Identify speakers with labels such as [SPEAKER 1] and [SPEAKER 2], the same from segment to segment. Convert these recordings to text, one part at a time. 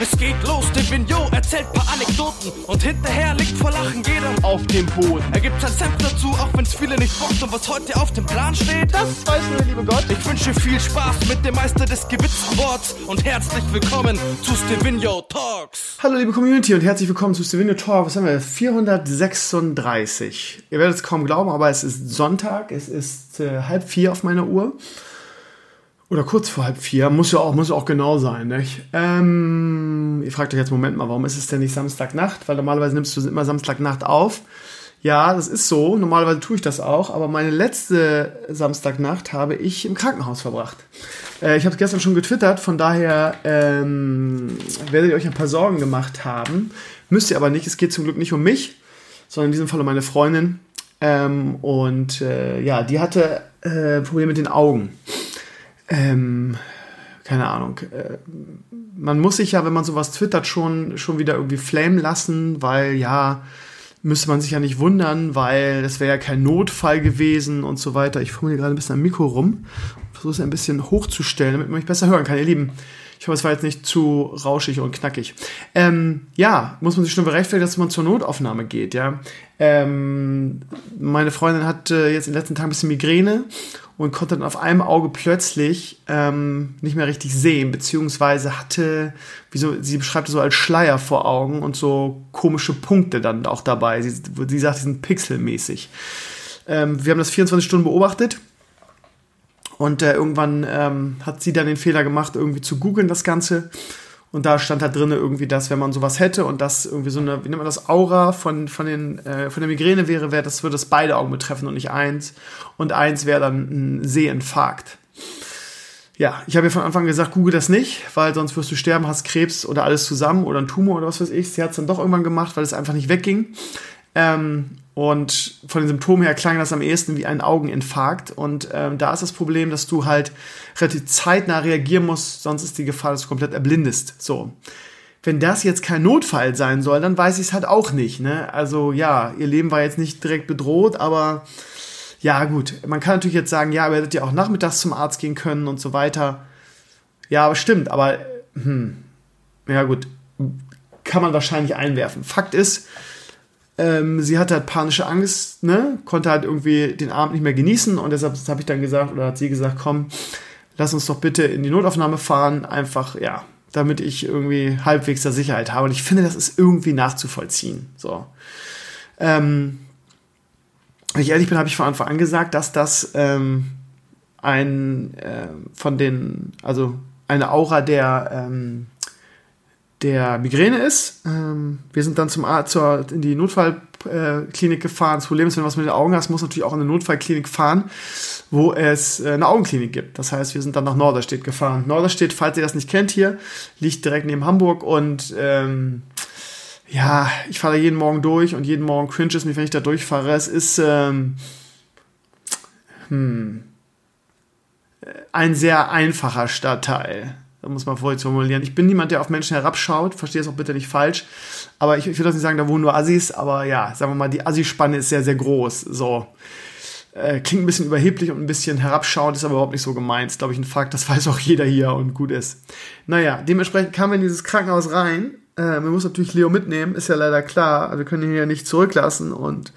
[SPEAKER 1] Es geht los, der Vignot erzählt paar Anekdoten und hinterher liegt vor Lachen jeder auf dem Boden. Er gibt sein Senf dazu, auch wenn's viele nicht bockt. Und was heute auf dem Plan steht, das weiß nur der liebe Gott. Ich wünsche viel Spaß mit dem Meister des gewitzten Worts und herzlich willkommen zu Stevino Talks.
[SPEAKER 2] Hallo liebe Community und herzlich willkommen zu Stevino Talks. Was haben wir? 436. Ihr werdet es kaum glauben, aber es ist Sonntag. Es ist 3:30 auf meiner Uhr. Oder kurz vor 3:30, muss ja auch genau sein, nicht? Ihr fragt euch jetzt, Moment mal, warum ist es denn nicht Samstagnacht? Weil normalerweise nimmst du immer Samstagnacht auf. Ja, das ist so, normalerweise tue ich das auch, aber meine letzte Samstagnacht habe ich im Krankenhaus verbracht. Ich habe es gestern schon getwittert, von daher werdet ihr euch ein paar Sorgen gemacht haben. Müsst ihr aber nicht, es geht zum Glück nicht um mich, sondern in diesem Fall um meine Freundin. Die hatte Probleme mit den Augen. Keine Ahnung. Man muss sich ja, wenn man sowas twittert, schon wieder irgendwie flamen lassen, weil ja, müsste man sich ja nicht wundern, weil das wäre ja kein Notfall gewesen und so weiter. Ich fummel hier gerade ein bisschen am Mikro rum, versuche es ein bisschen hochzustellen, damit man mich besser hören kann. Ihr Lieben, ich hoffe, es war jetzt nicht zu rauschig und knackig. Muss man sich schon berechtfertigen, dass man zur Notaufnahme geht, ja. Meine Freundin hat jetzt in den letzten Tagen ein bisschen Migräne und konnte dann auf einem Auge plötzlich nicht mehr richtig sehen, beziehungsweise hatte, sie beschreibt es so als Schleier vor Augen und so komische Punkte dann auch dabei. Sie sagt, die sind pixelmäßig. Wir haben das 24 Stunden beobachtet. Und irgendwann hat sie dann den Fehler gemacht, irgendwie zu googeln das Ganze. Und da stand halt drin irgendwie, dass wenn man sowas hätte und das irgendwie so eine, wie nennt man das, Aura von der Migräne wäre, das würde das beide Augen betreffen und nicht eins. Und eins wäre dann ein Sehinfarkt. Ja, ich habe ihr von Anfang gesagt, google das nicht, weil sonst wirst du sterben, hast Krebs oder alles zusammen oder ein Tumor oder was weiß ich. Sie hat es dann doch irgendwann gemacht, weil es einfach nicht wegging. Und von den Symptomen her klang das am ehesten wie ein Augeninfarkt. Und da ist das Problem, dass du halt relativ zeitnah reagieren musst, sonst ist die Gefahr, dass du komplett erblindest. So. Wenn das jetzt kein Notfall sein soll, dann weiß ich es halt auch nicht, ne? Also ja, ihr Leben war jetzt nicht direkt bedroht, aber ja gut. Man kann natürlich jetzt sagen, ja, ihr hättet ja auch nachmittags zum Arzt gehen können und so weiter. Ja, aber stimmt, aber ja gut, kann man wahrscheinlich einwerfen. Fakt ist, sie hatte halt panische Angst, ne? Konnte halt irgendwie den Abend nicht mehr genießen und deshalb habe ich dann gesagt, oder hat sie gesagt, komm, lass uns doch bitte in die Notaufnahme fahren, einfach, ja, damit ich irgendwie halbwegs da Sicherheit habe. Und ich finde, das ist irgendwie nachzuvollziehen. So. Wenn ich ehrlich bin, habe ich von Anfang an gesagt, dass das eine Aura der Migräne ist. Wir sind dann zum Arzt in die Notfallklinik gefahren. Das Problem ist, wenn du was mit den Augen hast, musst du natürlich auch in eine Notfallklinik fahren, wo es eine Augenklinik gibt. Das heißt, wir sind dann nach Norderstedt gefahren. Norderstedt, falls ihr das nicht kennt hier, liegt direkt neben Hamburg und ich fahre da jeden Morgen durch und jeden Morgen cringe es mich, wenn ich da durchfahre. Es ist ein sehr einfacher Stadtteil. Da muss man vorher formulieren. Ich bin niemand, der auf Menschen herabschaut, verstehe es auch bitte nicht falsch, aber ich will das nicht sagen, da wohnen nur Assis, aber ja, sagen wir mal, die Assi-Spanne ist sehr, sehr groß, so. Klingt ein bisschen überheblich und ein bisschen herabschauend, ist aber überhaupt nicht so gemeint, ist, glaube ich, ein Fakt, das weiß auch jeder hier und gut ist. Naja, dementsprechend kamen wir in dieses Krankenhaus rein, man muss natürlich Leo mitnehmen, ist ja leider klar, also wir können ihn ja nicht zurücklassen und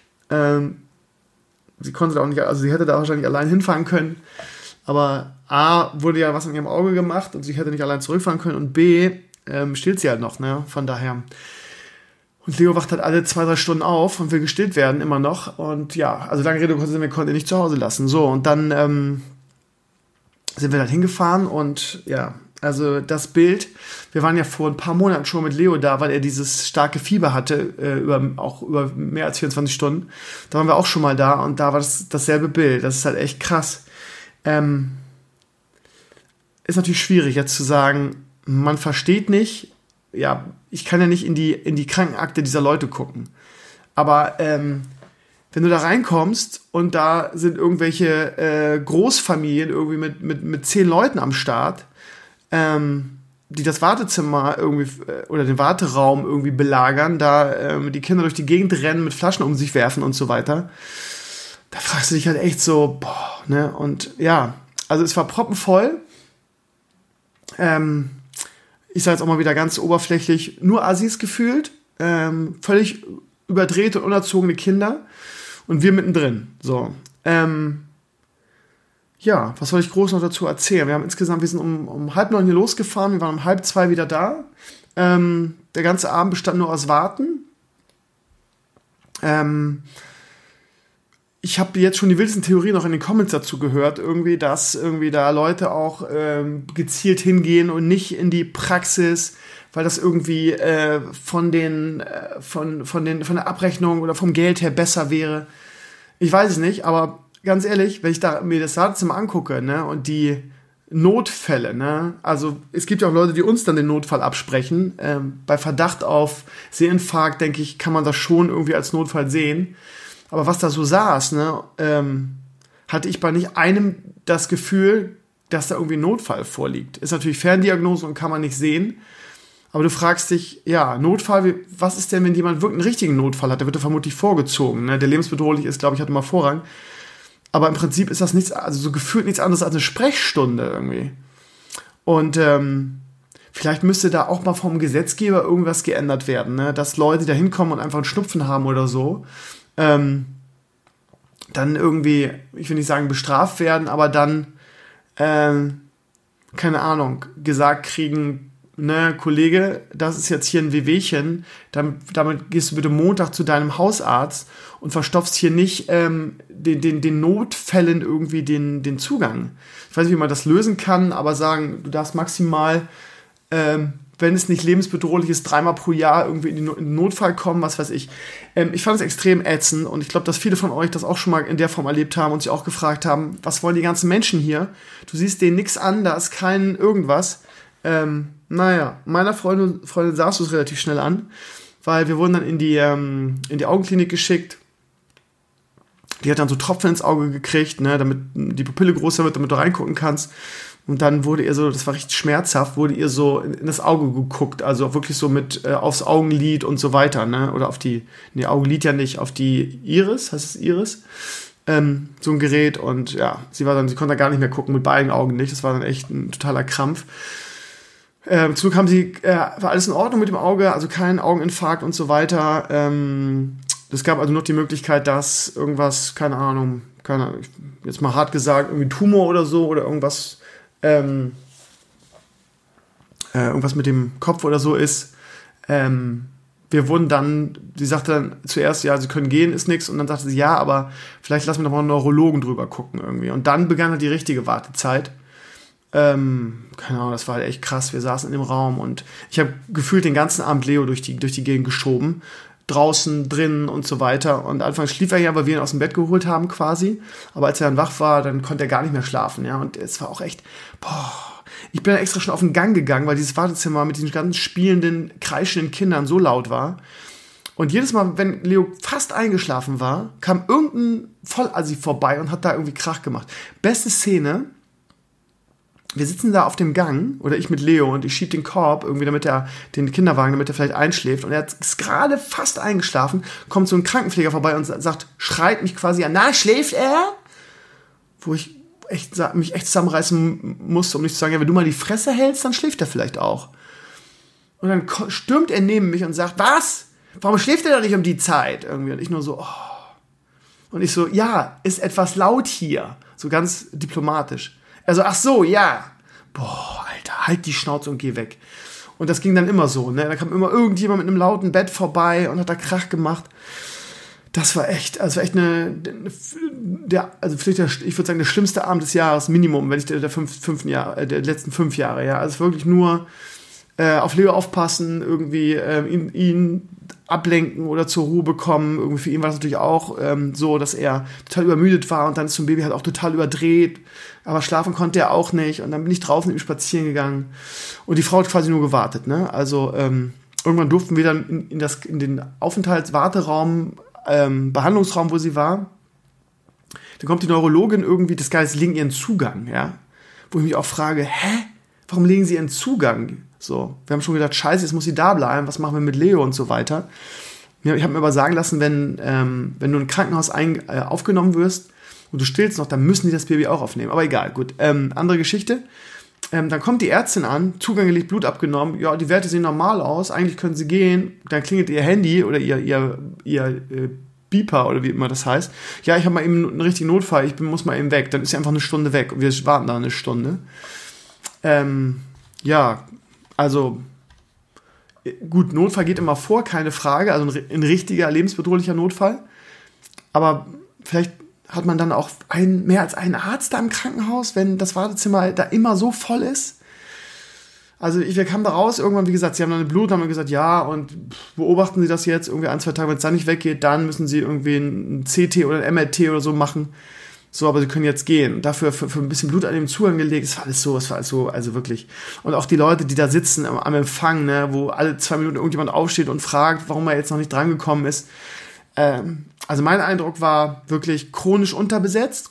[SPEAKER 2] sie konnte da auch nicht, also sie hätte da wahrscheinlich allein hinfahren können, aber A, wurde ja was an ihrem Auge gemacht und sie hätte nicht allein zurückfahren können und B, stillt sie halt noch, ne, von daher. Und Leo wacht halt alle 2-3 Stunden auf und will gestillt werden, immer noch. Und ja, also lange Rede, wir konnten ihn nicht zu Hause lassen. So, und dann sind wir halt hingefahren und ja, also das Bild, wir waren ja vor ein paar Monaten schon mit Leo da, weil er dieses starke Fieber hatte, über mehr als 24 Stunden. Da waren wir auch schon mal da und da war dasselbe Bild. Das ist halt echt krass. Ist natürlich schwierig jetzt zu sagen, man versteht nicht, ja, ich kann ja nicht in die Krankenakte dieser Leute gucken. Aber wenn du da reinkommst und da sind irgendwelche Großfamilien irgendwie mit 10 Leuten am Start, die das Wartezimmer irgendwie oder den Warteraum irgendwie belagern, da die Kinder durch die Gegend rennen, mit Flaschen um sich werfen und so weiter, da fragst du dich halt echt so, boah, ne? Und ja, also es war proppenvoll. ich sage jetzt auch mal wieder ganz oberflächlich, nur Assis gefühlt, völlig überdrehte und unerzogene Kinder und wir mittendrin. So, ja, was soll ich groß noch dazu erzählen? Wir sind um 8:30 hier losgefahren, wir waren um 1:30 wieder da. Der ganze Abend bestand nur aus Warten. Ich habe jetzt schon die wildesten Theorien noch in den Comments dazu gehört, irgendwie, dass irgendwie da Leute auch gezielt hingehen und nicht in die Praxis, weil das irgendwie von der Abrechnung oder vom Geld her besser wäre. Ich weiß es nicht, aber ganz ehrlich, wenn ich mir das Wartezimmer angucke, ne, und die Notfälle, ne, also es gibt ja auch Leute, die uns dann den Notfall absprechen. Bei Verdacht auf Seherinfarkt, denke ich, kann man das schon irgendwie als Notfall sehen. Aber was da so saß, ne, hatte ich bei nicht einem das Gefühl, dass da irgendwie ein Notfall vorliegt. Ist natürlich Ferndiagnose und kann man nicht sehen. Aber du fragst dich, ja, Notfall, was ist denn, wenn jemand wirklich einen richtigen Notfall hat? Der wird ja vermutlich vorgezogen, ne? Der lebensbedrohlich ist, glaube ich, hat immer Vorrang. Aber im Prinzip ist das nichts, also so gefühlt nichts anderes als eine Sprechstunde irgendwie. Und vielleicht müsste da auch mal vom Gesetzgeber irgendwas geändert werden, ne? Dass Leute da hinkommen und einfach einen Schnupfen haben oder so. Dann irgendwie, ich will nicht sagen bestraft werden, aber dann, keine Ahnung, gesagt kriegen, ne, Kollege, das ist jetzt hier ein Wehwehchen, damit gehst du bitte Montag zu deinem Hausarzt und verstopfst hier nicht den Notfällen irgendwie den Zugang. Ich weiß nicht, wie man das lösen kann, aber sagen, du darfst maximal, wenn es nicht lebensbedrohlich ist, 3-mal pro Jahr irgendwie in den Notfall kommen, was weiß ich. Ich fand es extrem ätzend und ich glaube, dass viele von euch das auch schon mal in der Form erlebt haben und sich auch gefragt haben, was wollen die ganzen Menschen hier? Du siehst denen nichts an, da ist kein irgendwas. Naja, meiner Freundin sahst du es relativ schnell an, weil wir wurden dann in die Augenklinik geschickt. Die hat dann so Tropfen ins Auge gekriegt, ne, damit die Pupille größer wird, damit du reingucken kannst. Und dann wurde ihr so, das war richtig schmerzhaft, wurde ihr so in das Auge geguckt, also wirklich so mit aufs Augenlid und so weiter, ne, oder auf die, ne, Augenlid ja nicht, auf die Iris, heißt es Iris? So ein Gerät und ja, sie konnte da gar nicht mehr gucken, mit beiden Augen nicht, das war dann echt ein totaler Krampf. Zurück haben war alles in Ordnung mit dem Auge, also kein Augeninfarkt und so weiter. Es gab also noch die Möglichkeit, dass irgendwas, keine Ahnung, jetzt mal hart gesagt, irgendwie Tumor oder so oder irgendwas mit dem Kopf oder so ist. Wir wurden dann, sie sagte dann zuerst, ja, sie können gehen, ist nichts. Und dann sagte sie, ja, aber vielleicht lassen wir doch mal einen Neurologen drüber gucken irgendwie. Und dann begann halt die richtige Wartezeit. Keine Ahnung, das war halt echt krass. Wir saßen in dem Raum und ich habe gefühlt den ganzen Abend Leo durch die Gegend geschoben. Draußen, drinnen und so weiter. Und anfangs schlief er ja, weil wir ihn aus dem Bett geholt haben quasi. Aber als er dann wach war, dann konnte er gar nicht mehr schlafen. Ja, und es war auch echt, ich bin dann extra schon auf den Gang gegangen, weil dieses Wartezimmer mit diesen ganzen spielenden, kreischenden Kindern so laut war. Und jedes Mal, wenn Leo fast eingeschlafen war, kam irgendein Vollassi vorbei und hat da irgendwie Krach gemacht. Beste Szene: Wir sitzen da auf dem Gang, oder ich mit Leo, und ich schieb den Korb irgendwie, den Kinderwagen, damit er vielleicht einschläft. Und er ist gerade fast eingeschlafen, kommt so ein Krankenpfleger vorbei und schreit mich quasi an, na, schläft er? Wo ich mich echt zusammenreißen musste, um nicht zu sagen, ja, wenn du mal die Fresse hältst, dann schläft er vielleicht auch. Und dann stürmt er neben mich und sagt, was? Warum schläft er doch nicht um die Zeit? Irgendwie. Und ich nur so, Und ich so, ja, ist etwas laut hier. So ganz diplomatisch. Also, ach so, ja. Boah, Alter, halt die Schnauze und geh weg. Und das ging dann immer so, ne? Da kam immer irgendjemand mit einem lauten Bett vorbei und hat da Krach gemacht. Das war echt, ich würde sagen, der schlimmste Abend des Jahres, Minimum, wenn ich der letzten 5 Jahre, ja. Also wirklich nur auf Leo aufpassen, irgendwie ihn ablenken oder zur Ruhe bekommen. Irgendwie für ihn war das natürlich auch so, dass er total übermüdet war und dann ist so ein Baby halt auch total überdreht, aber schlafen konnte er auch nicht und dann bin ich draußen mit ihm spazieren gegangen und die Frau hat quasi nur gewartet, ne? Also irgendwann durften wir dann in den Aufenthaltswarteraum, Behandlungsraum, wo sie war. Dann kommt die Neurologin irgendwie, das Geist legen ihren Zugang, ja? Wo ich mich auch frage, warum legen sie ihren Zugang? So, wir haben schon gedacht, scheiße, jetzt muss sie da bleiben, was machen wir mit Leo und so weiter. Ich habe mir aber sagen lassen, wenn du im Krankenhaus aufgenommen wirst und du stillst noch, dann müssen die das Baby auch aufnehmen. Aber egal, gut. Andere Geschichte. dann kommt die Ärztin an, Zugang gelegt, Blut abgenommen, ja, die Werte sehen normal aus, eigentlich können sie gehen, dann klingelt ihr Handy oder ihr Beeper oder wie immer das heißt. Ja, ich habe mal eben einen richtigen Notfall, muss mal eben weg. Dann ist sie einfach eine Stunde weg und wir warten da eine Stunde. Ja, also gut, Notfall geht immer vor, keine Frage, also ein richtiger, lebensbedrohlicher Notfall. Aber vielleicht hat man dann auch mehr als einen Arzt da im Krankenhaus, wenn das Wartezimmer da immer so voll ist. Also wir kamen da raus, irgendwann, wie gesagt, sie haben dann eine Blut, haben gesagt, ja, und beobachten Sie das jetzt irgendwie 1-2 Tage, wenn es dann nicht weggeht, dann müssen Sie irgendwie ein CT oder ein MRT oder so machen. So, aber Sie können jetzt gehen. Dafür für ein bisschen Blut an dem Zugang gelegt, es war alles so, also wirklich. Und auch die Leute, die da sitzen am Empfang, ne, wo alle 2 Minuten irgendjemand aufsteht und fragt, warum er jetzt noch nicht drangekommen ist. Also mein Eindruck war wirklich chronisch unterbesetzt,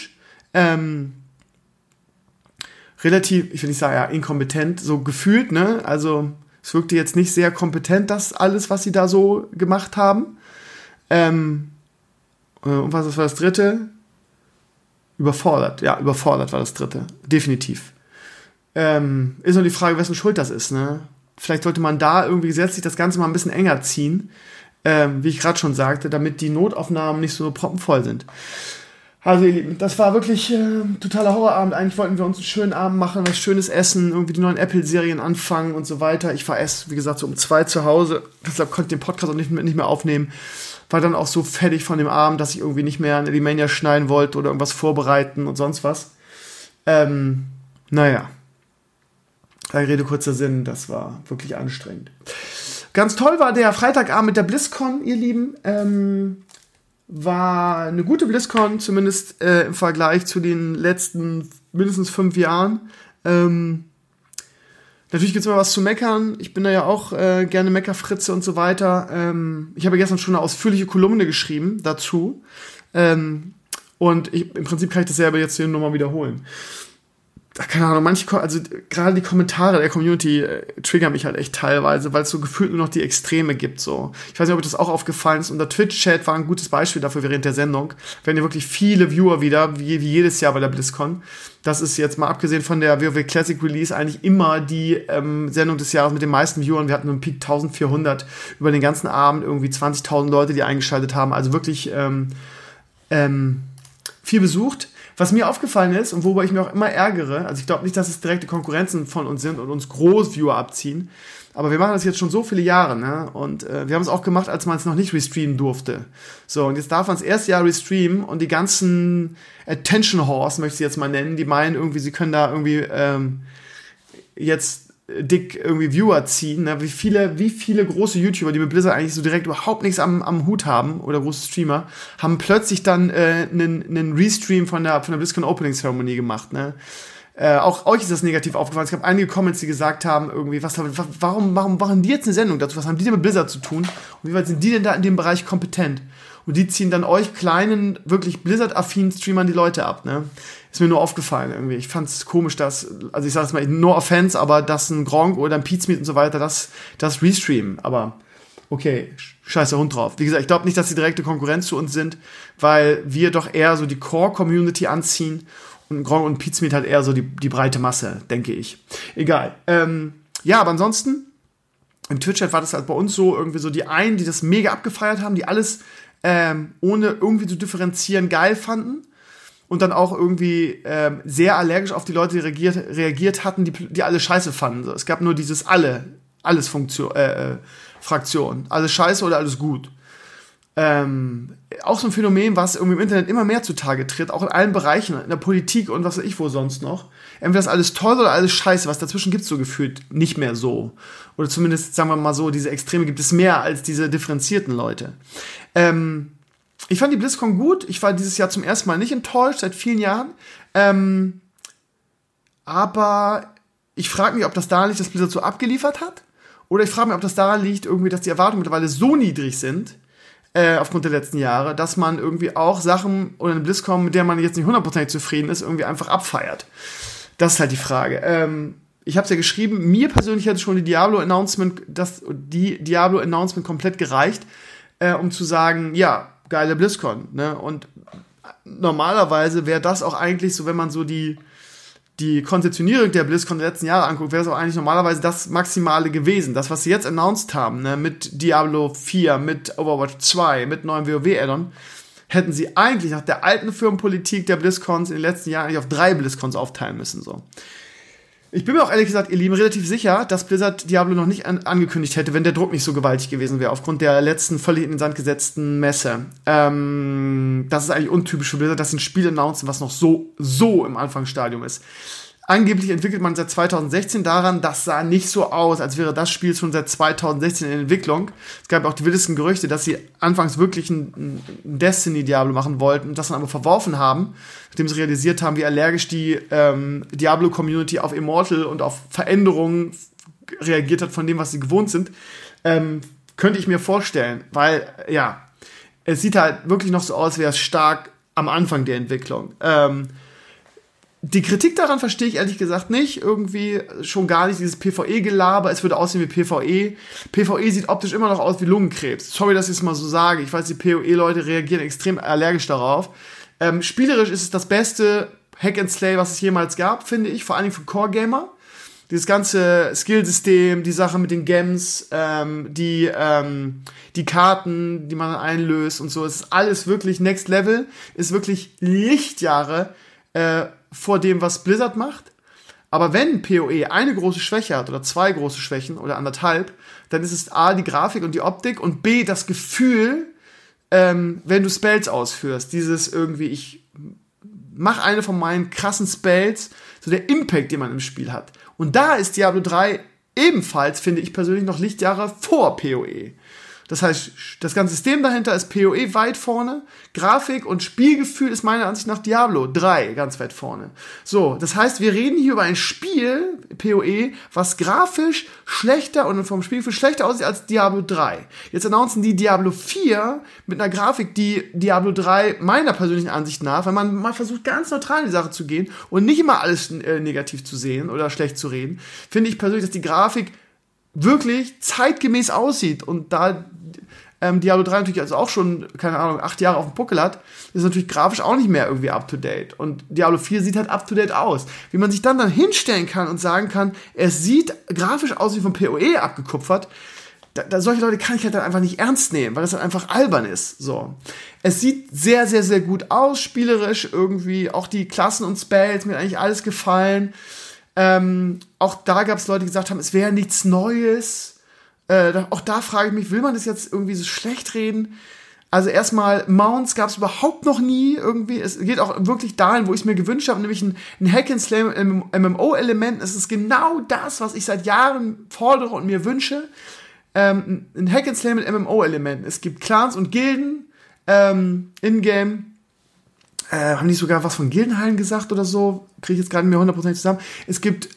[SPEAKER 2] relativ, ich will nicht sagen, ja, inkompetent, so gefühlt, ne, also es wirkte jetzt nicht sehr kompetent, das alles, was sie da so gemacht haben. Und was war das dritte? Überfordert war das dritte, definitiv. Ist nur die Frage, wessen Schuld das ist, ne, vielleicht sollte man da irgendwie gesetzlich das Ganze mal ein bisschen enger ziehen, wie ich gerade schon sagte, damit die Notaufnahmen nicht so proppenvoll sind. Also ihr Lieben, das war wirklich totaler Horrorabend. Eigentlich wollten wir uns einen schönen Abend machen, was schönes essen, irgendwie die neuen Apple-Serien anfangen und so weiter. Ich war erst, wie gesagt, so um 2 zu Hause, deshalb konnte ich den Podcast auch nicht mehr aufnehmen. War dann auch so fertig von dem Abend, dass ich irgendwie nicht mehr eine Elimania schneiden wollte oder irgendwas vorbereiten und sonst was. Naja. Lange Rede, kurzer Sinn, das war wirklich anstrengend. Ganz toll war der Freitagabend mit der BlizzCon, ihr Lieben. War eine gute BlizzCon, zumindest im Vergleich zu den letzten mindestens 5 Jahren. Natürlich gibt es immer was zu meckern. Ich bin da ja auch gerne Meckerfritze und so weiter. Ich habe gestern schon eine ausführliche Kolumne geschrieben dazu. Und im Prinzip kann ich das selber jetzt hier nochmal wiederholen. Keine Ahnung, also gerade die Kommentare der Community triggern mich halt echt teilweise, weil es so gefühlt nur noch die Extreme gibt, so. Ich weiß nicht, ob euch das auch aufgefallen ist, und der Twitch-Chat war ein gutes Beispiel dafür während der Sendung. Wir hatten ja wirklich viele Viewer wieder, wie jedes Jahr bei der BlizzCon. Das ist jetzt mal abgesehen von der WoW Classic Release eigentlich immer die Sendung des Jahres mit den meisten Viewern. Wir hatten einen Peak 1400 über den ganzen Abend, irgendwie 20.000 Leute, die eingeschaltet haben, also wirklich viel besucht. Was mir aufgefallen ist und worüber ich mich auch immer ärgere, also ich glaube nicht, dass es direkte Konkurrenzen von uns sind und uns Großviewer abziehen, aber wir machen das jetzt schon so viele Jahre, ne? Und wir haben es auch gemacht, als man es noch nicht restreamen durfte. So, und jetzt darf man das erste Jahr restreamen und die ganzen Attention Whores, möchte ich sie jetzt mal nennen, die meinen irgendwie, sie können da irgendwie jetzt dick irgendwie Viewer ziehen, ne? Wie viele große YouTuber, die mit Blizzard eigentlich so direkt überhaupt nichts am Hut haben, oder große Streamer, haben plötzlich dann einen Restream von der BlizzCon Opening Ceremony gemacht, ne? Auch euch ist das negativ aufgefallen. Es gab einige Comments, die gesagt haben, irgendwie, warum machen die jetzt eine Sendung dazu? Was haben die denn mit Blizzard zu tun? Und wie weit sind die denn da in dem Bereich kompetent? Und die ziehen dann euch kleinen, wirklich Blizzard-affinen Streamern die Leute ab, ne? Ist mir nur aufgefallen irgendwie. Ich fand's komisch, dass, also ich sag es mal, no offense, aber dass ein Gronk oder ein Pizmeet und so weiter, das restreamen. Aber okay, scheiß der Hund drauf. Wie gesagt, ich glaube nicht, dass die direkte Konkurrenz zu uns sind, weil wir doch eher so die Core-Community anziehen und Gronk und Pizmeet halt eher so die breite Masse, denke ich. Egal. Ja, aber ansonsten, im Twitch-Chat war das halt bei uns so, irgendwie so die einen, die das mega abgefeiert haben, die alles ohne irgendwie zu differenzieren geil fanden. Und dann auch irgendwie sehr allergisch auf die Leute, die reagiert hatten, die alle scheiße fanden. So, es gab nur dieses alles Fraktion. Alles scheiße oder alles gut. Auch so ein Phänomen, was irgendwie im Internet immer mehr zutage tritt, auch in allen Bereichen, in der Politik und was weiß ich wo sonst noch. Entweder ist alles toll oder alles scheiße. Was dazwischen gibt's so gefühlt nicht mehr so. Oder zumindest, sagen wir mal so, diese Extreme gibt es mehr als diese differenzierten Leute. Ich fand die BlizzCon gut. Ich war dieses Jahr zum ersten Mal nicht enttäuscht, seit vielen Jahren. Aber ich frage mich, ob das daran liegt, dass Blizzard so abgeliefert hat. Oder ich frage mich, ob das daran liegt, irgendwie, dass die Erwartungen mittlerweile so niedrig sind, aufgrund der letzten Jahre, dass man irgendwie auch Sachen oder eine BlizzCon, mit der man jetzt nicht 100% zufrieden ist, irgendwie einfach abfeiert. Das ist halt die Frage. Ich habe es ja geschrieben, mir persönlich hätte schon die Diablo-Announcement komplett gereicht, um zu sagen, ja, geile BlizzCon, ne? Und normalerweise wäre das auch eigentlich so, wenn man so die die Konzeptionierung der BlizzCon der letzten Jahre anguckt, wäre es auch eigentlich normalerweise das Maximale gewesen. Das, was sie jetzt announced haben, ne, mit Diablo 4, mit Overwatch 2, mit neuem WoW-Addon, hätten sie eigentlich nach der alten Firmenpolitik der BlizzCons in den letzten Jahren eigentlich auf 3 BlizzCons aufteilen müssen. So. Ich bin mir auch ehrlich gesagt, ihr Lieben, relativ sicher, dass Blizzard Diablo noch nicht angekündigt hätte, wenn der Druck nicht so gewaltig gewesen wäre, aufgrund der letzten völlig in den Sand gesetzten Messe. Das ist eigentlich untypisch für Blizzard, dass sie ein Spiel announcen, was noch so im Anfangsstadium ist. Angeblich entwickelt man seit 2016 daran, das sah nicht so aus, als wäre das Spiel schon seit 2016 in Entwicklung. Es gab auch die wildesten Gerüchte, dass sie anfangs wirklich ein Destiny-Diablo machen wollten und das dann aber verworfen haben, nachdem sie realisiert haben, wie allergisch die Diablo-Community auf Immortal und auf Veränderungen reagiert hat von dem, was sie gewohnt sind. Könnte ich mir vorstellen, weil, ja, es sieht halt wirklich noch so aus, als wäre es stark am Anfang der Entwicklung. Die Kritik daran verstehe ich ehrlich gesagt nicht. Irgendwie schon gar nicht dieses PvE-Gelaber. Es würde aussehen wie PvE. PvE sieht optisch immer noch aus wie Lungenkrebs. Sorry, dass ich es mal so sage. Ich weiß, die PvE-Leute reagieren extrem allergisch darauf. Spielerisch ist es das beste Hack-and-Slay, was es jemals gab, finde ich. Vor allen Dingen für Core-Gamer. Dieses ganze Skillsystem, die Sache mit den Gems, die Karten, die man einlöst und so. Es ist alles wirklich Next Level. Ist wirklich Lichtjahre vor dem, was Blizzard macht. Aber wenn PoE eine große Schwäche hat oder 2 große Schwächen oder 1,5, dann ist es A, die Grafik und die Optik und B, das Gefühl, wenn du Spells ausführst. Dieses irgendwie, ich mach eine von meinen krassen Spells, so der Impact, den man im Spiel hat. Und da ist Diablo 3 ebenfalls, finde ich persönlich, noch Lichtjahre vor PoE. Das heißt, das ganze System dahinter ist PoE weit vorne. Grafik und Spielgefühl ist meiner Ansicht nach Diablo 3 ganz weit vorne. So, das heißt, wir reden hier über ein Spiel, PoE, was grafisch schlechter und vom Spielgefühl schlechter aussieht als Diablo 3. Jetzt announcen die Diablo 4 mit einer Grafik, die Diablo 3 meiner persönlichen Ansicht nach, weil man mal versucht, ganz neutral in die Sache zu gehen und nicht immer alles negativ zu sehen oder schlecht zu reden, finde ich persönlich, dass die Grafik wirklich zeitgemäß aussieht und da Diablo 3 natürlich also auch schon, keine Ahnung, 8 Jahre auf dem Puckel hat, ist natürlich grafisch auch nicht mehr irgendwie up-to-date. Und Diablo 4 sieht halt up-to-date aus. Wie man sich dann hinstellen kann und sagen kann, es sieht grafisch aus wie vom PoE abgekupfert, solche Leute kann ich halt dann einfach nicht ernst nehmen, weil das halt einfach albern ist. So. Es sieht sehr, sehr, sehr gut aus, spielerisch irgendwie, auch die Klassen und Spells, mir hat eigentlich alles gefallen. Auch da gab es Leute, die gesagt haben, es wäre nichts Neues. Auch da frage ich mich, will man das jetzt irgendwie so schlecht reden? Also erstmal, Mounts gab es überhaupt noch nie irgendwie. Es geht auch wirklich dahin, wo ich es mir gewünscht habe, nämlich ein Hack-and-Slay MMO-Element. Es ist genau das, was ich seit Jahren fordere und mir wünsche. Ein Hack-and-Slay mit MMO-Elementen. Es gibt Clans und Gilden in-game. Haben die sogar was von Gildenhallen gesagt oder so? Kriege ich jetzt gerade nicht mehr 100% zusammen. Es gibt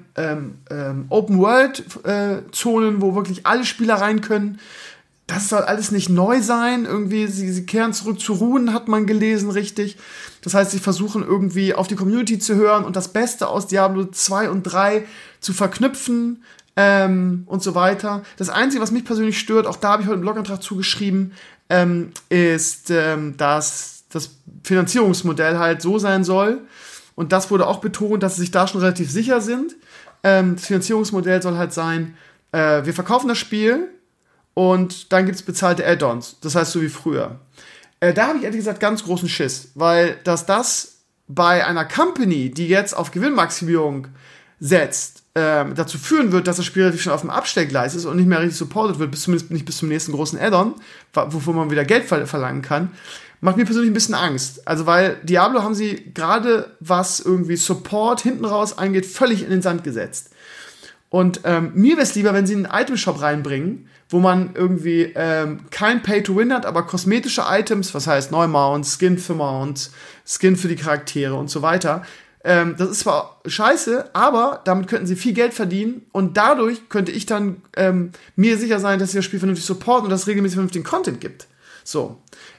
[SPEAKER 2] Open-World-Zonen, wo wirklich alle Spieler rein können. Das soll alles nicht neu sein. Irgendwie, sie kehren zurück zu Runen, hat man gelesen, richtig. Das heißt, sie versuchen irgendwie auf die Community zu hören und das Beste aus Diablo 2 und 3 zu verknüpfen und so weiter. Das Einzige, was mich persönlich stört, auch da habe ich heute einen Blogantrag zugeschrieben, ist, dass das Finanzierungsmodell halt so sein soll. Und das wurde auch betont, dass sie sich da schon relativ sicher sind. Das Finanzierungsmodell soll halt sein, wir verkaufen das Spiel und dann gibt es bezahlte Add-ons. Das heißt, so wie früher. Da habe ich ehrlich gesagt ganz großen Schiss, weil das bei einer Company, die jetzt auf Gewinnmaximierung setzt, dazu führen wird, dass das Spiel relativ schon auf dem Abstellgleis ist und nicht mehr richtig supported wird, zumindest nicht bis zum nächsten großen Add-on, wovon man wieder Geld verlangen kann, macht mir persönlich ein bisschen Angst. Also, weil Diablo haben sie gerade, was irgendwie Support hinten raus angeht, völlig in den Sand gesetzt. Und mir wäre es lieber, wenn sie einen Item-Shop reinbringen, wo man irgendwie kein Pay-to-Win hat, aber kosmetische Items, was heißt Neumounts, Skin für Mounts, Skin für die Charaktere und so weiter. Das ist zwar scheiße, aber damit könnten sie viel Geld verdienen und dadurch könnte ich dann mir sicher sein, dass sie das Spiel vernünftig supporten und dass es regelmäßig vernünftigen Content gibt. So.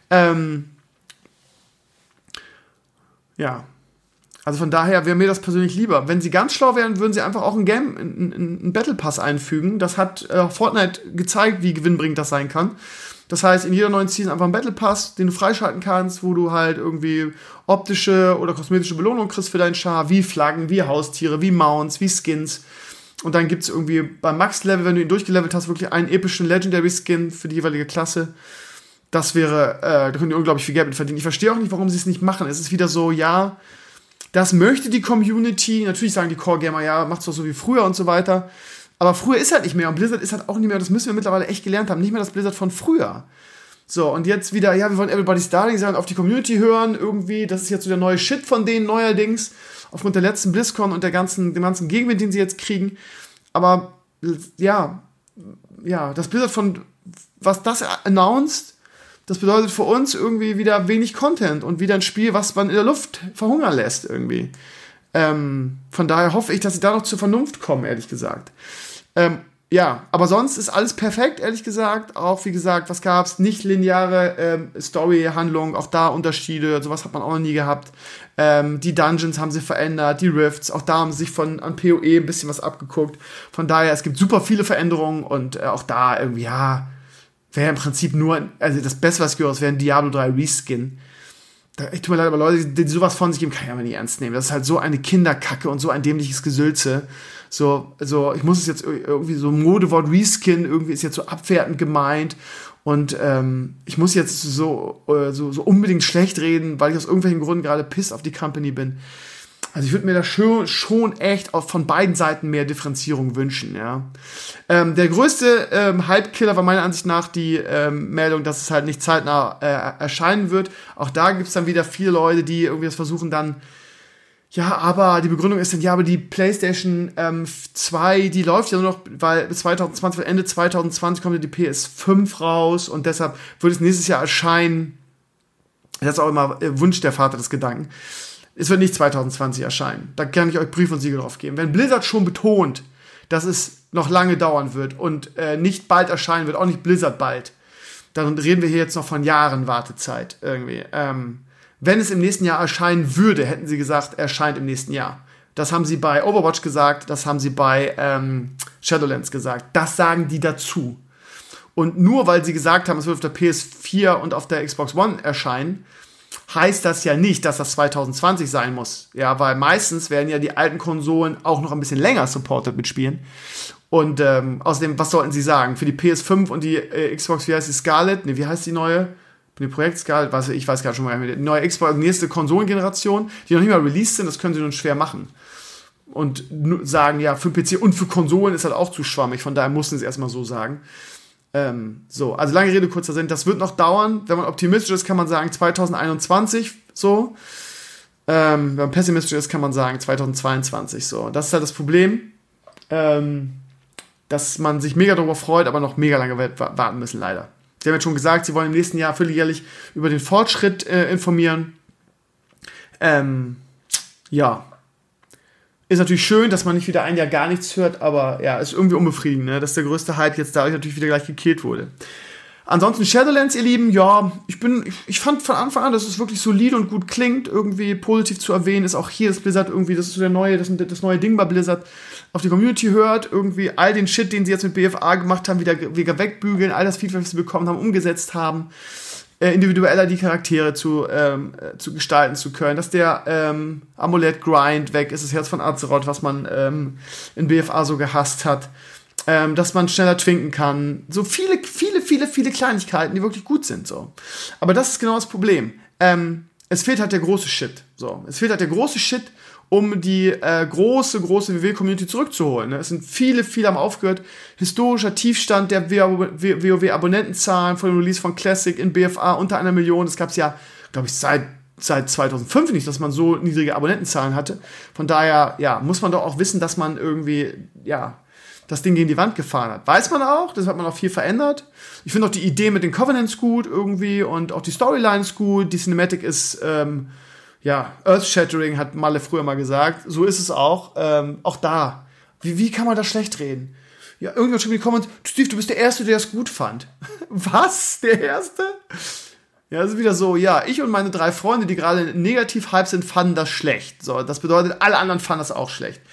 [SPEAKER 2] Ja. Also von daher wäre mir das persönlich lieber. Wenn sie ganz schlau wären, würden sie einfach auch ein Game, einen Battle Pass einfügen. Das hat Fortnite gezeigt, wie gewinnbringend das sein kann. Das heißt, in jeder neuen Season einfach einen Battle Pass, den du freischalten kannst, wo du halt irgendwie optische oder kosmetische Belohnungen kriegst für deinen Char, wie Flaggen, wie Haustiere, wie Mounts, wie Skins. Und dann gibt's irgendwie beim Max-Level, wenn du ihn durchgelevelt hast, wirklich einen epischen Legendary-Skin für die jeweilige Klasse. Das wäre, da könnt ihr unglaublich viel Geld mit verdienen. Ich verstehe auch nicht, warum sie es nicht machen. Es ist wieder so, ja, das möchte die Community. Natürlich sagen die Core-Gamer, ja, macht's doch so wie früher und so weiter. Aber früher ist halt nicht mehr. Und Blizzard ist halt auch nicht mehr, das müssen wir mittlerweile echt gelernt haben, nicht mehr das Blizzard von früher. So, und jetzt wieder, ja, wir wollen Everybody's Darling sein, auf die Community hören irgendwie. Das ist jetzt so der neue Shit von denen neuerdings. Aufgrund der letzten BlizzCon und dem ganzen Gegenwind, den sie jetzt kriegen. Aber, ja, das Blizzard von, was das announced, das bedeutet für uns irgendwie wieder wenig Content und wieder ein Spiel, was man in der Luft verhungern lässt irgendwie. Von daher hoffe ich, dass sie da noch zur Vernunft kommen, ehrlich gesagt. Ja, aber sonst ist alles perfekt, ehrlich gesagt. Auch, wie gesagt, was gab's? Nicht lineare Story-Handlung, auch da Unterschiede, sowas hat man auch noch nie gehabt. Die Dungeons haben sie verändert, die Rifts, auch da haben sie sich an PoE ein bisschen was abgeguckt. Von daher, es gibt super viele Veränderungen und auch da irgendwie, ja, wäre im Prinzip nur, also das Beste, was gehört, wäre ein Diablo 3 Reskin. Tut mir leid, aber Leute, die sowas von sich geben, kann ich aber nicht ernst nehmen. Das ist halt so eine Kinderkacke und so ein dämliches Gesülze. So, ich muss es jetzt irgendwie so Modewort Reskin irgendwie ist jetzt so abwertend gemeint und ich muss jetzt so unbedingt schlecht reden, weil ich aus irgendwelchen Gründen gerade pissed auf die Company bin. Also ich würde mir da schon echt auch von beiden Seiten mehr Differenzierung wünschen, ja. Der größte Hype-Killer war meiner Ansicht nach die Meldung, dass es halt nicht zeitnah erscheinen wird. Auch da gibt's dann wieder viele Leute, die irgendwie das versuchen dann, ja, aber die Begründung ist dann, ja, aber die PlayStation 2, die läuft ja nur noch, weil bis 2020, Ende 2020 kommt ja die PS5 raus und deshalb wird es nächstes Jahr erscheinen. Das ist auch immer Wunsch der Vater des Gedanken. Es wird nicht 2020 erscheinen. Da kann ich euch Brief und Siegel drauf geben. Wenn Blizzard schon betont, dass es noch lange dauern wird und nicht bald erscheinen wird, auch nicht Blizzard bald, dann reden wir hier jetzt noch von Jahren Wartezeit irgendwie. Wenn es im nächsten Jahr erscheinen würde, hätten sie gesagt, erscheint im nächsten Jahr. Das haben sie bei Overwatch gesagt, das haben sie bei Shadowlands gesagt. Das sagen die dazu. Und nur weil sie gesagt haben, es wird auf der PS4 und auf der Xbox One erscheinen, heißt das ja nicht, dass das 2020 sein muss. Ja, weil meistens werden ja die alten Konsolen auch noch ein bisschen länger supported mit Spielen. Und außerdem, was sollten sie sagen? Für die PS5 und die Xbox, wie heißt die, Scarlett? Ne, wie heißt die neue? Die Projekt Scarlett, ich weiß gar schon mal, die neue Xbox, nächste Konsolengeneration, die noch nicht mal released sind, das können sie nun schwer machen. Und sagen, ja, für PC und für Konsolen ist halt auch zu schwammig, von daher mussten sie es erstmal so sagen. So, also lange Rede, kurzer Sinn, das wird noch dauern. Wenn man optimistisch ist, kann man sagen 2021, so. Wenn man pessimistisch ist, kann man sagen 2022, so. Das ist halt das Problem, dass man sich mega darüber freut, aber noch mega lange warten müssen, leider. Sie haben jetzt schon gesagt, sie wollen im nächsten Jahr vierteljährlich über den Fortschritt informieren. Ja. Ist natürlich schön, dass man nicht wieder ein Jahr gar nichts hört, aber ja, ist irgendwie unbefriedigend, ne? Dass der größte Hype jetzt dadurch natürlich wieder gleich gekillt wurde. Ansonsten Shadowlands, ihr Lieben, ja, ich fand von Anfang an, dass es wirklich solide und gut klingt, irgendwie positiv zu erwähnen, ist auch hier das Blizzard irgendwie, das ist so das neue Ding bei Blizzard, auf die Community hört, irgendwie all den Shit, den sie jetzt mit BFA gemacht haben, wieder wegbügeln, all das Feedback, was sie bekommen haben, umgesetzt haben, individueller die Charaktere zu gestalten zu können, dass der Amulett-Grind weg ist, das Herz von Azeroth, was man in BFA so gehasst hat, dass man schneller twinken kann, so viele Kleinigkeiten, die wirklich gut sind, so. Aber das ist genau das Problem. Es fehlt halt der große Shit, so. Es fehlt halt der große Shit, um die große WoW-Community zurückzuholen. Ne? Es sind viele haben aufgehört. Historischer Tiefstand der WoW-Abonnentenzahlen vor dem Release von Classic in BFA unter 1 Million. Das gab es ja, glaube ich, seit 2005 nicht, dass man so niedrige Abonnentenzahlen hatte. Von daher, ja, muss man doch auch wissen, dass man irgendwie, ja, das Ding gegen die Wand gefahren hat. Weiß man auch, das hat man auch viel verändert. Ich finde auch die Idee mit den Covenants gut irgendwie und auch die Storyline ist gut. Die Cinematic ist, ja, Earth-Shattering, hat Malle früher mal gesagt. So ist es auch. Auch da. Wie kann man das schlecht reden? Ja, irgendjemand schrieb in die Comments, Steve, du bist der Erste, der es gut fand. Was? Der Erste? Ja, das ist wieder so, ja, ich und meine 3 Freunde, die gerade negativ hype sind, fanden das schlecht. So, das bedeutet, alle anderen fanden das auch schlecht.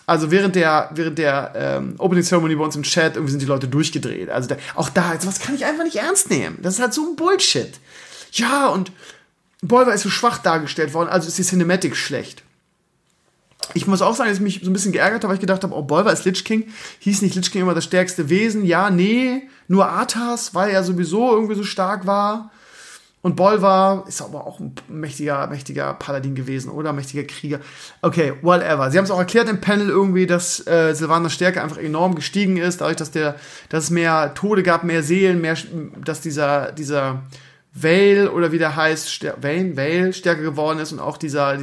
[SPEAKER 2] Also während der Opening Ceremony bei uns im Chat, irgendwie sind die Leute durchgedreht. Also auch da, sowas kann ich einfach nicht ernst nehmen. Das ist halt so ein Bullshit. Ja, und Bolvar ist so schwach dargestellt worden, also ist die Cinematic schlecht. Ich muss auch sagen, dass ich mich so ein bisschen geärgert habe, weil ich gedacht habe, oh, Bolvar ist Lich King. Hieß nicht Lich King immer das stärkste Wesen? Ja, nee, nur Arthas, weil er sowieso irgendwie so stark war. Und Bolvar ist aber auch ein mächtiger Paladin gewesen, oder? Mächtiger Krieger. Okay, whatever. Sie haben es auch erklärt im Panel irgendwie, dass Sylvaners Stärke einfach enorm gestiegen ist, dadurch, dass es mehr Tode gab, mehr Seelen, dass dieser Vale, oder wie der heißt, Vale stärker geworden ist und auch dieser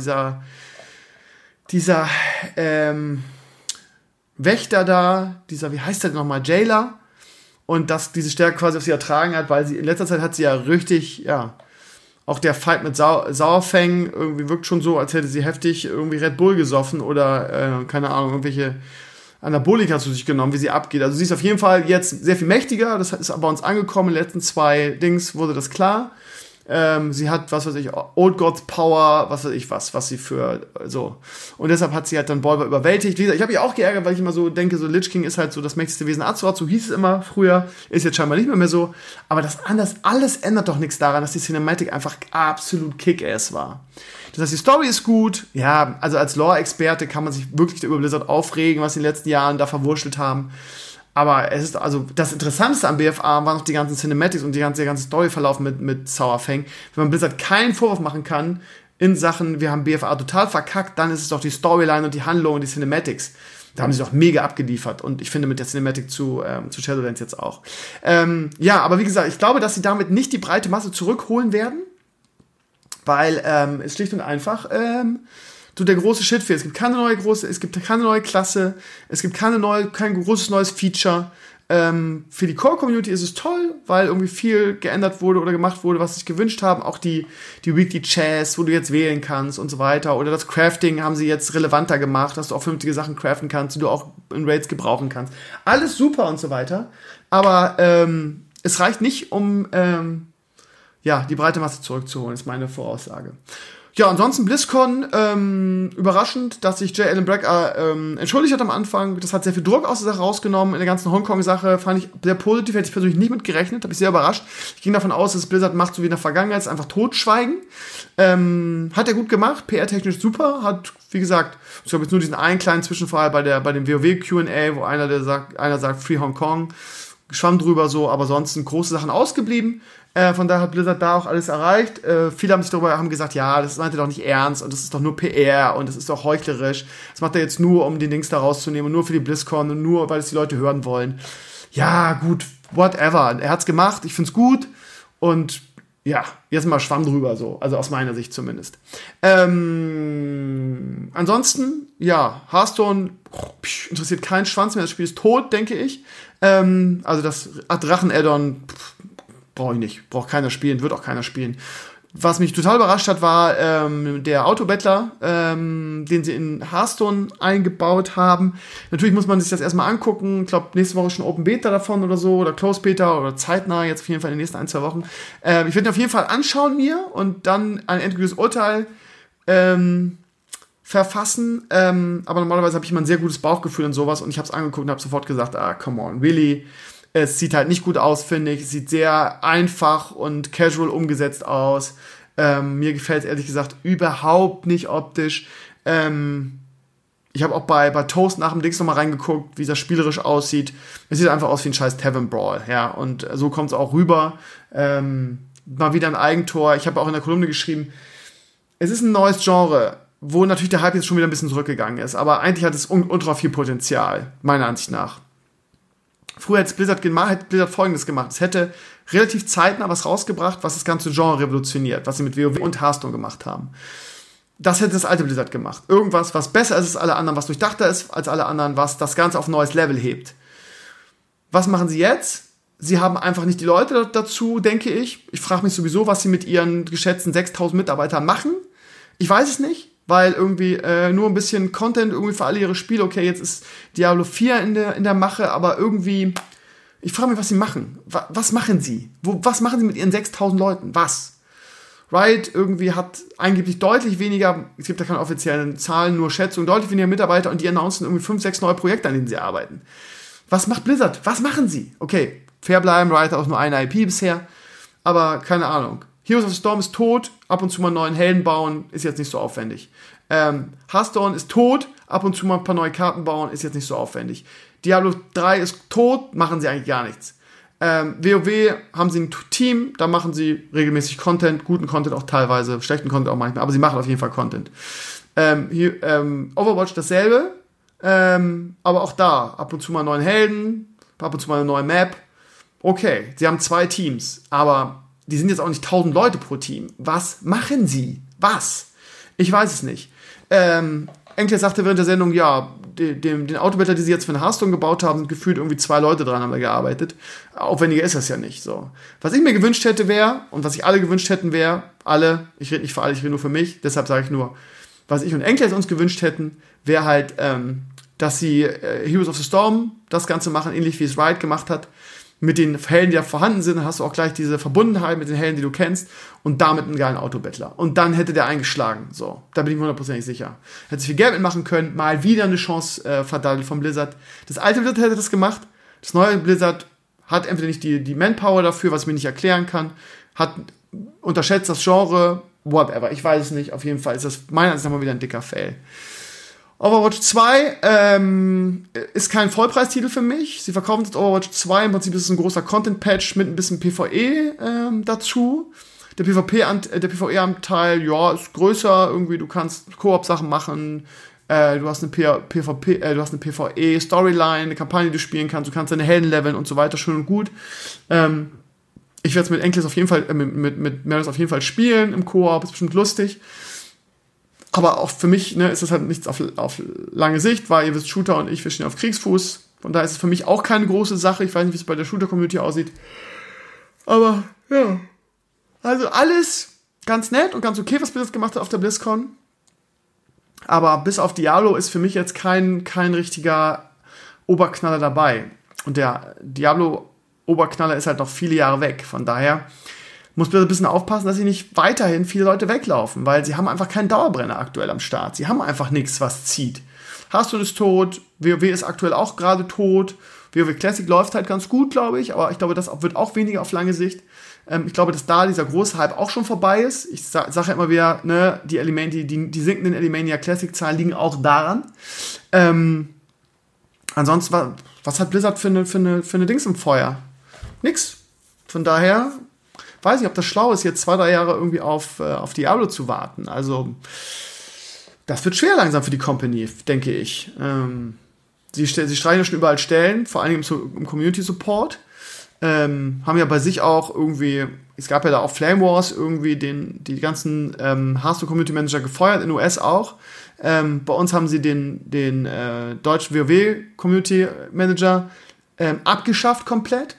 [SPEAKER 2] Wächter da, wie heißt der nochmal, Jailer, und dass diese Stärke quasi auf sie ertragen hat, weil sie in letzter Zeit hat sie ja richtig, ja, auch der Fight mit Sauerfang irgendwie wirkt schon so, als hätte sie heftig irgendwie Red Bull gesoffen oder, keine Ahnung, irgendwelche Anabolika zu sich genommen, wie sie abgeht. Also sie ist auf jeden Fall jetzt sehr viel mächtiger, das ist aber uns angekommen, in den letzten 2 Dings wurde das klar. Sie hat, was weiß ich, Old Gods Power, was weiß ich was sie für, so. Und deshalb hat sie halt dann Bolvar überwältigt. Wie gesagt, ich habe mich auch geärgert, weil ich immer so denke, so Lich King ist halt so das mächtigste Wesen Azeroth, so hieß es immer früher, ist jetzt scheinbar nicht mehr so. Aber das alles ändert doch nichts daran, dass die Cinematic einfach absolut Kick-Ass war. Das heißt, die Story ist gut. Ja, also als Lore-Experte kann man sich wirklich über Blizzard aufregen, was sie in den letzten Jahren da verwurschtelt haben. Aber es ist, also, das Interessanteste am BFA waren noch die ganzen Cinematics und der ganze Storyverlauf mit Sauerfang. Wenn man Blizzard keinen Vorwurf machen kann in Sachen, wir haben BFA total verkackt, dann ist es doch die Storyline und die Handlung und die Cinematics. Da haben sie doch mega abgeliefert. Und ich finde mit der Cinematic zu Shadowlands jetzt auch. Ja, aber wie gesagt, ich glaube, dass sie damit nicht die breite Masse zurückholen werden. Weil es schlicht und einfach der große Shit fehlt. Es gibt keine neue Klasse, es gibt kein großes neues Feature. Für die Core-Community ist es toll, weil irgendwie viel geändert wurde oder gemacht wurde, was sie sich gewünscht haben. Auch die Weekly Chests, wo du jetzt wählen kannst und so weiter. Oder das Crafting haben sie jetzt relevanter gemacht, dass du auch vernünftige Sachen craften kannst, die du auch in Raids gebrauchen kannst. Alles super und so weiter. Aber es reicht nicht, um die breite Masse zurückzuholen, ist meine Voraussage. Ja, ansonsten BlizzCon, überraschend, dass sich J. Allen Brack entschuldigt hat am Anfang. Das hat sehr viel Druck aus der Sache rausgenommen. In der ganzen Hongkong-Sache fand ich sehr positiv, hätte ich persönlich nicht mit gerechnet, habe ich sehr überrascht. Ich ging davon aus, dass Blizzard macht, so wie in der Vergangenheit, einfach totschweigen. Hat er gut gemacht, PR-technisch super, hat, wie gesagt, ich habe jetzt nur diesen einen kleinen Zwischenfall bei dem WoW-Q&A, wo einer sagt Free Hong Kong, schwamm drüber so, aber sonst sind große Sachen ausgeblieben. Von daher hat Blizzard da auch alles erreicht. Viele haben gesagt, ja, das meint er doch nicht ernst und das ist doch nur PR und das ist doch heuchlerisch. Das macht er jetzt nur, um den Dings da rauszunehmen, nur für die BlizzCon und nur, weil es die Leute hören wollen. Ja, gut, whatever. Er hat's gemacht, ich find's gut und ja, jetzt mal Schwamm drüber so, also aus meiner Sicht zumindest. Ansonsten, ja, Hearthstone interessiert keinen Schwanz mehr, das Spiel ist tot, denke ich. Also das Drachen-Addon brauche ich nicht, braucht keiner spielen, wird auch keiner spielen. Was mich total überrascht hat, war der Autobattler, den sie in Hearthstone eingebaut haben. Natürlich muss man sich das erstmal angucken. Ich glaube, nächste Woche schon Open Beta davon oder so, oder Close Beta oder zeitnah, jetzt auf jeden Fall in den nächsten 1-2 Wochen. Ich werde ihn auf jeden Fall anschauen mir und dann ein endgültiges Urteil verfassen. Aber normalerweise habe ich immer ein sehr gutes Bauchgefühl und sowas und ich habe es angeguckt und habe sofort gesagt, come on, really? Es sieht halt nicht gut aus, finde ich. Es sieht sehr einfach und casual umgesetzt aus. Mir gefällt es ehrlich gesagt überhaupt nicht optisch. Ich habe auch bei Toast nach dem Dings nochmal reingeguckt, wie das spielerisch aussieht. Es sieht einfach aus wie ein scheiß Tavern Brawl. Ja, und so kommt es auch rüber. Mal wieder ein Eigentor. Ich habe auch in der Kolumne geschrieben, es ist ein neues Genre, wo natürlich der Hype jetzt schon wieder ein bisschen zurückgegangen ist. Aber eigentlich hat es ultra viel Potenzial, meiner Ansicht nach. Früher hätte Blizzard Folgendes gemacht. Es hätte relativ zeitnah was rausgebracht, was das ganze Genre revolutioniert, was sie mit WoW und Hearthstone gemacht haben. Das hätte das alte Blizzard gemacht. Irgendwas, was besser ist als alle anderen, was durchdachter ist als alle anderen, was das Ganze auf ein neues Level hebt. Was machen sie jetzt? Sie haben einfach nicht die Leute dazu, denke ich. Ich frage mich sowieso, was sie mit ihren geschätzten 6.000 Mitarbeitern machen. Ich weiß es nicht. Weil irgendwie nur ein bisschen Content irgendwie für alle ihre Spiele. Okay, jetzt ist Diablo 4 in der Mache, aber irgendwie, ich frage mich, was sie machen. Was machen sie? Was machen sie mit ihren 6.000 Leuten? Was? Riot irgendwie hat angeblich deutlich weniger, es gibt da keine offiziellen Zahlen, nur Schätzungen, deutlich weniger Mitarbeiter und die announcen irgendwie 5, 6 neue Projekte, an denen sie arbeiten. Was macht Blizzard? Was machen sie? Okay, fair bleiben, Riot hat auch nur eine IP bisher, aber keine Ahnung. Heroes of the Storm ist tot, ab und zu mal einen neuen Helden bauen, ist jetzt nicht so aufwendig. Hearthstone ist tot, ab und zu mal ein paar neue Karten bauen, ist jetzt nicht so aufwendig. Diablo 3 ist tot, machen sie eigentlich gar nichts. WoW haben sie ein Team, da machen sie regelmäßig Content, guten Content auch teilweise, schlechten Content auch manchmal, aber sie machen auf jeden Fall Content. Overwatch dasselbe, aber auch da, ab und zu mal einen neuen Helden, ab und zu mal eine neue Map. Okay, sie haben 2 Teams, aber die sind jetzt auch nicht 1000 Leute pro Team. Was machen sie? Was? Ich weiß es nicht. Enkel sagte während der Sendung, ja, den Autobattler, die sie jetzt für den Hearthstone gebaut haben, sind gefühlt irgendwie 2 Leute dran, haben da gearbeitet. Aufwendiger ist das ja nicht so. Was ich mir gewünscht hätte wäre, und was sich alle gewünscht hätten wäre, ich rede nicht für alle, ich rede nur für mich, deshalb sage ich nur, was ich und Enkel uns gewünscht hätten, wäre halt, dass sie Heroes of the Storm das Ganze machen, ähnlich wie es Riot gemacht hat, mit den Helden, die da vorhanden sind, dann hast du auch gleich diese Verbundenheit mit den Helden, die du kennst, und damit einen geilen Autobattler. Und dann hätte der eingeschlagen. So, da bin ich mir 100% sicher. Hätte sich viel Geld mitmachen können, mal wieder eine Chance verdattelt vom Blizzard. Das alte Blizzard hätte das gemacht. Das neue Blizzard hat entweder nicht die Manpower dafür, was ich mir nicht erklären kann, hat unterschätzt das Genre, whatever. Ich weiß es nicht. Auf jeden Fall ist das meiner Ansicht nach mal wieder ein dicker Fail. Overwatch 2 ist kein Vollpreistitel für mich. Sie verkaufen jetzt Overwatch 2. Im Prinzip ist es ein großer Content-Patch mit ein bisschen PvE dazu. Der PvE-Anteil, ja, ist größer. Irgendwie, du kannst Koop-Sachen machen. Du hast eine PvE-Storyline, eine Kampagne, die du spielen kannst. Du kannst deine Helden leveln und so weiter. Schön und gut. Ich werde es mit Enkles auf jeden Fall, mit Maris auf jeden Fall spielen im Koop. Ist bestimmt lustig. Aber auch für mich, ne, ist das halt nichts auf lange Sicht, weil ihr wisst, Shooter und ich, wir stehen auf Kriegsfuß. Von daher ist es für mich auch keine große Sache. Ich weiß nicht, wie es bei der Shooter-Community aussieht. Aber, ja. Also alles ganz nett und ganz okay, was Blizzard gemacht hat auf der BlizzCon. Aber bis auf Diablo ist für mich jetzt kein richtiger Oberknaller dabei. Und der Diablo-Oberknaller ist halt noch viele Jahre weg. Von daher muss Blizzard ein bisschen aufpassen, dass sie nicht weiterhin viele Leute weglaufen, weil sie haben einfach keinen Dauerbrenner aktuell am Start. Sie haben einfach nichts, was zieht. Hearthstone ist tot, WoW ist aktuell auch gerade tot, WoW Classic läuft halt ganz gut, glaube ich, aber ich glaube, das wird auch weniger auf lange Sicht. Ich glaube, dass da dieser große Hype auch schon vorbei ist. Ich sage ja immer wieder, ne, die sinkenden Elemania Classic-Zahlen liegen auch daran. Ansonsten, was hat Blizzard für eine Dings im Feuer? Nix. Von daher weiß nicht, ob das schlau ist, jetzt 2-3 Jahre irgendwie auf Diablo zu warten. Also, das wird schwer langsam für die Company, denke ich. Sie streichen ja schon überall Stellen, vor allem im Community-Support. Haben ja bei sich auch irgendwie, es gab ja da auch Flame Wars, irgendwie die ganzen Hearthstone-Community-Manager gefeuert, in den US auch. Bei uns haben sie den deutschen WoW-Community-Manager abgeschafft komplett.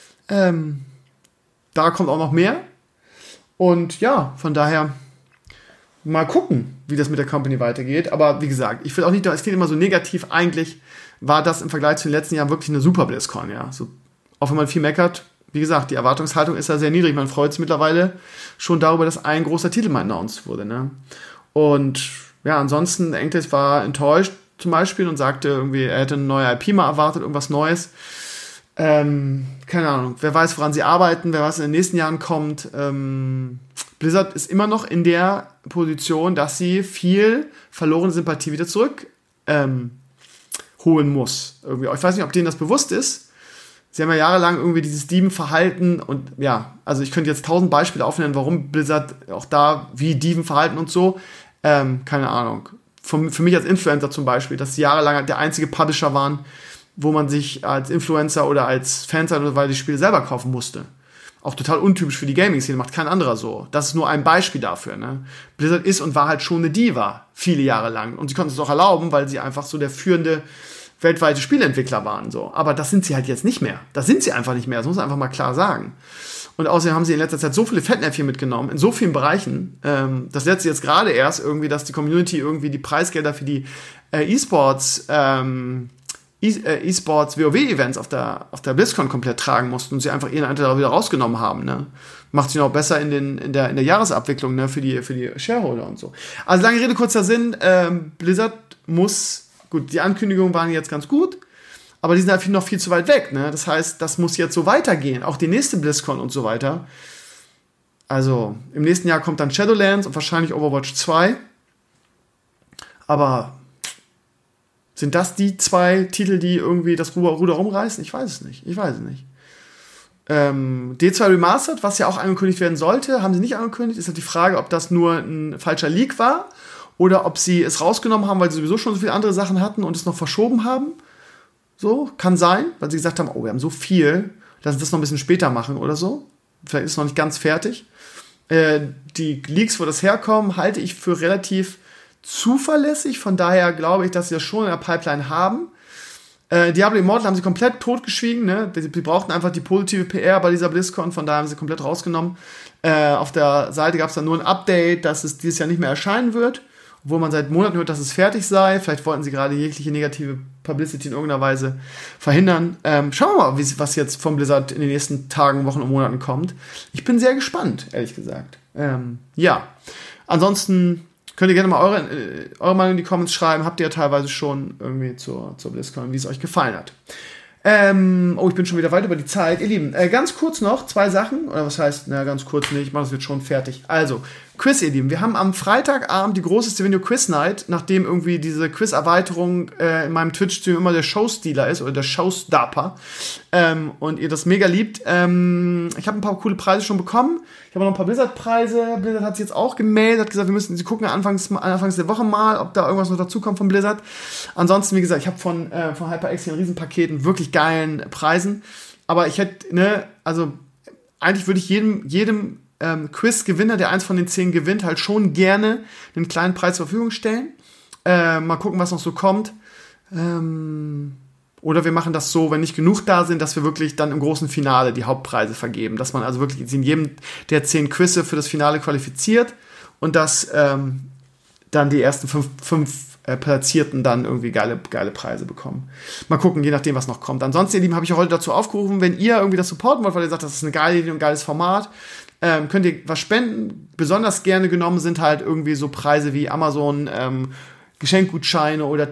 [SPEAKER 2] Da kommt auch noch mehr. Und ja, von daher mal gucken, wie das mit der Company weitergeht. Aber wie gesagt, ich will auch nicht, es klingt immer so negativ. Eigentlich war das im Vergleich zu den letzten Jahren wirklich eine super BlizzCon, ja. So, auch wenn man viel meckert, wie gesagt, die Erwartungshaltung ist ja sehr niedrig. Man freut sich mittlerweile schon darüber, dass ein großer Titel mal announced wurde, ne? Und ja, ansonsten, Enkles war enttäuscht zum Beispiel und sagte irgendwie, er hätte eine neue IP mal erwartet, irgendwas Neues. Keine Ahnung, wer weiß, woran sie arbeiten, wer weiß, in den nächsten Jahren kommt. Blizzard ist immer noch in der Position, dass sie viel verlorene Sympathie wieder zurück holen muss. Irgendwie. Ich weiß nicht, ob denen das bewusst ist. Sie haben ja jahrelang irgendwie dieses Dievenverhalten und ja, also ich könnte jetzt 1000 Beispiele aufnehmen, warum Blizzard auch da wie Dieven verhalten und so. Keine Ahnung. Für mich als Influencer zum Beispiel, dass sie jahrelang der einzige Publisher waren, wo man sich als Influencer oder als Fan oder weil die Spiele selber kaufen musste. Auch total untypisch für die Gaming-Szene, macht kein anderer so. Das ist nur ein Beispiel dafür, ne? Blizzard ist und war halt schon eine Diva, viele Jahre lang. Und sie konnten es auch erlauben, weil sie einfach so der führende weltweite Spieleentwickler waren, so. Aber das sind sie halt jetzt nicht mehr. Das sind sie einfach nicht mehr, das muss man einfach mal klar sagen. Und außerdem haben sie in letzter Zeit so viele Fettnäpfchen mitgenommen, in so vielen Bereichen. Das letzte jetzt gerade erst irgendwie, dass die Community irgendwie die Preisgelder für die E-Sports E-Sports WoW-Events auf der BlizzCon komplett tragen mussten und sie einfach ihren Anteil wieder rausgenommen haben, ne? Macht sie noch besser in der Jahresabwicklung, ne? Für die Shareholder und so. Also lange Rede, kurzer Sinn, Blizzard muss, gut, die Ankündigungen waren jetzt ganz gut, aber die sind halt noch viel zu weit weg, ne? Das heißt, das muss jetzt so weitergehen, auch die nächste BlizzCon und so weiter. Also, im nächsten Jahr kommt dann Shadowlands und wahrscheinlich Overwatch 2. Aber sind das die 2 Titel, die irgendwie das Ruder rumreißen? Ich weiß es nicht. D2 Remastered, was ja auch angekündigt werden sollte, haben sie nicht angekündigt. Ist halt die Frage, ob das nur ein falscher Leak war oder ob sie es rausgenommen haben, weil sie sowieso schon so viele andere Sachen hatten und es noch verschoben haben. So, kann sein, weil sie gesagt haben, oh, wir haben so viel, lass uns das noch ein bisschen später machen oder so. Vielleicht ist es noch nicht ganz fertig. Die Leaks, wo das herkommen, halte ich für relativ zuverlässig. Von daher glaube ich, dass sie das schon in der Pipeline haben. Diablo Immortal haben sie komplett totgeschwiegen. Ne? Sie brauchten einfach die positive PR bei dieser BlizzCon. Von daher haben sie komplett rausgenommen. Auf der Seite gab es dann nur ein Update, dass es dieses Jahr nicht mehr erscheinen wird. Obwohl man seit Monaten hört, dass es fertig sei. Vielleicht wollten sie gerade jegliche negative Publicity in irgendeiner Weise verhindern. Schauen wir mal, was jetzt vom Blizzard in den nächsten Tagen, Wochen und Monaten kommt. Ich bin sehr gespannt, ehrlich gesagt. Ja, ansonsten könnt ihr gerne mal eure Meinung in die Comments schreiben. Habt ihr ja teilweise schon irgendwie zur BlizzCon, wie es euch gefallen hat. Ich bin schon wieder weit über die Zeit. Ihr Lieben, ganz kurz noch 2 Sachen. Oder was heißt, ganz kurz nicht, ich mache das jetzt schon fertig. Also, Quiz, ihr Lieben. Wir haben am Freitagabend die große Stevenio Quiz Night, nachdem irgendwie diese Quiz-Erweiterung in meinem Twitch-Stream immer der Showstealer ist oder der Showstopper. Und ihr das mega liebt. Ich habe ein paar coole Preise schon bekommen. Ich habe noch ein paar Blizzard-Preise. Blizzard hat sich jetzt auch gemeldet, hat gesagt, sie gucken anfangs der Woche mal, ob da irgendwas noch dazukommt von Blizzard. Ansonsten, wie gesagt, ich habe von HyperX hier ein Riesenpaket, wirklich geilen Preisen. Aber ich hätte, also eigentlich würde ich jedem Quiz-Gewinner, der eins von den 10 gewinnt, halt schon gerne einen kleinen Preis zur Verfügung stellen. Mal gucken, was noch so kommt. Oder wir machen das so, wenn nicht genug da sind, dass wir wirklich dann im großen Finale die Hauptpreise vergeben. Dass man also wirklich in jedem der 10 Quizze für das Finale qualifiziert und dass dann die ersten 5 Platzierten dann irgendwie geile Preise bekommen. Mal gucken, je nachdem, was noch kommt. Ansonsten, ihr Lieben, habe ich heute dazu aufgerufen, wenn ihr irgendwie das supporten wollt, weil ihr sagt, das ist eine geile Idee und ein geiles Format, könnt ihr was spenden. Besonders gerne genommen sind halt irgendwie so Preise wie Amazon Geschenkgutscheine oder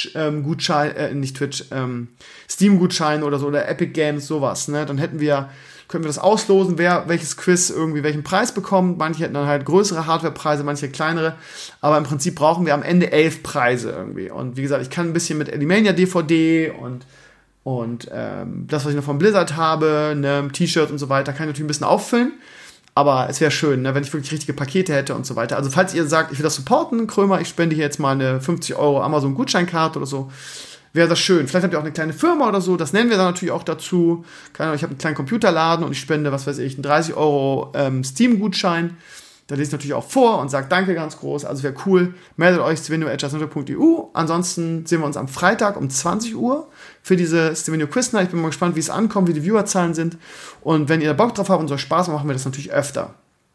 [SPEAKER 2] Steam-Gutscheine oder so oder Epic Games, sowas, ne? Dann können wir das auslosen, wer welches Quiz irgendwie welchen Preis bekommt. Manche hätten dann halt größere Hardware-Preise, manche kleinere. Aber im Prinzip brauchen wir am Ende 11 Preise irgendwie. Und wie gesagt, ich kann ein bisschen mit Elimania DVD und das, was ich noch von Blizzard habe, ne, T-Shirt und so weiter, kann ich natürlich ein bisschen auffüllen. Aber es wäre schön, ne, wenn ich wirklich richtige Pakete hätte und so weiter. Also falls ihr sagt, ich will das supporten, Krömer, ich spende hier jetzt mal eine 50 € Amazon-Gutscheinkarte oder so, wäre das schön. Vielleicht habt ihr auch eine kleine Firma oder so, das nennen wir dann natürlich auch dazu. Keine Ahnung, ich habe einen kleinen Computerladen und ich spende, was weiß ich, einen 30 € Steam-Gutschein. Da lese ich natürlich auch vor und sage Danke ganz groß. Also wäre cool. Meldet euch stevenio@justnetwork.eu. Ansonsten sehen wir uns am Freitag um 20 Uhr für diese Stevenio Quiz Night. Ich bin mal gespannt, wie es ankommt, wie die Viewerzahlen sind. Und wenn ihr da Bock drauf habt und so Spaß macht, machen wir das natürlich öfter.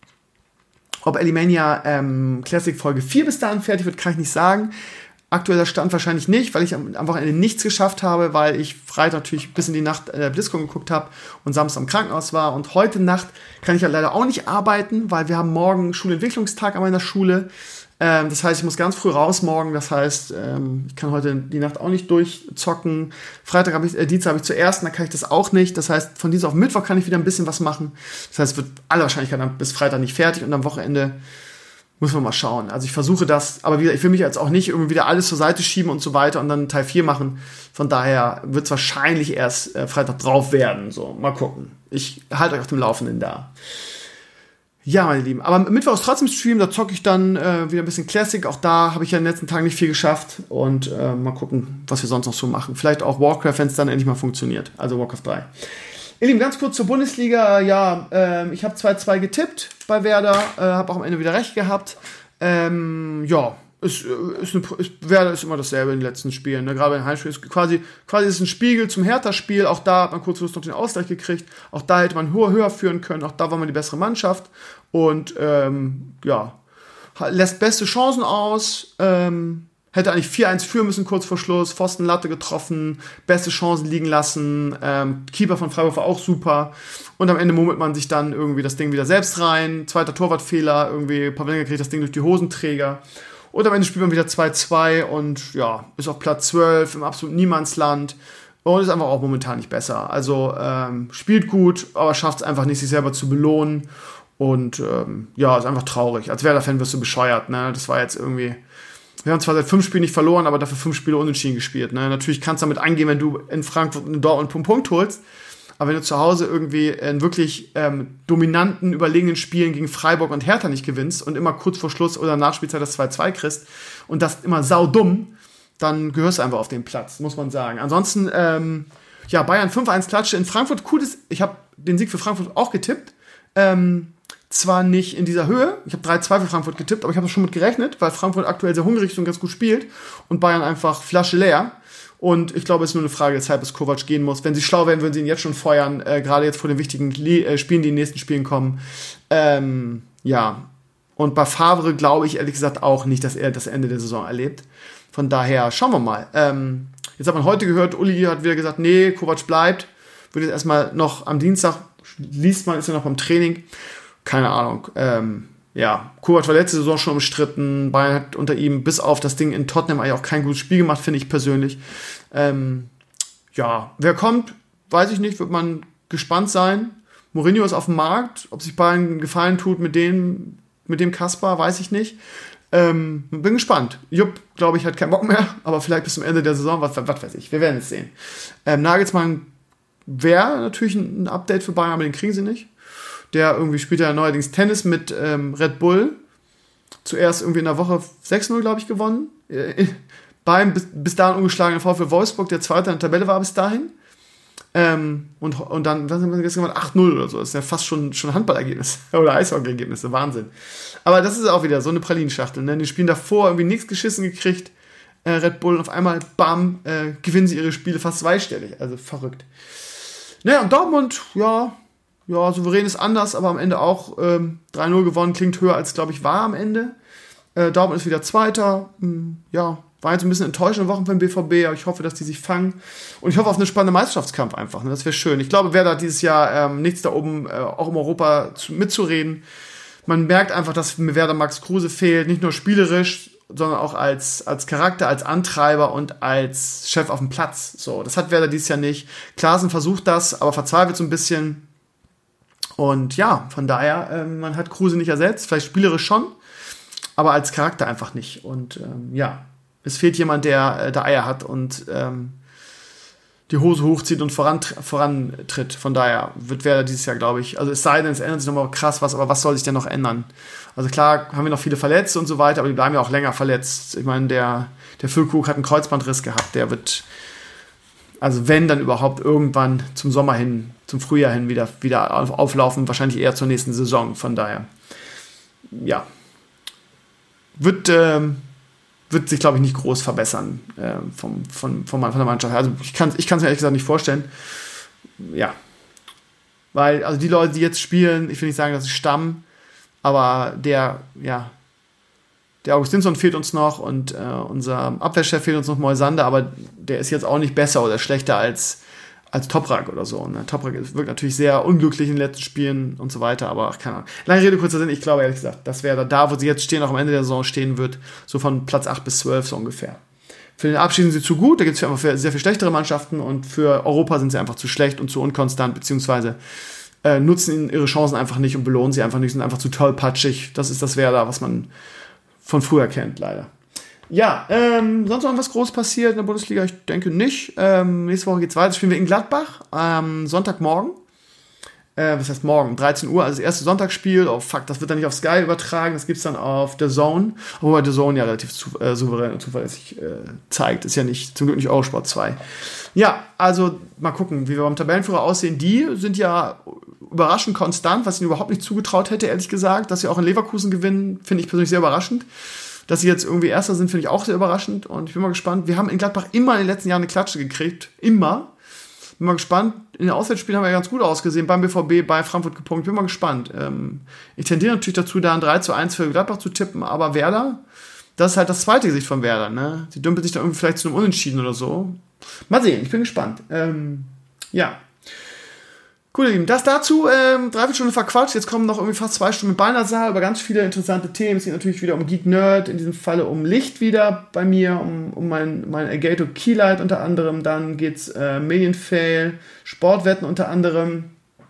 [SPEAKER 2] Ob Elimania Classic Folge 4 bis dahin fertig wird, kann ich nicht sagen. Aktueller Stand wahrscheinlich nicht, weil ich am Wochenende nichts geschafft habe, weil ich Freitag natürlich bis in die Nacht BlizzCon geguckt habe und Samstag im Krankenhaus war. Und heute Nacht kann ich ja leider auch nicht arbeiten, weil wir haben morgen Schulentwicklungstag an meiner Schule. Das heißt, ich muss ganz früh raus morgen. Das heißt, ich kann heute die Nacht auch nicht durchzocken. Dienstag habe ich zuerst, dann kann ich das auch nicht. Das heißt, von Dienstag auf Mittwoch kann ich wieder ein bisschen was machen. Das heißt, es wird aller Wahrscheinlichkeit dann bis Freitag nicht fertig und am Wochenende muss man mal schauen. Also ich versuche das, aber wie gesagt, ich will mich jetzt auch nicht irgendwie wieder alles zur Seite schieben und so weiter und dann Teil 4 machen. Von daher wird es wahrscheinlich erst Freitag drauf werden. So, mal gucken. Ich halte euch auf dem Laufenden da. Ja, meine Lieben. Aber Mittwoch ist trotzdem Stream, da zocke ich dann wieder ein bisschen Classic. Auch da habe ich ja in den letzten Tagen nicht viel geschafft. Und mal gucken, was wir sonst noch so machen. Vielleicht auch Warcraft, wenn es dann endlich mal funktioniert. Also Warcraft 3. Ihr Lieben, ganz kurz zur Bundesliga. Ja, ich habe 2-2 getippt bei Werder. Habe auch am Ende wieder recht gehabt. Ja, Werder ist immer dasselbe in den letzten Spielen. Ne? Gerade bei den Heimspielen ist quasi ist ein Spiegel zum Hertha-Spiel. Auch da hat man kurzfristig noch den Ausgleich gekriegt. Auch da hätte man höher führen können. Auch da war man die bessere Mannschaft. Und ja, lässt beste Chancen aus. Hätte eigentlich 4-1 führen müssen, kurz vor Schluss. Pfostenlatte getroffen, beste Chancen liegen lassen. Keeper von Freiburg war auch super. Und am Ende murmelt man sich dann irgendwie das Ding wieder selbst rein. Zweiter Torwartfehler, irgendwie Pavlenka kriegt das Ding durch die Hosenträger. Und am Ende spielt man wieder 2-2 und ja, ist auf Platz 12 im absoluten Niemandsland. Und ist einfach auch momentan nicht besser. Also spielt gut, aber schafft es einfach nicht, sich selber zu belohnen. Und ja, ist einfach traurig. Als Werder-Fan wirst du bescheuert. Ne? Das war jetzt irgendwie... Wir haben zwar seit 5 Spielen nicht verloren, aber dafür 5 Spiele unentschieden gespielt. Ne? Natürlich kannst du damit angehen, wenn du in Frankfurt und in Dortmund einen Punkt holst. Aber wenn du zu Hause irgendwie in wirklich dominanten, überlegenen Spielen gegen Freiburg und Hertha nicht gewinnst und immer kurz vor Schluss oder Nachspielzeit das 2-2 kriegst und das immer saudumm, dann gehörst du einfach auf den Platz, muss man sagen. Ansonsten, ja, Bayern 5-1 Klatsche in Frankfurt. Cool ist, ich habe den Sieg für Frankfurt auch getippt. Zwar nicht in dieser Höhe, ich habe 3-2 für Frankfurt getippt, aber ich habe schon mit gerechnet, weil Frankfurt aktuell sehr hungrig ist und ganz gut spielt und Bayern einfach Flasche leer. Und ich glaube, es ist nur eine Frage der Zeit, bis Kovac gehen muss. Wenn sie schlau wären, würden sie ihn jetzt schon feuern, gerade jetzt vor den wichtigen Spielen, die in den nächsten Spielen kommen. Ja, und bei Favre glaube ich ehrlich gesagt auch nicht, dass er das Ende der Saison erlebt. Von daher schauen wir mal. Jetzt hat man heute gehört, Uli hat wieder gesagt, nee, Kovac bleibt. Wird jetzt erstmal noch am Dienstag, liest man, ist ja noch beim Training. Keine Ahnung. Ja, Kovac war letzte Saison schon umstritten. Bayern hat unter ihm bis auf das Ding in Tottenham eigentlich auch kein gutes Spiel gemacht, finde ich persönlich. Ja, wer kommt, weiß ich nicht, wird man gespannt sein. Mourinho ist auf dem Markt. Ob sich Bayern einen Gefallen tut mit dem Kaspar, weiß ich nicht. Bin gespannt. Jupp, glaube ich, hat keinen Bock mehr, aber vielleicht bis zum Ende der Saison, was weiß ich. Wir werden es sehen. Nagelsmann wäre natürlich ein Update für Bayern, aber den kriegen sie nicht. Der irgendwie spielt ja neuerdings Tennis mit Red Bull. Zuerst irgendwie in der Woche 6-0, glaube ich, gewonnen. Beim bis dahin ungeschlagenen VfL Wolfsburg, der Zweite in der Tabelle war bis dahin. Und dann, was haben wir jetzt gemacht? 8-0 oder so. Das ist ja fast schon Handballergebnis oder Eishockey-Ergebnisse. Wahnsinn. Aber das ist auch wieder so eine Pralinenschachtel. Ne? Die Spielen davor irgendwie nichts geschissen gekriegt. Red Bull und auf einmal, bam, gewinnen sie ihre Spiele fast zweistellig. Also verrückt. Naja, und Dortmund, ja, souverän ist anders, aber am Ende auch 3-0 gewonnen, klingt höher als, glaube ich, war am Ende. Dortmund ist wieder Zweiter. Ja, war jetzt ein bisschen enttäuschende Wochen für den BVB, aber ich hoffe, dass die sich fangen. Und ich hoffe auf eine spannende Meisterschaftskampf einfach. Ne? Das wäre schön. Ich glaube, Werder hat dieses Jahr nichts da oben, auch im Europa mitzureden. Man merkt einfach, dass mir Werder Max Kruse fehlt, nicht nur spielerisch, sondern auch als Charakter, als Antreiber und als Chef auf dem Platz. So, das hat Werder dieses Jahr nicht. Klaassen versucht das, aber verzweifelt so ein bisschen. Und ja, von daher, man hat Kruse nicht ersetzt, vielleicht spielerisch schon, aber als Charakter einfach nicht. Und ja, es fehlt jemand, der Eier hat und die Hose hochzieht und vorantritt. Von daher wird Werder dieses Jahr, glaube ich, also es sei denn, es ändert sich nochmal krass was, aber was soll sich denn noch ändern? Also klar haben wir noch viele Verletzte und so weiter, aber die bleiben ja auch länger verletzt. Ich meine, der Füllkrug hat einen Kreuzbandriss gehabt, der wird, also wenn, dann überhaupt irgendwann zum Sommer hin, zum Frühjahr hin wieder auflaufen, wahrscheinlich eher zur nächsten Saison. Von daher, ja, wird sich, glaube ich, nicht groß verbessern von der Mannschaft. Also ich kann es mir ehrlich gesagt nicht vorstellen. Ja, weil, also die Leute, die jetzt spielen, ich will nicht sagen, dass sie stammen, aber der Augustinsson fehlt uns noch und unser Abwehrchef fehlt uns noch, Moisander, aber der ist jetzt auch nicht besser oder schlechter als Toprak oder so. Ne? Toprak wirkt natürlich sehr unglücklich in den letzten Spielen und so weiter, aber ach, keine Ahnung. Lange Rede, kurzer Sinn, ich glaube ehrlich gesagt, dass Werder da, wo sie jetzt stehen, auch am Ende der Saison stehen wird, so von Platz 8 bis 12 so ungefähr. Für den Abschied sind sie zu gut, da gibt es einfach sehr viel schlechtere Mannschaften und für Europa sind sie einfach zu schlecht und zu unkonstant, beziehungsweise nutzen ihre Chancen einfach nicht und belohnen sie einfach nicht, sind einfach zu tollpatschig. Das ist das Werder, was man von früher kennt, leider. Ja, sonst noch was groß passiert in der Bundesliga? Ich denke nicht. Nächste Woche geht's weiter. Spielen wir in Gladbach Sonntagmorgen. Was heißt morgen? 13 Uhr, also das erste Sonntagsspiel. Oh fuck, das wird dann nicht auf Sky übertragen, das gibt's dann auf The Zone. Wobei The Zone ja relativ souverän und zuverlässig zeigt. Ist ja nicht, zum Glück nicht Eurosport 2. Ja, also mal gucken, wie wir beim Tabellenführer aussehen. Die sind ja überraschend konstant, was ich ihnen überhaupt nicht zugetraut hätte, ehrlich gesagt. Dass sie auch in Leverkusen gewinnen, finde ich persönlich sehr überraschend. Dass sie jetzt irgendwie Erster sind, finde ich auch sehr überraschend. Und ich bin mal gespannt. Wir haben in Gladbach immer in den letzten Jahren eine Klatsche gekriegt. Immer. Bin mal gespannt. In den Auswärtsspielen haben wir ja ganz gut ausgesehen. Beim BVB, bei Frankfurt gepunktet. Bin mal gespannt. Ich tendiere natürlich dazu, da ein 3-1 für Gladbach zu tippen. Aber Werder, das ist halt das zweite Gesicht von Werder, ne? Die dümpelt sich dann irgendwie vielleicht zu einem Unentschieden oder so. Mal sehen, ich bin gespannt. Ja. Cool, ihr Lieben. Das dazu, 3 Stunden verquatscht. Jetzt kommen noch irgendwie fast 2 Stunden mit Balnasar über ganz viele interessante Themen. Es geht natürlich wieder um Geek Nerd, in diesem Falle um Licht wieder bei mir, um mein Elgato Keylight unter anderem. Dann geht's Medienfail, Sportwetten unter anderem.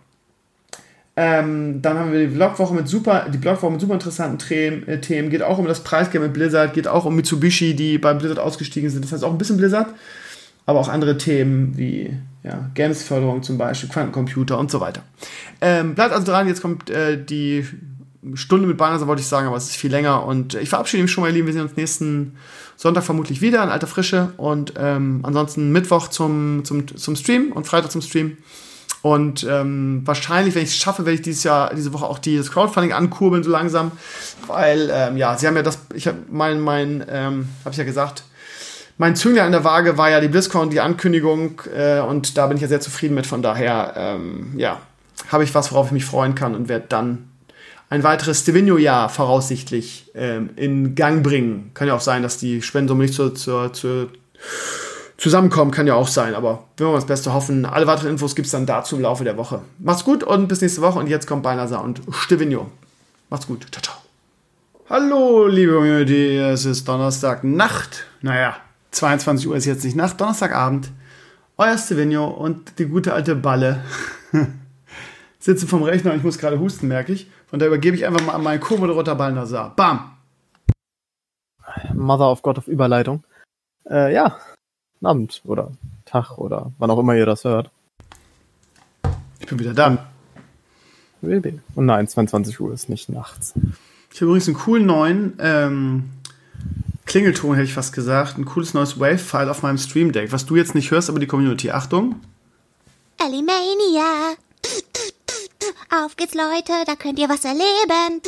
[SPEAKER 2] Dann haben wir die Blogwoche mit super interessanten Themen. Geht auch um das Preisgeld mit Blizzard, geht auch um Mitsubishi, die bei Blizzard ausgestiegen sind. Das heißt auch ein bisschen Blizzard. Aber auch andere Themen wie Games-Förderung zum Beispiel, Quantencomputer und so weiter. Bleibt also dran, jetzt kommt die Stunde mit Balnasar, wollte ich sagen, aber es ist viel länger. Und ich verabschiede mich schon mal, ihr Lieben. Wir sehen uns nächsten Sonntag vermutlich wieder in alter Frische. Und ansonsten Mittwoch zum Stream und Freitag zum Stream. Und wahrscheinlich, wenn ich es schaffe, werde ich diese Woche auch das Crowdfunding ankurbeln so langsam. Weil, sie haben ja habe ich ja gesagt, mein Zünglein an der Waage war ja die BlizzCon, die Ankündigung, und da bin ich ja sehr zufrieden mit. Von daher, habe ich was, worauf ich mich freuen kann und werde dann ein weiteres Stevino-Jahr voraussichtlich in Gang bringen. Kann ja auch sein, dass die Spendensumme nicht zusammenkommen, kann ja auch sein, aber wenn wir das Beste hoffen. Alle weiteren Infos gibt es dann dazu im Laufe der Woche. Macht's gut und bis nächste Woche. Und jetzt kommt Balnasar und Stevino. Macht's gut. Ciao, ciao. Hallo, liebe Community. Es ist Donnerstagnacht. 22 Uhr ist jetzt nicht Nacht, Donnerstagabend. Euer Stevino und die gute alte Balle sitzen vom Rechner und ich muss gerade husten, merke ich. Von daher übergebe ich einfach mal an meinen Co-Moderator Balnasar. Bam!
[SPEAKER 3] Mother of God of Überleitung. Abend oder Tag oder wann auch immer ihr das hört.
[SPEAKER 2] Ich bin wieder da.
[SPEAKER 3] Und nein, 22 Uhr ist nicht nachts.
[SPEAKER 2] Ich habe übrigens einen coolen neuen Klingelton, hätte ich fast gesagt. Ein cooles neues Wave-File auf meinem Stream Deck, was du jetzt nicht hörst, aber die Community. Achtung.
[SPEAKER 4] Alimania. Auf geht's, Leute, da könnt ihr was erleben.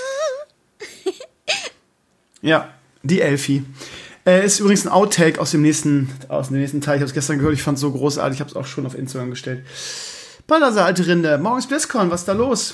[SPEAKER 2] Ja, die Elfi. Ist übrigens ein Outtake aus dem nächsten Teil. Ich habe es gestern gehört, ich fand es so großartig. Ich habe es auch schon auf Instagram gestellt. Balnasar, alte Rinde. Morgen ist BlizzCon, was ist da los?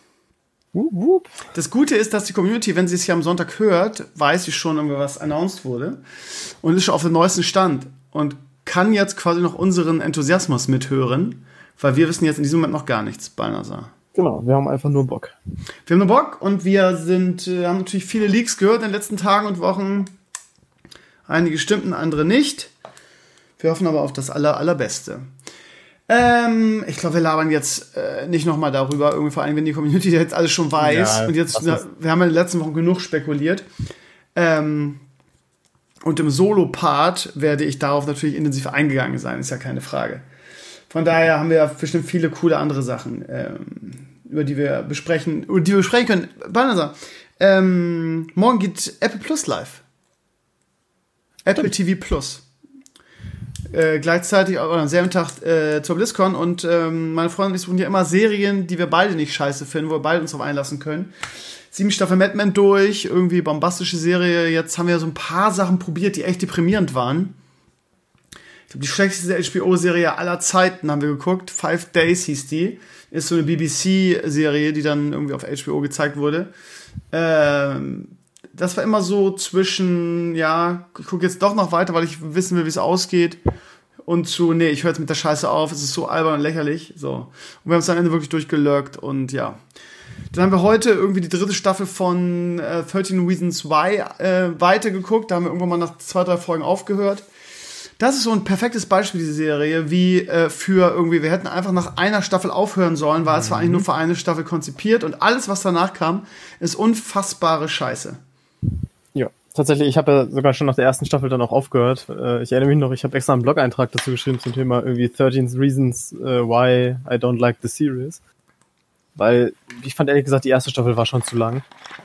[SPEAKER 2] Das Gute ist, dass die Community, wenn sie es hier am Sonntag hört, weiß, wie schon irgendwas announced wurde und ist schon auf dem neuesten Stand und kann jetzt quasi noch unseren Enthusiasmus mithören, weil wir wissen jetzt in diesem Moment noch gar nichts, Balnasar.
[SPEAKER 3] Genau, wir haben einfach nur Bock.
[SPEAKER 2] Wir haben nur Bock und wir haben natürlich viele Leaks gehört in den letzten Tagen und Wochen. Einige stimmten, andere nicht. Wir hoffen aber auf das Allerbeste. Ich glaube, wir labern jetzt nicht nochmal darüber, irgendwie vor allem, wenn die Community jetzt alles schon weiß. Ja, und jetzt, wir haben ja in den letzten Wochen genug spekuliert. Und im Solo-Part werde ich darauf natürlich intensiv eingegangen sein, ist ja keine Frage. Von daher haben wir bestimmt viele coole andere Sachen, über die wir besprechen können. Balnasar, morgen geht Apple Plus live. Apple TV Plus. Gleichzeitig am selben Tag zur BlizzCon und meine Freunde und ich suchen ja immer Serien, die wir beide nicht scheiße finden, wo wir beide uns drauf einlassen können. 7 Staffeln Mad Men durch, irgendwie bombastische Serie. Jetzt haben wir so ein paar Sachen probiert, die echt deprimierend waren. Ich glaube, die schlechteste HBO-Serie aller Zeiten haben wir geguckt. 5 Days hieß die. Ist so eine BBC-Serie, die dann irgendwie auf HBO gezeigt wurde. Das war immer so zwischen, ich gucke jetzt doch noch weiter, weil ich wissen will, wie es ausgeht, und zu, ich höre jetzt mit der Scheiße auf, es ist so albern und lächerlich. So. Und wir haben es am Ende wirklich durchgelurkt und ja. Dann haben wir heute irgendwie die 3. Staffel von 13 Reasons Why weitergeguckt. Da haben wir irgendwann mal nach 2, 3 Folgen aufgehört. Das ist so ein perfektes Beispiel, diese Serie, wie für irgendwie, wir hätten einfach nach einer Staffel aufhören sollen, weil es war eigentlich nur für eine Staffel konzipiert und alles, was danach kam, ist unfassbare Scheiße.
[SPEAKER 3] Ja, tatsächlich, ich habe ja sogar schon nach der ersten Staffel dann auch aufgehört. Ich erinnere mich noch, ich habe extra einen Blog-Eintrag dazu geschrieben zum Thema irgendwie 13 Reasons Why I Don't Like the Series. Weil ich fand ehrlich gesagt, die erste Staffel war schon zu lang.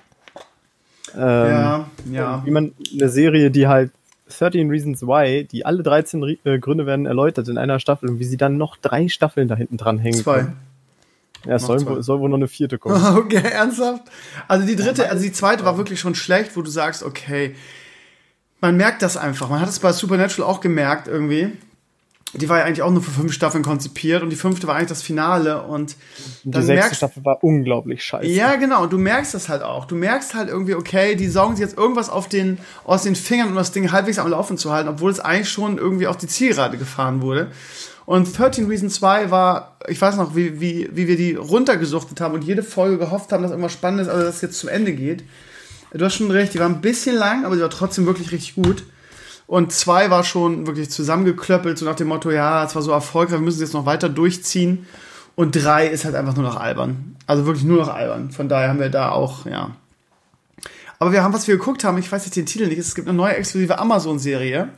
[SPEAKER 3] Wie man eine Serie, die halt 13 Reasons Why, die alle 13 Gründe werden erläutert in einer Staffel und wie sie dann noch 3 Staffeln da hinten dran hängen. 2. Ja, es soll wohl noch eine 4. kommen.
[SPEAKER 2] Okay, ernsthaft? Also die zweite war wirklich schon schlecht, wo du sagst, okay, man merkt das einfach. Man hat es bei Supernatural auch gemerkt irgendwie. Die war ja eigentlich auch nur für 5 Staffeln konzipiert und die 5. war eigentlich das Finale und
[SPEAKER 3] die 6. Staffel war unglaublich scheiße.
[SPEAKER 2] Ja, genau, und du merkst das halt auch. Du merkst halt irgendwie, okay, die saugen sich jetzt irgendwas aus den Fingern, um das Ding halbwegs am Laufen zu halten, obwohl es eigentlich schon irgendwie auf die Zielgerade gefahren wurde. Und 13 Reasons 2 war, ich weiß noch, wie wir die runtergesuchtet haben und jede Folge gehofft haben, dass irgendwas Spannendes, also dass es jetzt zum Ende geht. Du hast schon recht, die war ein bisschen lang, aber die war trotzdem wirklich richtig gut. Und 2 war schon wirklich zusammengeklöppelt, so nach dem Motto, ja, es war so erfolgreich, wir müssen es jetzt noch weiter durchziehen. Und 3 ist halt einfach nur noch albern. Also wirklich nur noch albern. Von daher haben wir da auch, ja. Aber was wir geguckt haben, ich weiß jetzt den Titel nicht, es gibt eine neue exklusive Amazon-Serie.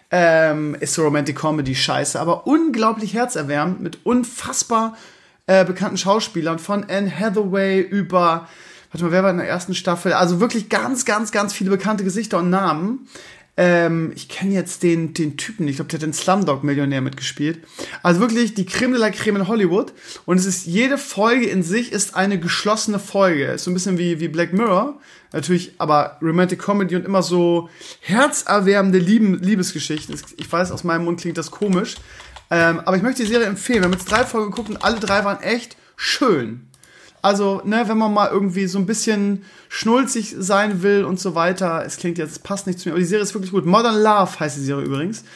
[SPEAKER 2] Ist so Romantic Comedy Scheiße, aber unglaublich herzerwärmend mit unfassbar bekannten Schauspielern von Anne Hathaway über, warte mal, wer war in der ersten Staffel? Also wirklich ganz, ganz, ganz viele bekannte Gesichter und Namen. Ich kenne jetzt den Typen nicht, ich glaube, der hat den Slumdog-Millionär mitgespielt. Also wirklich die Creme de la Creme in Hollywood. Und es ist, jede Folge in sich ist eine geschlossene Folge. Ist so ein bisschen wie Black Mirror. Natürlich, aber Romantic Comedy und immer so herzerwärmende Liebesgeschichten. Ich weiß, aus meinem Mund klingt das komisch. Aber ich möchte die Serie empfehlen. Wir haben jetzt 3 Folgen geguckt und alle 3 waren echt schön. Also, ne, wenn man mal irgendwie so ein bisschen schnulzig sein will und so weiter, es klingt jetzt, passt nicht zu mir, aber die Serie ist wirklich gut. Modern Love heißt die Serie übrigens.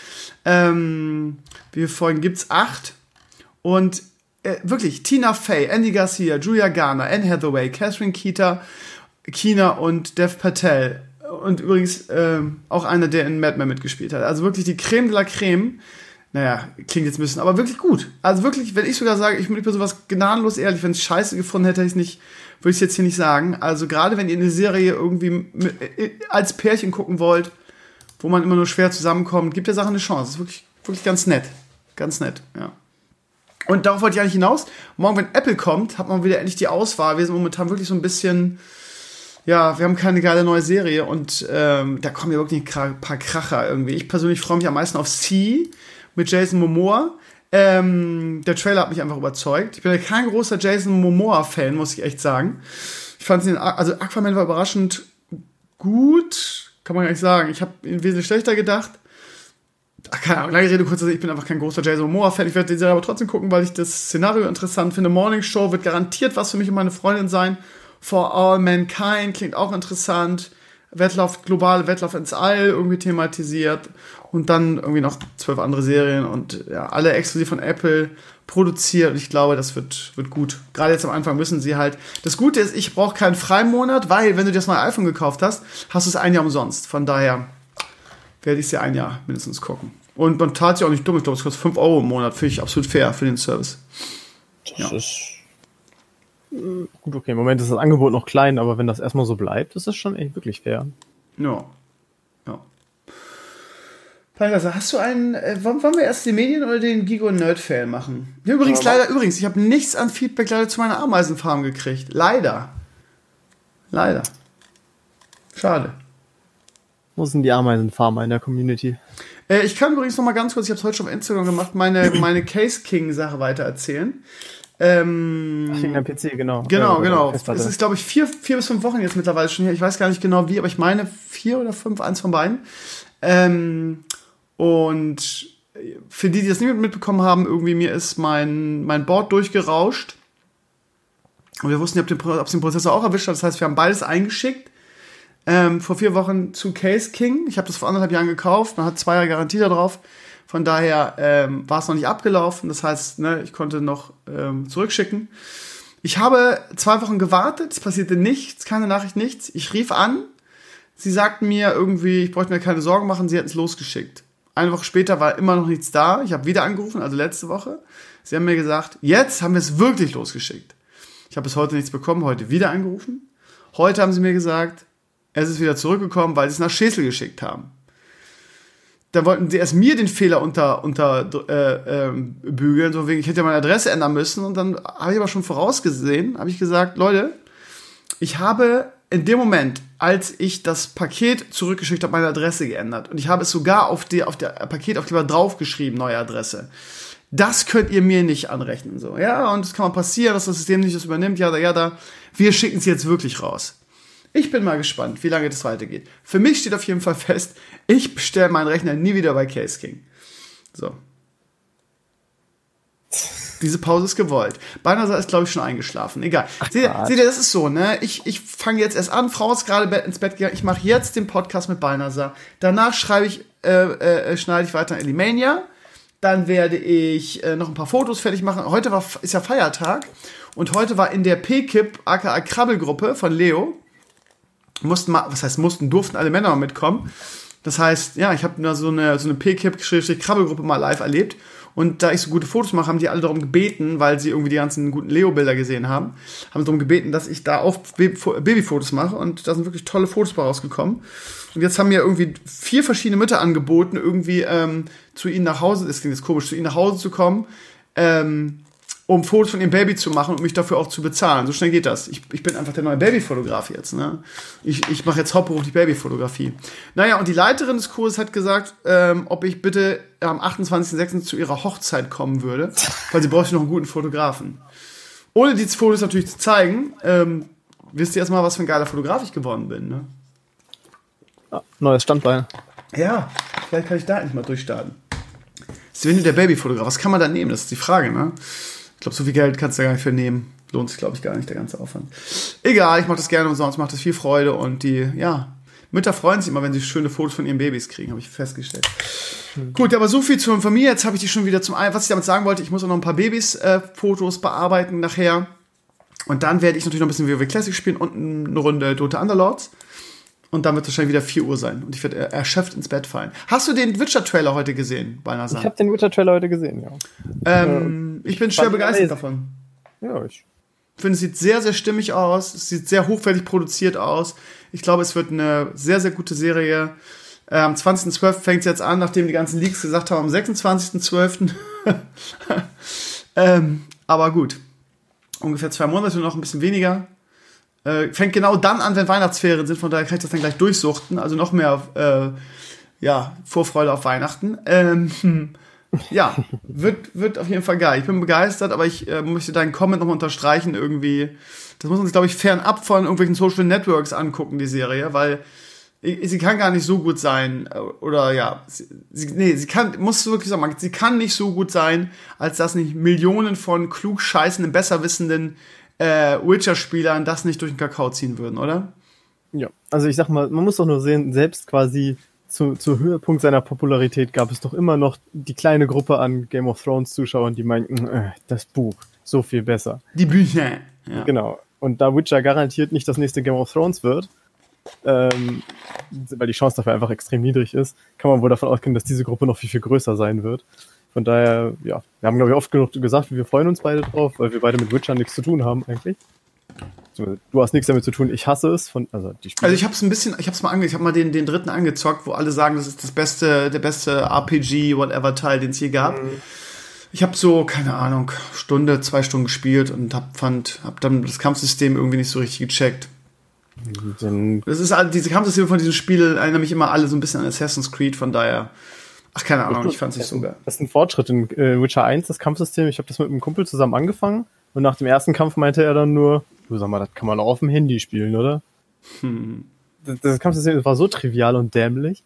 [SPEAKER 2] Wie viele Folgen gibt's? 8. Und wirklich, Tina Fey, Andy Garcia, Julia Garner, Anne Hathaway, Catherine Keener und Dev Patel. Und übrigens auch einer, der in Mad Men mitgespielt hat. Also wirklich die Creme de la Creme. Naja, klingt jetzt ein bisschen, aber wirklich gut. Also wirklich, wenn ich sogar sage, ich bin sowas gnadenlos ehrlich, wenn ich Scheiße gefunden hätte, würde ich es jetzt hier nicht sagen. Also gerade wenn ihr eine Serie irgendwie als Pärchen gucken wollt, wo man immer nur schwer zusammenkommt, gibt der Sache eine Chance. Das ist wirklich, wirklich ganz nett. Ganz nett, ja. Und darauf wollte ich eigentlich hinaus. Morgen, wenn Apple kommt, hat man wieder endlich die Auswahl. Wir sind momentan wirklich so ein bisschen, ja, wir haben keine geile neue Serie und da kommen ja wirklich ein paar Kracher irgendwie. Ich persönlich freue mich am meisten auf C mit Jason Momoa. Der Trailer hat mich einfach überzeugt. Ich bin ja kein großer Jason Momoa-Fan, muss ich echt sagen. Ich fand ihn, also Aquaman war überraschend gut, kann man gar nicht sagen. Ich habe ihn wesentlich schlechter gedacht. Keine Ahnung, lange Rede, kurzer Sinn, ich bin einfach kein großer Jason Momoa-Fan. Ich werde die Serie aber trotzdem gucken, weil ich das Szenario interessant finde. Morning Show wird garantiert was für mich und meine Freundin sein. For All Mankind klingt auch interessant. Globale Wettlauf ins All irgendwie thematisiert. Und dann irgendwie noch 12 andere Serien und ja, alle exklusiv von Apple produziert. Und ich glaube, das wird gut. Gerade jetzt am Anfang müssen sie halt. Das Gute ist, ich brauche keinen Freimonat, weil, wenn du dir das neue iPhone gekauft hast, hast du es 1 Jahr umsonst. Von daher werde ich es ja 1 Jahr mindestens gucken. Und man tat sich auch nicht dumm. Ich glaube, es kostet 5 Euro im Monat. Finde ich absolut fair für den Service.
[SPEAKER 3] Das ist gut, okay. Im Moment ist das Angebot noch klein, aber wenn das erstmal so bleibt, ist das schon echt wirklich fair.
[SPEAKER 2] Ja. Also, hast du einen, wollen wir erst die Medien oder den Gigo Nerd Fail machen? Ja, übrigens, ich habe nichts an Feedback leider zu meiner Ameisenfarm gekriegt. Leider. Schade.
[SPEAKER 3] Wo sind die Ameisenfarmer in der Community?
[SPEAKER 2] Ich kann übrigens noch mal ganz kurz, ich habe es heute schon auf Instagram gemacht, meine Case King Sache weiter erzählen.
[SPEAKER 3] Wegen deinem PC, genau.
[SPEAKER 2] Genau. Es ist, glaube ich, 4 bis 5 Wochen jetzt mittlerweile schon her. Ich weiß gar nicht genau wie, aber ich meine 4 oder 5, eins von beiden. Und für die das nicht mitbekommen haben, irgendwie mir ist mein Board durchgerauscht. Und wir wussten nicht, ob es den Prozessor auch erwischt hat. Das heißt, wir haben beides eingeschickt. Vor 4 Wochen zu Case King. Ich habe das vor 1,5 Jahren gekauft. Man hat 2 Jahre Garantie da drauf. Von daher war es noch nicht abgelaufen. Das heißt, ne, ich konnte noch zurückschicken. Ich habe 2 Wochen gewartet. Es passierte nichts, keine Nachricht, nichts. Ich rief an. Sie sagten mir irgendwie, ich bräuchte mir keine Sorgen machen. Sie hätten es losgeschickt. 1 Woche später war immer noch nichts da. Ich habe wieder angerufen, also letzte Woche. Sie haben mir gesagt, jetzt haben wir es wirklich losgeschickt. Ich habe bis heute nichts bekommen, heute wieder angerufen. Heute haben sie mir gesagt, es ist wieder zurückgekommen, weil sie es nach Schesel geschickt haben. Da wollten sie erst mir den Fehler bügeln, so wegen, ich hätte ja meine Adresse ändern müssen. Und dann habe ich aber schon vorausgesehen, habe ich gesagt, Leute, ich habe in dem Moment, als ich das Paket zurückgeschickt habe, meine Adresse geändert. Und ich habe es sogar auf der Paketaufkleber draufgeschrieben, neue Adresse. Das könnt ihr mir nicht anrechnen. So, ja, und es kann mal passieren, dass das System nicht das übernimmt. Ja. Wir schicken es jetzt wirklich raus. Ich bin mal gespannt, wie lange das weitergeht. Für mich steht auf jeden Fall fest, ich bestelle meinen Rechner nie wieder bei Case King. So. Diese Pause ist gewollt. Balnasar ist, glaube ich, schon eingeschlafen. Egal. Seht ihr, das ist so, ne? Ich fange jetzt erst an, Frau ist gerade ins Bett gegangen. Ich mache jetzt den Podcast mit Balnasar. Danach schneide ich weiter in Elimania. Dann werde ich noch ein paar Fotos fertig machen. Heute ist ja Feiertag. Und heute war in der PKIP, aka Krabbelgruppe von Leo, durften alle Männer mal mitkommen. Das heißt, ja, ich habe so eine PKIP-Krabbelgruppe mal live erlebt. Und da ich so gute Fotos mache, haben die alle darum gebeten, weil sie irgendwie die ganzen guten Leo-Bilder gesehen haben, darum gebeten, dass ich da auch Babyfotos mache. Und da sind wirklich tolle Fotos bei rausgekommen. Und jetzt haben mir irgendwie 4 verschiedene Mütter angeboten, irgendwie zu ihnen nach Hause, das klingt jetzt komisch, zu ihnen nach Hause zu kommen, um Fotos von ihrem Baby zu machen und mich dafür auch zu bezahlen. So schnell geht das. Ich bin einfach der neue Babyfotograf jetzt. Ne? Ich mache jetzt hauptberuflich Babyfotografie. Naja, und die Leiterin des Kurses hat gesagt, ob ich bitte am 28.06. zu ihrer Hochzeit kommen würde, weil sie bräuchte noch einen guten Fotografen. Ohne die Fotos natürlich zu zeigen, wisst ihr erstmal, was für ein geiler Fotograf ich geworden bin. Ne?
[SPEAKER 3] Ja, neues Standbein.
[SPEAKER 2] Ja, vielleicht kann ich da endlich mal durchstarten. Sven, der Babyfotograf, was kann man da nehmen? Das ist die Frage, ne? Ich glaube, so viel Geld kannst du da gar nicht für nehmen. Lohnt sich, glaube ich, gar nicht, der ganze Aufwand. Egal, ich mache das gerne umsonst, macht das viel Freude und die, Mütter freuen sich immer, wenn sie schöne Fotos von ihren Babys kriegen, habe ich festgestellt. Gut, aber so viel von mir. Jetzt habe ich die schon wieder was ich damit sagen wollte, ich muss auch noch ein paar Babys-Fotos bearbeiten nachher. Und dann werde ich natürlich noch ein bisschen WoW Classic spielen und eine Runde Dota Underlords. Und dann wird es wahrscheinlich wieder 4 Uhr sein. Und ich werde erschöpft ins Bett fallen. Hast du den Witcher-Trailer heute gesehen, Balnasar?
[SPEAKER 3] Ich habe den Witcher-Trailer heute gesehen, ja.
[SPEAKER 2] Ich bin schwer begeistert davon.
[SPEAKER 3] Ja,
[SPEAKER 2] Ich finde, es sieht sehr, sehr stimmig aus. Es sieht sehr hochwertig produziert aus. Ich glaube, es wird eine sehr, sehr gute Serie. Am 20.12. fängt es jetzt an, nachdem die ganzen Leaks gesagt haben, am 26.12. Aber gut. Ungefähr 2 Monate noch, ein bisschen weniger. Fängt genau dann an, wenn Weihnachtsferien sind, von daher kann ich das dann gleich durchsuchten, also noch mehr Vorfreude auf Weihnachten. Wird auf jeden Fall geil. Ich bin begeistert, aber ich möchte deinen Comment nochmal unterstreichen irgendwie. Das muss man sich, glaube ich, fernab von irgendwelchen Social Networks angucken, die Serie, weil sie kann gar nicht so gut sein, oder sie kann nicht so gut sein, als dass nicht Millionen von klug scheißenden, besser wissenden Witcher-Spielern das nicht durch den Kakao ziehen würden, oder?
[SPEAKER 3] Ja, also ich sag mal, man muss doch nur sehen, selbst quasi zu Höhepunkt seiner Popularität gab es doch immer noch die kleine Gruppe an Game of Thrones Zuschauern, die meinten, das Buch, so viel besser.
[SPEAKER 2] Die Bücher. Ja.
[SPEAKER 3] Genau. Und da Witcher garantiert nicht das nächste Game of Thrones wird, weil die Chance dafür einfach extrem niedrig ist, kann man wohl davon ausgehen, dass diese Gruppe noch viel, viel größer sein wird. Von daher, wir haben, glaube ich, oft genug gesagt, wir freuen uns beide drauf, weil wir beide mit Witcher nichts zu tun haben, eigentlich. Du hast nichts damit zu tun, ich hasse es. Ich habe mal den dritten angezockt, wo alle sagen, das ist der beste RPG, whatever Teil, den es je gab. Ich habe so, keine Ahnung, 2 Stunden gespielt und hab dann das Kampfsystem irgendwie nicht so richtig gecheckt. Das ist diese Kampfsysteme von diesem Spiel erinnern mich immer alle so ein bisschen an Assassin's Creed, von daher. Ach, keine Ahnung, ich fand's nicht so geil. Das ist ein Fortschritt in Witcher 1, das Kampfsystem. Ich habe das mit einem Kumpel zusammen angefangen und nach dem ersten Kampf meinte er dann nur, du sag mal, das kann man auch auf dem Handy spielen, oder? Das Kampfsystem war so trivial und dämlich.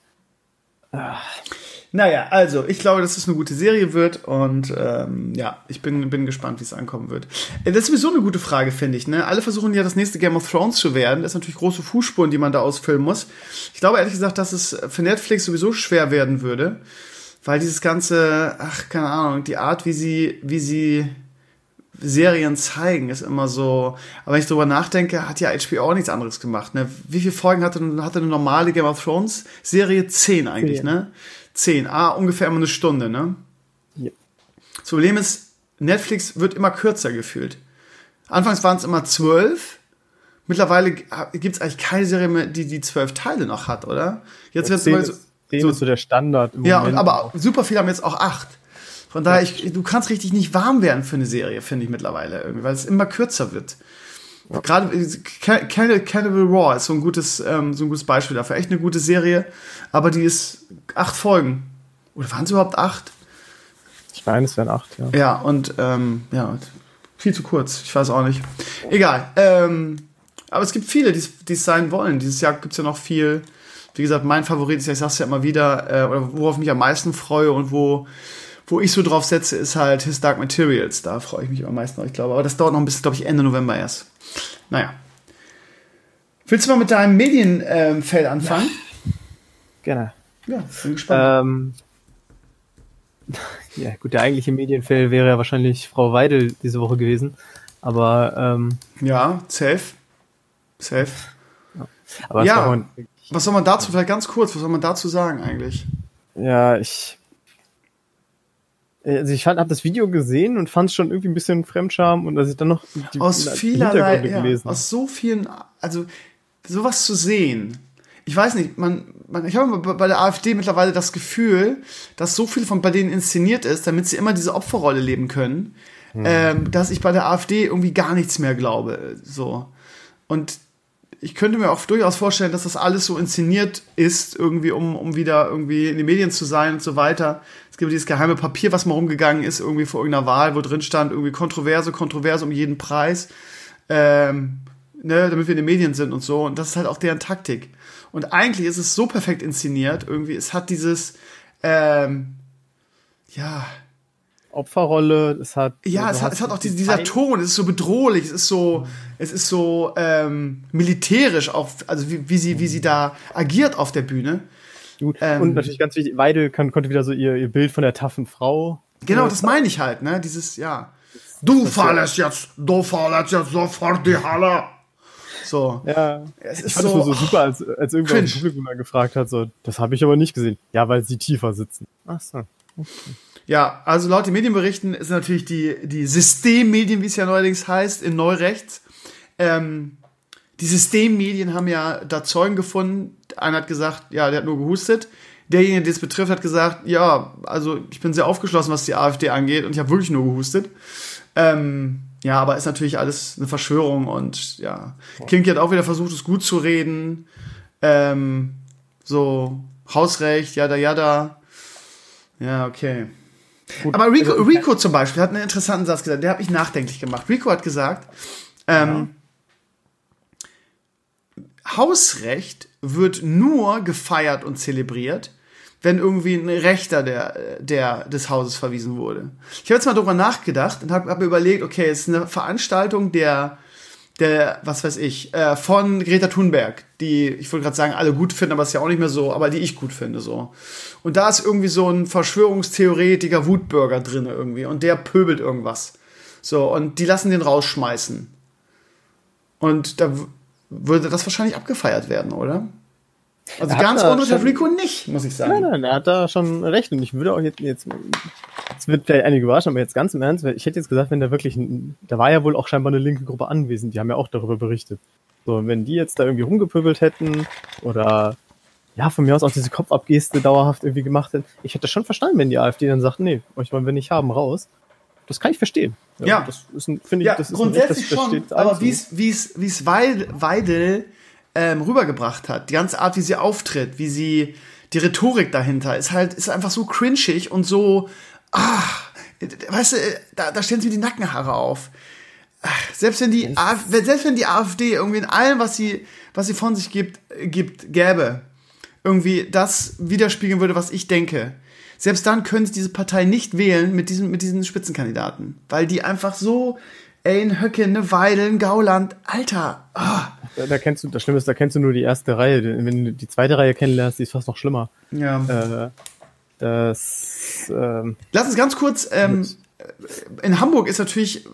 [SPEAKER 2] Naja, also, ich glaube, dass es eine gute Serie wird und ich bin gespannt, wie es ankommen wird. Das ist sowieso eine gute Frage, finde ich. Ne? Alle versuchen ja, das nächste Game of Thrones zu werden. Das sind natürlich große Fußspuren, die man da ausfüllen muss. Ich glaube ehrlich gesagt, dass es für Netflix sowieso schwer werden würde, weil dieses ganze, keine Ahnung, die Art, wie sie Serien zeigen, ist immer so. Aber wenn ich drüber nachdenke, hat ja HBO auch nichts anderes gemacht. Ne? Wie viele Folgen hatte eine normale Game of Thrones Serie? 10 eigentlich, 10. Ne? 10, ungefähr immer eine Stunde, ne?
[SPEAKER 3] Ja.
[SPEAKER 2] Das Problem ist, Netflix wird immer kürzer gefühlt. Anfangs waren es immer 12. Mittlerweile gibt es eigentlich keine Serie mehr, die 12 Teile noch hat, oder? Jetzt wird es
[SPEAKER 3] so der Standard im
[SPEAKER 2] Moment. Aber super viele haben jetzt auch 8. Von daher, du kannst richtig nicht warm werden für eine Serie, finde ich mittlerweile irgendwie, weil es immer kürzer wird. Ja. Gerade Cannibal Raw ist so ein gutes Beispiel dafür. Echt eine gute Serie, aber die ist 8 Folgen. Oder waren es überhaupt 8?
[SPEAKER 3] Ich meine, es wären 8, ja.
[SPEAKER 2] Ja, und viel zu kurz. Ich weiß auch nicht. Egal. Aber es gibt viele, die es sein wollen. Dieses Jahr gibt es ja noch viel. Wie gesagt, mein Favorit ist, ich sag's ja immer wieder, oder worauf ich mich am meisten freue und wo Wo ich so drauf setze, ist halt His Dark Materials. Da freue ich mich am meisten, ich glaube. Aber das dauert noch ein bisschen, glaube ich, Ende November erst. Naja. Willst du mal mit deinem Medienfeld anfangen?
[SPEAKER 3] Gerne.
[SPEAKER 2] Ja, bin gespannt.
[SPEAKER 3] Ja, gut, der eigentliche Medienfeld wäre ja wahrscheinlich Frau Weidel diese Woche gewesen. Aber
[SPEAKER 2] ja, safe. Ja.
[SPEAKER 3] Aber
[SPEAKER 2] ja, was soll man dazu, vielleicht ganz kurz, was soll man dazu sagen eigentlich?
[SPEAKER 3] Ja, ich habe das Video gesehen und fand es schon irgendwie ein bisschen Fremdscham und als ich dann noch die
[SPEAKER 2] Hintergründe gelesen aus so vielen, also sowas zu sehen. Ich weiß nicht, ich habe bei der AfD mittlerweile das Gefühl, dass so viel bei denen inszeniert ist, damit sie immer diese Opferrolle leben können, dass ich bei der AfD irgendwie gar nichts mehr glaube. So. Und ich könnte mir auch durchaus vorstellen, dass das alles so inszeniert ist, irgendwie, um wieder irgendwie in den Medien zu sein und so weiter. Es gibt dieses geheime Papier, was mal rumgegangen ist, irgendwie vor irgendeiner Wahl, wo drin stand, irgendwie Kontroverse um jeden Preis, damit wir in den Medien sind und so. Und das ist halt auch deren Taktik. Und eigentlich ist es so perfekt inszeniert, irgendwie, es hat dieses,
[SPEAKER 3] Opferrolle, es hat
[SPEAKER 2] auch dieser Ton, es ist so bedrohlich, es ist so militärisch auch, also wie sie da agiert auf der Bühne.
[SPEAKER 3] Und natürlich ganz wichtig, Weidel konnte wieder so ihr Bild von der taffen Frau.
[SPEAKER 2] Genau, das meine ich halt, ne, dieses, ja. Du verlässt jetzt sofort die Halle. So.
[SPEAKER 3] Ja, ich fand es nur so super, als irgendwer im Publikum mal gefragt hat, so, das habe ich aber nicht gesehen. Ja, weil sie tiefer sitzen. Ach so. Okay.
[SPEAKER 2] Ja, also laut den Medienberichten ist natürlich die Systemmedien, wie es ja neuerdings heißt, in Neurechts. Die Systemmedien haben ja da Zeugen gefunden. Einer hat gesagt, ja, der hat nur gehustet. Derjenige, der es betrifft, hat gesagt, ja, also ich bin sehr aufgeschlossen, was die AfD angeht und ich habe wirklich nur gehustet. Ja, aber ist natürlich alles eine Verschwörung und ja. Kinky hat auch wieder versucht, es gut zu reden. So, Hausrecht, jada. Ja, okay. Gut. Aber Rico zum Beispiel hat einen interessanten Satz gesagt, der hat mich nachdenklich gemacht. Rico hat gesagt, Hausrecht wird nur gefeiert und zelebriert, wenn irgendwie ein Rechter des Hauses verwiesen wurde. Ich habe jetzt mal darüber nachgedacht und habe mir überlegt, okay, es ist eine Veranstaltung der was weiß ich, von Greta Thunberg, die, ich wollte gerade sagen, alle gut finden, aber ist ja auch nicht mehr so, aber die ich gut finde, so. Und da ist irgendwie so ein Verschwörungstheoretiker Wutbürger drin irgendwie und der pöbelt irgendwas. So, und die lassen den rausschmeißen. Und da würde das wahrscheinlich abgefeiert werden, oder? Also ganz unter Rico nicht, muss ich sagen.
[SPEAKER 3] Nein, er hat da schon recht. Und ich würde auch jetzt wird vielleicht einige überraschen, aber jetzt ganz im Ernst, ich hätte jetzt gesagt, wenn da wirklich, da war ja wohl auch scheinbar eine linke Gruppe anwesend, die haben ja auch darüber berichtet. So, wenn die jetzt da irgendwie rumgepöbelt hätten oder ja, von mir aus auch diese Kopfabgeste dauerhaft irgendwie gemacht hätten, ich hätte schon verstanden, wenn die AfD dann sagt, nee, euch wollen wir nicht haben, raus. Das kann ich verstehen.
[SPEAKER 2] Ja.
[SPEAKER 3] Das ist, finde ich,
[SPEAKER 2] ja,
[SPEAKER 3] das ist
[SPEAKER 2] grundsätzlich schon, aber wie es Weidel rübergebracht hat, die ganze Art, wie sie auftritt, wie sie, die Rhetorik dahinter, ist einfach so cringig und so, weißt du, da stellen sie die Nackenhaare auf. Selbst wenn die AfD irgendwie in allem, was sie von sich gäbe, irgendwie das widerspiegeln würde, was ich denke, selbst dann können sie diese Partei nicht wählen mit diesen Spitzenkandidaten, weil die einfach so, ein Höcke, eine Weidel, ein Gauland, Alter,
[SPEAKER 3] Das Schlimme ist, da kennst du nur die erste Reihe. Wenn du die zweite Reihe kennenlernst, die ist fast noch schlimmer.
[SPEAKER 2] Ja. Lass uns ganz kurz, in Hamburg ist natürlich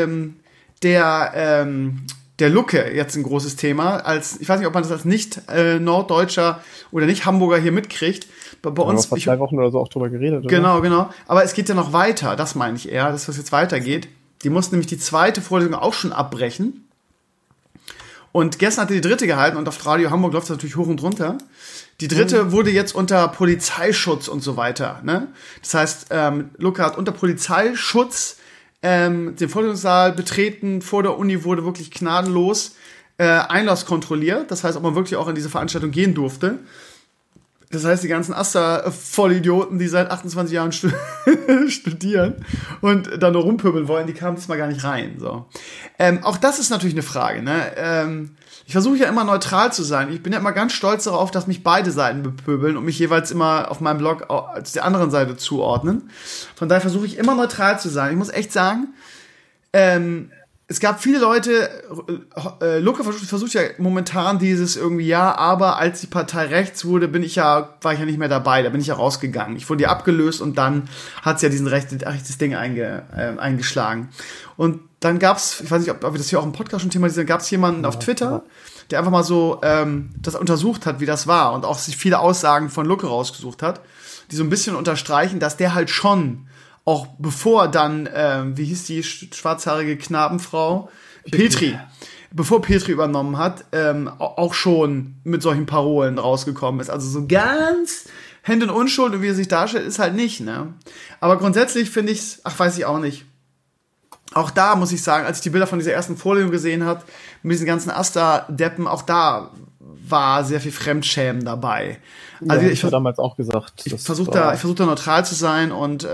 [SPEAKER 2] der Lucke jetzt ein großes Thema. Ich weiß nicht, ob man das als Nicht-Norddeutscher oder Nicht-Hamburger hier mitkriegt. Bei uns
[SPEAKER 3] vor 2 Wochen oder so auch drüber geredet.
[SPEAKER 2] Genau. Aber es geht ja noch weiter, das meine ich eher, das was jetzt weitergeht. Die mussten nämlich die zweite Vorlesung auch schon abbrechen. Und gestern hat er die dritte gehalten und auf Radio Hamburg läuft es natürlich hoch und runter. Die dritte wurde jetzt unter Polizeischutz und so weiter. Ne? Das heißt, Luca hat unter Polizeischutz den Vorlesungssaal betreten. Vor der Uni wurde wirklich gnadenlos Einlass kontrolliert. Das heißt, ob man wirklich auch in diese Veranstaltung gehen durfte. Das heißt, die ganzen Asta-Vollidioten, die seit 28 Jahren studieren und da nur rumpöbeln wollen, die kamen diesmal gar nicht rein. So. Auch das ist natürlich eine Frage. Ne? Ich versuche ja immer neutral zu sein. Ich bin ja immer ganz stolz darauf, dass mich beide Seiten bepöbeln und mich jeweils immer auf meinem Blog als der anderen Seite zuordnen. Von daher versuche ich immer neutral zu sein. Ich muss echt sagen, es gab viele Leute, Lucke versucht ja momentan dieses irgendwie, ja, aber als die Partei rechts wurde, war ich ja nicht mehr dabei, da bin ich ja rausgegangen. Ich wurde ja abgelöst und dann hat sie ja diesen rechtes Ding eingeschlagen. Und dann gab's, ich weiß nicht, ob wir das hier auch im Podcast schon thematisieren, gab's jemanden auf Twitter, der einfach mal so das untersucht hat, wie das war und auch sich viele Aussagen von Lucke rausgesucht hat, die so ein bisschen unterstreichen, dass der halt schon auch bevor dann, wie hieß die schwarzhaarige Knabenfrau? Petri. Bevor Petri übernommen hat, auch schon mit solchen Parolen rausgekommen ist. Also so ganz Hände in Unschuld und wie er sich darstellt, ist halt nicht, ne? Aber grundsätzlich finde ich's, weiß ich auch nicht. Auch da muss ich sagen, als ich die Bilder von dieser ersten Vorlesung gesehen habe, mit diesen ganzen Asta-Deppen, auch da war sehr viel Fremdschämen dabei. Also
[SPEAKER 3] ja, ich habe damals auch gesagt.
[SPEAKER 2] Ich versuche da neutral zu sein und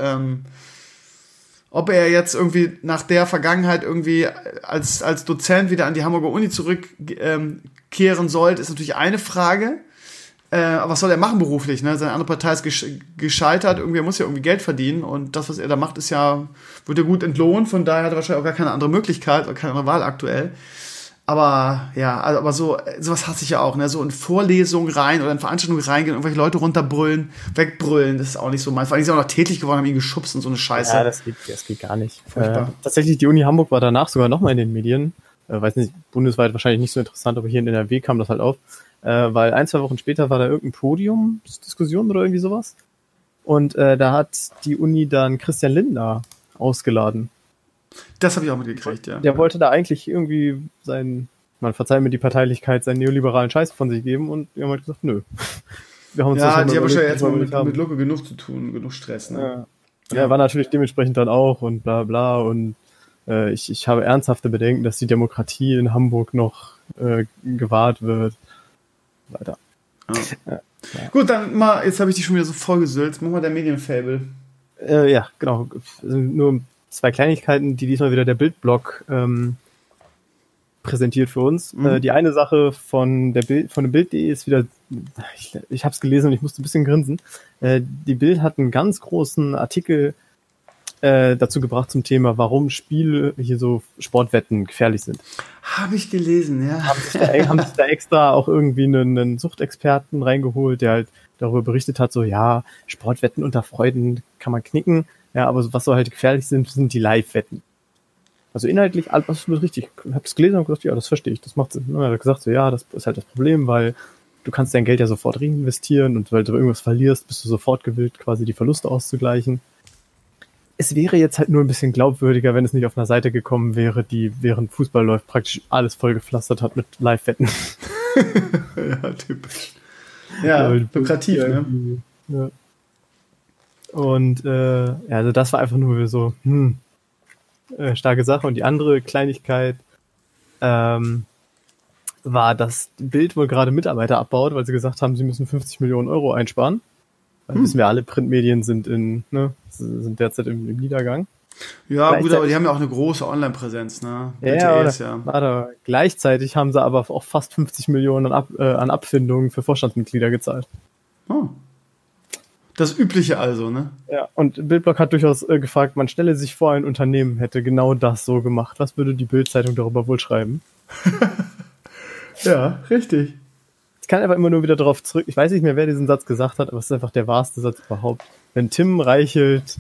[SPEAKER 2] ob er jetzt irgendwie nach der Vergangenheit irgendwie als Dozent wieder an die Hamburger Uni zurückkehren sollte, ist natürlich eine Frage. Aber was soll er machen beruflich? Ne? Seine andere Partei ist gescheitert, er muss ja irgendwie Geld verdienen und das, was er da macht, wird ja gut entlohnt, von daher hat er wahrscheinlich auch gar keine andere Möglichkeit oder keine andere Wahl aktuell. Aber ja, aber sowas hasse ich ja auch, ne? So in Vorlesungen rein oder in Veranstaltungen reingehen, irgendwelche Leute runterbrüllen, wegbrüllen, das ist auch nicht so mein. Vor allem, die sind auch noch tätlich geworden, haben ihn geschubst und so eine Scheiße.
[SPEAKER 3] Ja, das geht gar nicht. Tatsächlich, die Uni Hamburg war danach sogar nochmal in den Medien. Weiß nicht, bundesweit wahrscheinlich nicht so interessant, aber hier in NRW kam das halt auf. Weil 1-2 Wochen später war da irgendein Podiumsdiskussion oder irgendwie sowas. Und da hat die Uni dann Christian Lindner ausgeladen.
[SPEAKER 2] Das habe ich auch mitgekriegt, ja.
[SPEAKER 3] Der wollte da eigentlich irgendwie man verzeiht mir die Parteilichkeit, seinen neoliberalen Scheiß von sich geben und wir haben halt gesagt, nö.
[SPEAKER 2] Wir haben uns die haben wahrscheinlich jetzt mal mit Lucke genug zu tun, genug Stress, ne?
[SPEAKER 3] Ja. Er war natürlich dementsprechend dann auch und bla bla und ich habe ernsthafte Bedenken, dass die Demokratie in Hamburg noch gewahrt wird. Weiter.
[SPEAKER 2] Ja. Gut, dann mal, jetzt habe ich dich schon wieder so vollgesülzt, mach mal der Medienfable.
[SPEAKER 3] Ja, genau. Nur 2 Kleinigkeiten, die diesmal wieder der Bildblog präsentiert für uns. Die eine Sache von dem Bild.de ist wieder, ich habe es gelesen und ich musste ein bisschen grinsen. Die Bild hat einen ganz großen Artikel dazu gebracht zum Thema, warum Spiele hier so Sportwetten gefährlich sind.
[SPEAKER 2] Habe ich gelesen, ja.
[SPEAKER 3] Haben sich da extra auch irgendwie einen Suchtexperten reingeholt, der halt darüber berichtet hat, so ja, Sportwetten unter Freunden kann man knicken, ja, aber was so halt gefährlich sind die Live-Wetten. Also inhaltlich absolut richtig. Ich habe es gelesen und gesagt, ja, das verstehe ich, das macht Sinn. Und er hat gesagt, so ja, das ist halt das Problem, weil du kannst dein Geld ja sofort reinvestieren und weil du irgendwas verlierst, bist du sofort gewillt, quasi die Verluste auszugleichen. Es wäre jetzt halt nur ein bisschen glaubwürdiger, wenn es nicht auf einer Seite gekommen wäre, die während Fußball läuft praktisch alles vollgepflastert hat mit Live-Wetten.
[SPEAKER 2] Ja, typisch. Ja, lukrativ, ne?
[SPEAKER 3] Ja. Und also das war einfach nur so starke Sache. Und die andere Kleinigkeit war, dass Bild wohl gerade Mitarbeiter abbaut, weil sie gesagt haben, sie müssen 50 Millionen Euro einsparen. Weil wissen wir alle, Printmedien sind sind derzeit im Niedergang.
[SPEAKER 2] Ja, gut, aber die haben ja auch eine große Online-Präsenz, ne?
[SPEAKER 3] Warte, gleichzeitig haben sie aber auch fast 50 Millionen an Abfindungen für Vorstandsmitglieder gezahlt.
[SPEAKER 2] Oh. Das Übliche also, ne?
[SPEAKER 3] Ja, und Bildblog hat durchaus gefragt, man stelle sich vor, ein Unternehmen hätte genau das so gemacht. Was würde die Bild-Zeitung darüber wohl schreiben?
[SPEAKER 2] Ja, richtig.
[SPEAKER 3] Ich kann einfach immer nur wieder darauf zurück. Ich weiß nicht mehr, wer diesen Satz gesagt hat, aber es ist einfach der wahrste Satz überhaupt. Wenn Tim Reichelt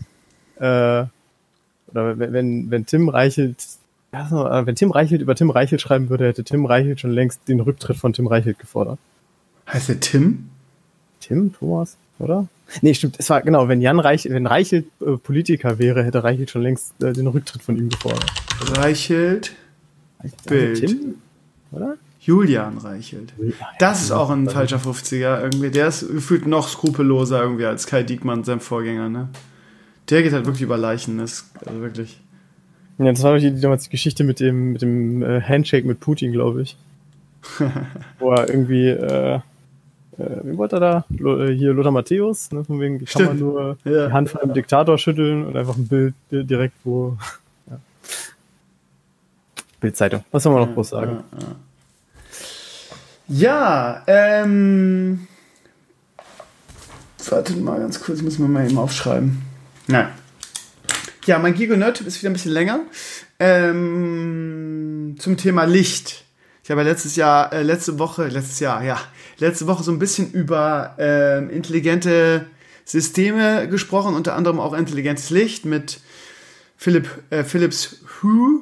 [SPEAKER 3] wenn Tim Reichelt über Tim Reichelt schreiben würde, hätte Tim Reichelt schon längst den Rücktritt von Tim Reichelt gefordert.
[SPEAKER 2] Heißt der Tim?
[SPEAKER 3] Tim? Thomas? Oder? Nee, stimmt. Es war genau, wenn Reichelt Politiker wäre, hätte Reichelt schon längst den Rücktritt von ihm gefordert.
[SPEAKER 2] Reichelt Bild.
[SPEAKER 3] Tim? Oder?
[SPEAKER 2] Julian Reichelt. Das ist auch ein falscher 50er irgendwie. Der ist gefühlt noch skrupelloser irgendwie als Kai Diekmann, sein Vorgänger, ne? Der geht halt wirklich über Leichen, also wirklich.
[SPEAKER 3] Ja, das war damals die Geschichte mit dem Handshake mit Putin, glaube ich. Wo er irgendwie wie wollte er da? Hier Lothar Matthäus, ne? Von wegen, wie kann man nur die Hand von einem Diktator schütteln und einfach ein Bild direkt, wo... Ja. Bildzeitung. Was soll man noch groß sagen?
[SPEAKER 2] Ja, warte mal ganz kurz, müssen wir mal eben aufschreiben. Nein. Ja, mein Geek- und Nerd-Tipp ist wieder ein bisschen länger. Zum Thema Licht. Ich habe ja letzte Woche so ein bisschen über intelligente Systeme gesprochen, unter anderem auch intelligentes Licht mit Philips Hue,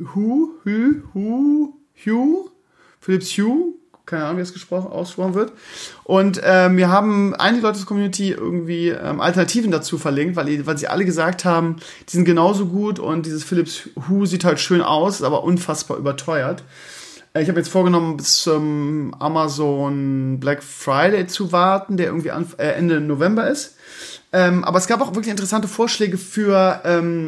[SPEAKER 2] keine Ahnung, wie es ausgesprochen wird. Und wir haben einige Leute aus der Community irgendwie Alternativen dazu verlinkt, weil sie alle gesagt haben, die sind genauso gut und dieses Philips Hue sieht halt schön aus, ist aber unfassbar überteuert. Ich habe jetzt vorgenommen, bis zum Amazon Black Friday zu warten, der irgendwie Ende November ist. Aber es gab auch wirklich interessante Vorschläge für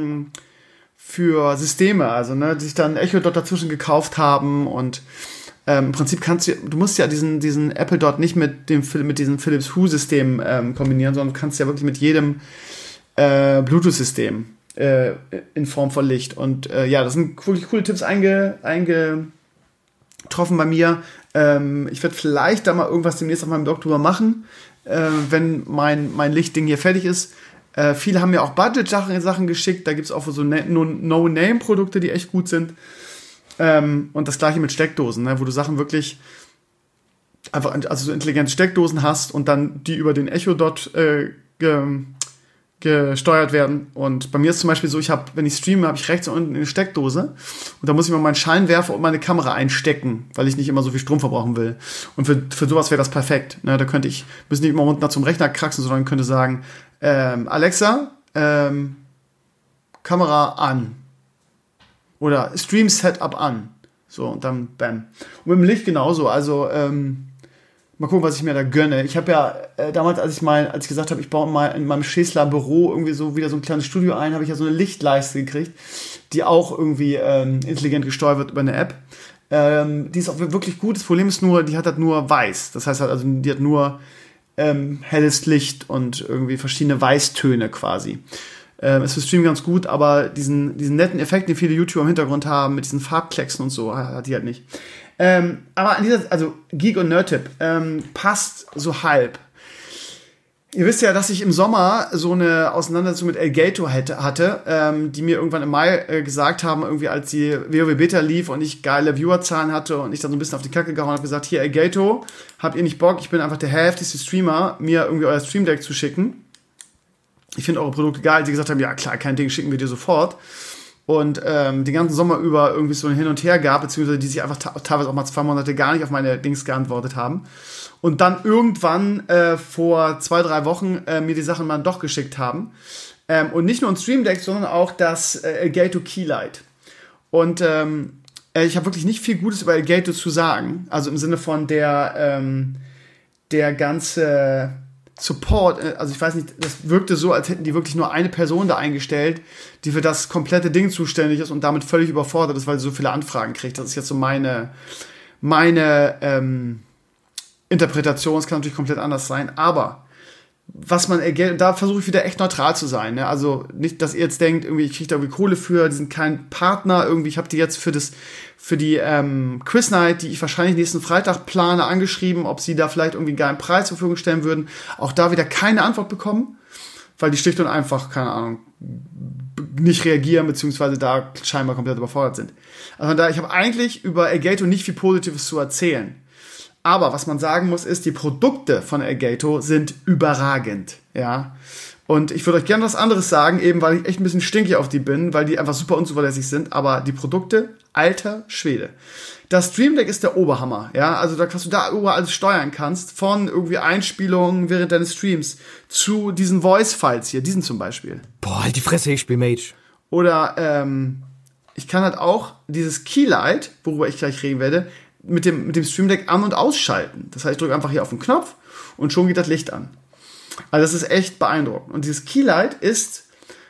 [SPEAKER 2] Systeme, also die sich dann Echo Dot dazwischen gekauft haben und im Prinzip du musst ja diesen Apple Dot nicht mit diesem Philips Hue System kombinieren, sondern du kannst ja wirklich mit jedem Bluetooth-System in Form von Licht. Und das sind wirklich coole Tipps eingetroffen bei mir. Ich werde vielleicht da mal irgendwas demnächst auf meinem Blog drüber machen, wenn mein Lichtding hier fertig ist. Viele haben mir auch Budget-Sachen geschickt. Da gibt es auch so No-Name-Produkte, die echt gut sind. Und das gleiche mit Steckdosen, wo du Sachen wirklich einfach, also so intelligente Steckdosen hast und dann die über den Echo Dot gesteuert werden. Und bei mir ist zum Beispiel so, wenn ich streame, habe ich rechts unten eine Steckdose und da muss ich mal meinen Scheinwerfer und meine Kamera einstecken, weil ich nicht immer so viel Strom verbrauchen will. Und für sowas wäre das perfekt. Da müsste nicht immer runter zum Rechner kraxen, sondern könnte sagen, Alexa, Kamera an. Oder Stream Setup an. So, und dann bam. Und mit dem Licht genauso. Also, mal gucken, was ich mir da gönne. Ich habe ja damals, als ich gesagt habe, ich baue mal in meinem Schäßler Büro irgendwie so wieder so ein kleines Studio ein, habe ich ja so eine Lichtleiste gekriegt, die auch irgendwie intelligent gesteuert wird über eine App. Die ist auch wirklich gut. Das Problem ist nur, die hat halt nur weiß. Das heißt halt, also die hat nur helles Licht und irgendwie verschiedene Weißtöne quasi. Ist für Stream ganz gut, aber diesen netten Effekt, den viele YouTuber im Hintergrund haben, mit diesen Farbklecksen und so, hat die halt nicht. Aber also Geek- und Nerd-Tipp, passt so halb. Ihr wisst ja, dass ich im Sommer so eine Auseinandersetzung mit Elgato hatte, die mir irgendwann im Mai gesagt haben, irgendwie als die WoW Beta lief und ich geile Viewerzahlen hatte und ich dann so ein bisschen auf die Kacke gehauen habe, gesagt, hier Elgato, habt ihr nicht Bock, ich bin einfach der heftigste Streamer, mir irgendwie euer Stream Deck zu schicken. Ich finde eure Produkte geil. Die gesagt haben, ja klar, kein Ding, schicken wir dir sofort. Und den ganzen Sommer über irgendwie so ein Hin und Her gab, beziehungsweise die sich einfach teilweise auch mal 2 Monate gar nicht auf meine Dings geantwortet haben. Und dann irgendwann vor 2-3 Wochen mir die Sachen mal doch geschickt haben. Und nicht nur ein Stream Deck, sondern auch das Elgato Keylight. Und ich habe wirklich nicht viel Gutes über Elgato zu sagen. Also im Sinne von der ganze Support, also ich weiß nicht, das wirkte so, als hätten die wirklich nur eine Person da eingestellt, die für das komplette Ding zuständig ist und damit völlig überfordert ist, weil sie so viele Anfragen kriegt. Das ist jetzt so meine Interpretation. Es kann natürlich komplett anders sein, aber was man da versuche ich wieder echt neutral zu sein. Ne? Also nicht, dass ihr jetzt denkt, irgendwie ich kriege da irgendwie Kohle für, die sind kein Partner, irgendwie ich habe die jetzt für die Quiz Night, die ich wahrscheinlich nächsten Freitag plane, angeschrieben, ob sie da vielleicht irgendwie einen geilen Preis zur Verfügung stellen würden. Auch da wieder keine Antwort bekommen, weil die schlicht und einfach, keine Ahnung, nicht reagieren, beziehungsweise da scheinbar komplett überfordert sind. Also da, ich habe eigentlich über Elgato nicht viel Positives zu erzählen. Aber was man sagen muss, ist, die Produkte von Elgato sind überragend, ja. Und ich würde euch gerne was anderes sagen, eben weil ich echt ein bisschen stinkig auf die bin, weil die einfach super unzuverlässig sind. Aber die Produkte, alter Schwede. Das Stream Deck ist der Oberhammer, ja. Also da, was du da überall alles steuern kannst, von irgendwie Einspielungen während deines Streams zu diesen Voice-Files hier, diesen zum Beispiel.
[SPEAKER 1] Boah, halt die Fresse, ich spiel Mage.
[SPEAKER 2] Oder ich kann halt auch dieses Keylight, worüber ich gleich reden werde, mit dem Stream Deck an- und ausschalten. Das heißt, ich drücke einfach hier auf den Knopf und schon geht das Licht an. Also das ist echt beeindruckend. Und dieses Keylight ist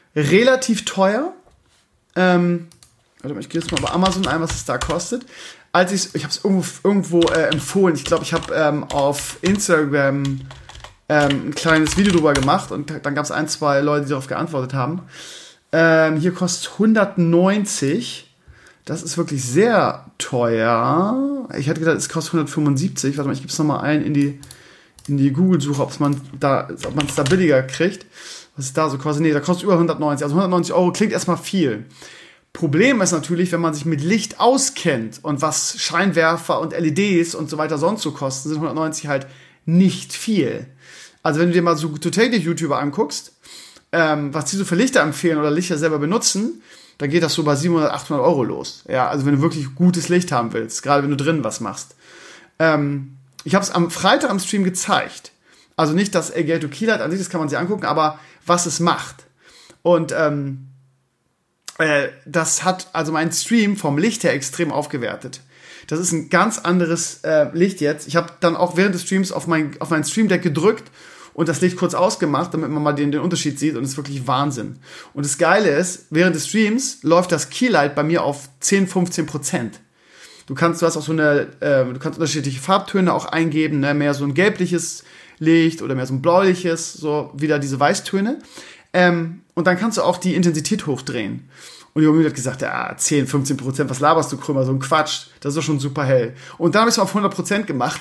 [SPEAKER 2] relativ teuer. Warte mal, ich gehe jetzt mal bei Amazon ein, was es da kostet. ich habe es irgendwo empfohlen. Ich glaube, ich habe auf Instagram ein kleines Video drüber gemacht und dann gab es 1, 2 Leute, die darauf geantwortet haben. Hier kostet 190. Das ist wirklich sehr teuer. Ich hätte gedacht, es kostet 175. Warte mal, ich gebe es nochmal ein in die Google-Suche, ob man es da billiger kriegt. Was ist da so kostet? Nee, da kostet über 190. Also 190 Euro klingt erstmal viel. Problem ist natürlich, wenn man sich mit Licht auskennt und was Scheinwerfer und LEDs und so weiter sonst so kosten, sind 190 halt nicht viel. Also wenn du dir mal so Tutorial-YouTuber anguckst, was die so für Lichter empfehlen oder Lichter selber benutzen, dann geht das so bei 700, 800 Euro los. Ja, also wenn du wirklich gutes Licht haben willst, gerade wenn du drinnen was machst. Ich habe es am Freitag am Stream gezeigt. Also nicht das Elgato Keylight an sich, das kann man sich angucken, aber was es macht. Und das hat also meinen Stream vom Licht her extrem aufgewertet. Das ist ein ganz anderes Licht jetzt. Ich habe dann auch während des Streams auf mein Stream Deck gedrückt und das Licht kurz ausgemacht, damit man mal den Unterschied sieht, und es ist wirklich Wahnsinn. Und das Geile ist, während des Streams läuft das Keylight bei mir auf 10-15%. Du hast auch du kannst unterschiedliche Farbtöne auch eingeben, ne? Mehr so ein gelbliches Licht oder mehr so ein bläuliches, so wieder diese Weißtöne. Und dann kannst du auch die Intensität hochdrehen. Und die Homie hat gesagt, ja, 10-15%, was laberst du, Krümmer, so ein Quatsch, das ist doch schon super hell. Und dann habe ich es auf 100% gemacht.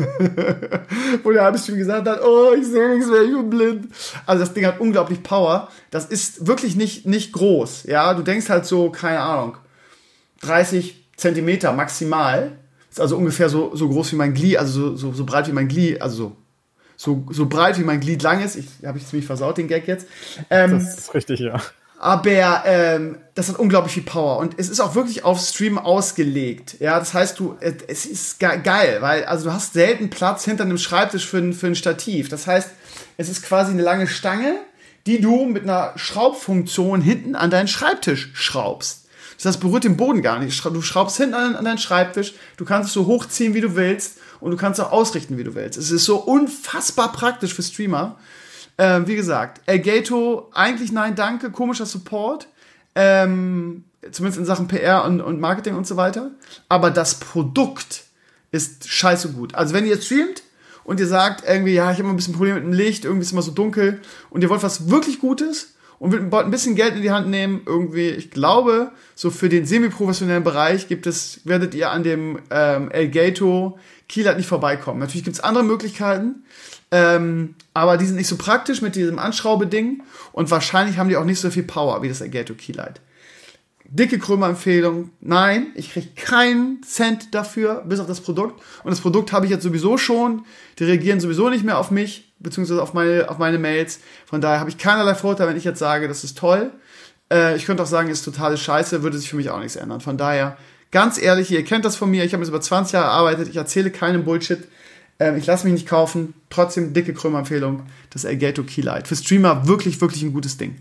[SPEAKER 2] Wo der halbe Stream gesagt hat, oh, ich sehe nichts mehr, ich bin blind. Also das Ding hat unglaublich Power. Das ist wirklich nicht groß. Ja, du denkst halt so, keine Ahnung, 30 Zentimeter maximal. Ist also ungefähr so groß wie mein Glied, also so breit wie mein Glied, also so breit wie mein Glied lang ist. Habe ich ziemlich versaut, den Gag jetzt.
[SPEAKER 3] Das ist richtig, ja.
[SPEAKER 2] Aber das hat unglaublich viel Power und es ist auch wirklich auf Stream ausgelegt. Ja, das heißt, es ist geil, weil also du hast selten Platz hinter einem Schreibtisch für ein Stativ. Das heißt, es ist quasi eine lange Stange, die du mit einer Schraubfunktion hinten an deinen Schreibtisch schraubst. Das heißt, berührt den Boden gar nicht. Du schraubst hinten an deinen Schreibtisch, du kannst es so hochziehen, wie du willst, und du kannst es auch ausrichten, wie du willst. Es ist so unfassbar praktisch für Streamer. Wie gesagt, Elgato, eigentlich nein, danke, komischer Support, zumindest in Sachen PR und Marketing und so weiter, aber das Produkt ist scheiße gut. Also wenn ihr streamt und ihr sagt irgendwie, ja, ich habe immer ein bisschen Probleme mit dem Licht, irgendwie ist es immer so dunkel und ihr wollt was wirklich Gutes und wollt ein bisschen Geld in die Hand nehmen, irgendwie, ich glaube, so für den semi-professionellen Bereich werdet ihr an dem Elgato Keylight nicht vorbeikommen. Natürlich gibt es andere Möglichkeiten, aber die sind nicht so praktisch mit diesem Anschraubeding und wahrscheinlich haben die auch nicht so viel Power wie das Elgato Keylight. Dicke Krömer-Empfehlung. Nein, ich kriege keinen Cent dafür, bis auf das Produkt. Und das Produkt habe ich jetzt sowieso schon. Die reagieren sowieso nicht mehr auf mich, beziehungsweise auf meine Mails. Von daher habe ich keinerlei Vorteil, wenn ich jetzt sage, das ist toll. Ich könnte auch sagen, ist totale Scheiße, würde sich für mich auch nichts ändern. Von daher, ganz ehrlich, ihr kennt das von mir. Ich habe jetzt über 20 Jahre gearbeitet. Ich erzähle keinen Bullshit. Ich lasse mich nicht kaufen. Trotzdem dicke Krömer-Empfehlung. Das Elgato Keylight. Für Streamer wirklich, wirklich ein gutes Ding.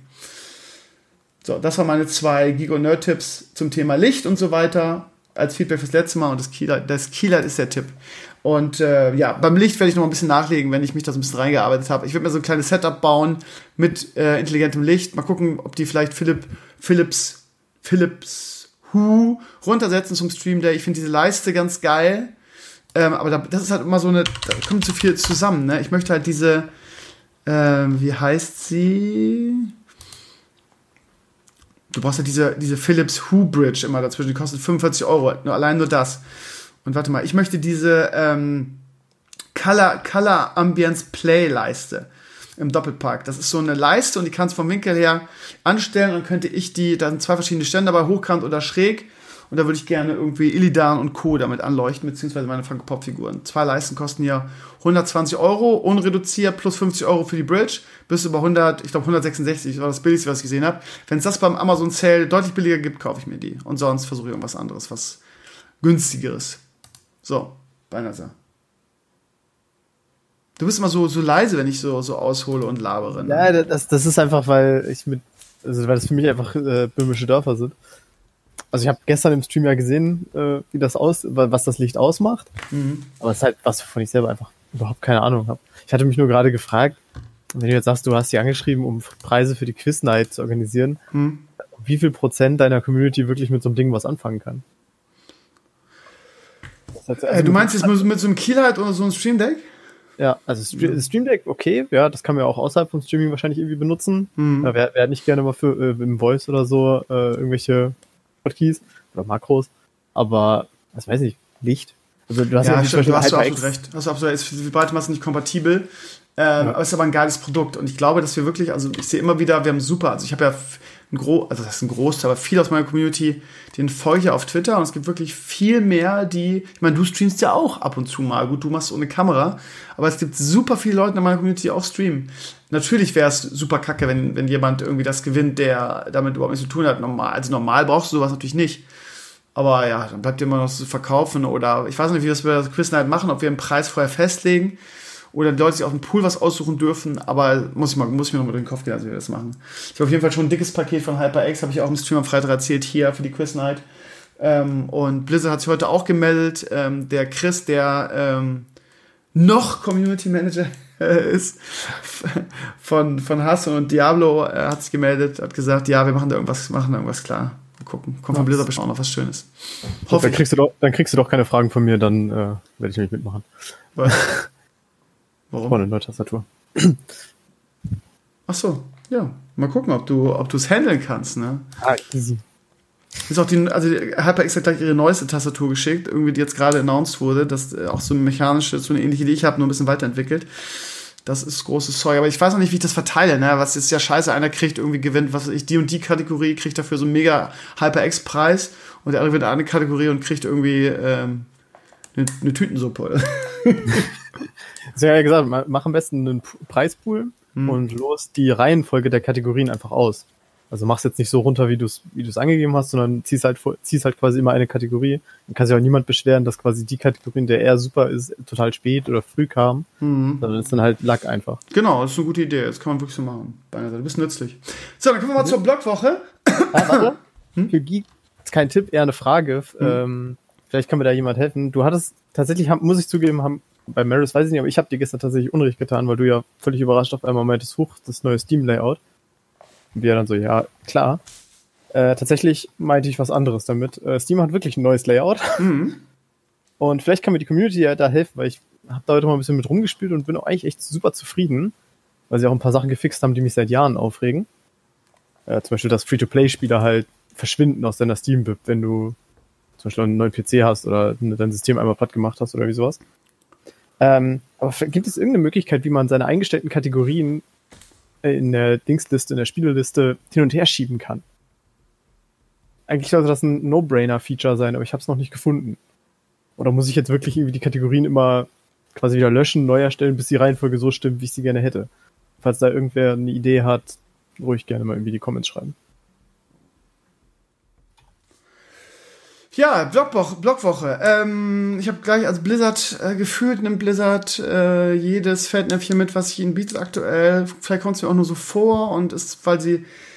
[SPEAKER 2] So, das waren meine 2 Giga-Nerd-Tipps zum Thema Licht und so weiter. Als Feedback fürs letzte Mal. Und das Keylight ist der Tipp. Und beim Licht werde ich noch ein bisschen nachlegen, wenn ich mich da so ein bisschen reingearbeitet habe. Ich werde mir so ein kleines Setup bauen mit intelligentem Licht. Mal gucken, ob die vielleicht Philips Hue runtersetzen zum Stream Day. Ich finde diese Leiste ganz geil. Aber das ist halt immer so da kommt zu viel zusammen, ne? Ich möchte halt diese, wie heißt sie? Du brauchst halt diese Philips Hue Bridge immer dazwischen, die kostet 45 €, allein nur das. Und warte mal, ich möchte diese Color Ambience Play Leiste im Doppelpack. Das ist so eine Leiste und die kannst du vom Winkel her anstellen und könnte ich da sind 2 verschiedene Stände dabei, hochkant oder schräg. Und da würde ich gerne irgendwie Illidan und Co. damit anleuchten, beziehungsweise meine Funko-Pop-Figuren. 2 Leisten kosten hier 120 €, unreduziert, plus 50 € für die Bridge. Bis über 166, war das billigste, was ich gesehen habe. Wenn es das beim Amazon Sale deutlich billiger gibt, kaufe ich mir die. Und sonst versuche ich irgendwas anderes, was günstigeres. So, Beinasser. Du bist immer so leise, wenn ich so aushole und labere. Ne?
[SPEAKER 3] Ja, das ist einfach, weil das für mich einfach böhmische Dörfer sind. Also ich habe gestern im Stream ja gesehen, was das Licht ausmacht. Mhm. Aber es ist halt was, wovon ich selber einfach überhaupt keine Ahnung habe. Ich hatte mich nur gerade gefragt, wenn du jetzt sagst, du hast die angeschrieben, um Preise für die Quiz Night zu organisieren, wie viel % deiner Community wirklich mit so einem Ding was anfangen kann?
[SPEAKER 2] Du meinst jetzt mit so einem Keylight oder so einem Stream Deck?
[SPEAKER 3] Ja, also Stream Deck, okay, ja, das kann man ja auch außerhalb vom Streaming wahrscheinlich irgendwie benutzen. Wer nicht gerne mal für im Voice oder so irgendwelche Hotkeys oder Makros, aber, was weiß ich, Licht. Also du hast
[SPEAKER 2] ja stimmt, du hast absolut recht. Hast du absolut, ist für die breite Masse nicht kompatibel. Aber es ist aber ein geiles Produkt und ich glaube, dass wir wirklich, also ich sehe immer wieder, wir haben super, also ich habe ja das ist ein Großteil, aber viel aus meiner Community, den folge ich ja auf Twitter und es gibt wirklich viel mehr, ich meine, du streamst ja auch ab und zu mal, gut, du machst ohne Kamera, aber es gibt super viele Leute in meiner Community, die auch streamen. Natürlich wäre es super kacke, wenn jemand irgendwie das gewinnt, der damit überhaupt nichts zu tun hat. Normal brauchst du sowas natürlich nicht. Aber ja, dann bleibt dir immer noch zu verkaufen oder ich weiß nicht, wie wir das bei der Quiz Night machen, ob wir einen Preis vorher festlegen oder die Leute sich auf dem Pool was aussuchen dürfen, aber muss ich mir noch mal durch den Kopf gehen, als wir das machen. Ich habe auf jeden Fall schon ein dickes Paket von HyperX, habe ich auch im Stream am Freitag erzählt, hier für die Quiz Night. Und Blizzard hat sich heute auch gemeldet. Der Chris, der noch Community Manager ist von Hearthstone und Diablo, hat sich gemeldet, hat gesagt, ja, wir machen da irgendwas klar. Mal gucken. Kommt von Blizzard bestimmt auch noch was Schönes.
[SPEAKER 3] Dann kriegst du doch keine Fragen von mir, dann werde ich nämlich mitmachen.
[SPEAKER 2] Was? Warum?
[SPEAKER 3] Vorne eine neue Tastatur.
[SPEAKER 2] Ach so, ja. Mal gucken, ob du es handeln kannst, ne?
[SPEAKER 3] Easy.
[SPEAKER 2] Ist auch HyperX hat gleich ihre neueste Tastatur geschickt, irgendwie, die jetzt gerade announced wurde, das auch so eine mechanische, so eine ähnliche, die ich habe, nur ein bisschen weiterentwickelt. Das ist großes Zeug, aber ich weiß noch nicht, wie ich das verteile, ne? Was ist ja scheiße, einer kriegt irgendwie gewinnt, was weiß ich, die und die Kategorie, kriegt dafür so einen mega HyperX-Preis und der andere gewinnt eine Kategorie und kriegt irgendwie eine Tütensuppe.
[SPEAKER 3] Sie haben ja gesagt, mach am besten einen Preispool und los die Reihenfolge der Kategorien einfach aus. Also mach's jetzt nicht so runter, wie du es angegeben hast, sondern ziehst halt quasi immer eine Kategorie. Dann kann sich auch niemand beschweren, dass quasi die Kategorie, in der eher super ist, total spät oder früh kam. Sondern ist dann halt Lack einfach.
[SPEAKER 2] Genau, das ist eine gute Idee. Das kann man wirklich so machen. Du bist nützlich. So, dann kommen wir mal zur Blogwoche.
[SPEAKER 3] Warte. Für Geek ist kein Tipp, eher eine Frage. Vielleicht kann mir da jemand helfen. Du hattest tatsächlich, muss ich zugeben, bei Maris weiß ich nicht, aber ich habe dir gestern tatsächlich Unrecht getan, weil du ja völlig überrascht auf einmal meintest, das neue Steam-Layout. Und wir dann so, ja, klar. Tatsächlich meinte ich was anderes damit. Steam hat wirklich ein neues Layout. Und vielleicht kann mir die Community ja da helfen, weil ich habe da heute mal ein bisschen mit rumgespielt und bin auch eigentlich echt super zufrieden, weil sie auch ein paar Sachen gefixt haben, die mich seit Jahren aufregen. Zum Beispiel, dass Free-to-Play-Spieler halt verschwinden aus deiner Steam-Bib, wenn du zum Beispiel einen neuen PC hast oder dein System einmal platt gemacht hast oder wie sowas. Aber gibt es irgendeine Möglichkeit, wie man seine eingestellten Kategorien in der Dingsliste, in der Spieleliste hin und her schieben kann? Eigentlich sollte das ein No-Brainer-Feature sein, aber ich habe es noch nicht gefunden. Oder muss ich jetzt wirklich irgendwie die Kategorien immer quasi wieder löschen, neu erstellen, bis die Reihenfolge so stimmt, wie ich sie gerne hätte? Falls da irgendwer eine Idee hat, ruhig gerne mal irgendwie die Comments schreiben.
[SPEAKER 2] Ja, Blogwoche. Ich habe gleich, also Blizzard, gefühlt nimmt Blizzard jedes Fettnäpfchen mit, was sich ihnen bietet aktuell. Vielleicht kommt es mir auch nur so vor und ist, weil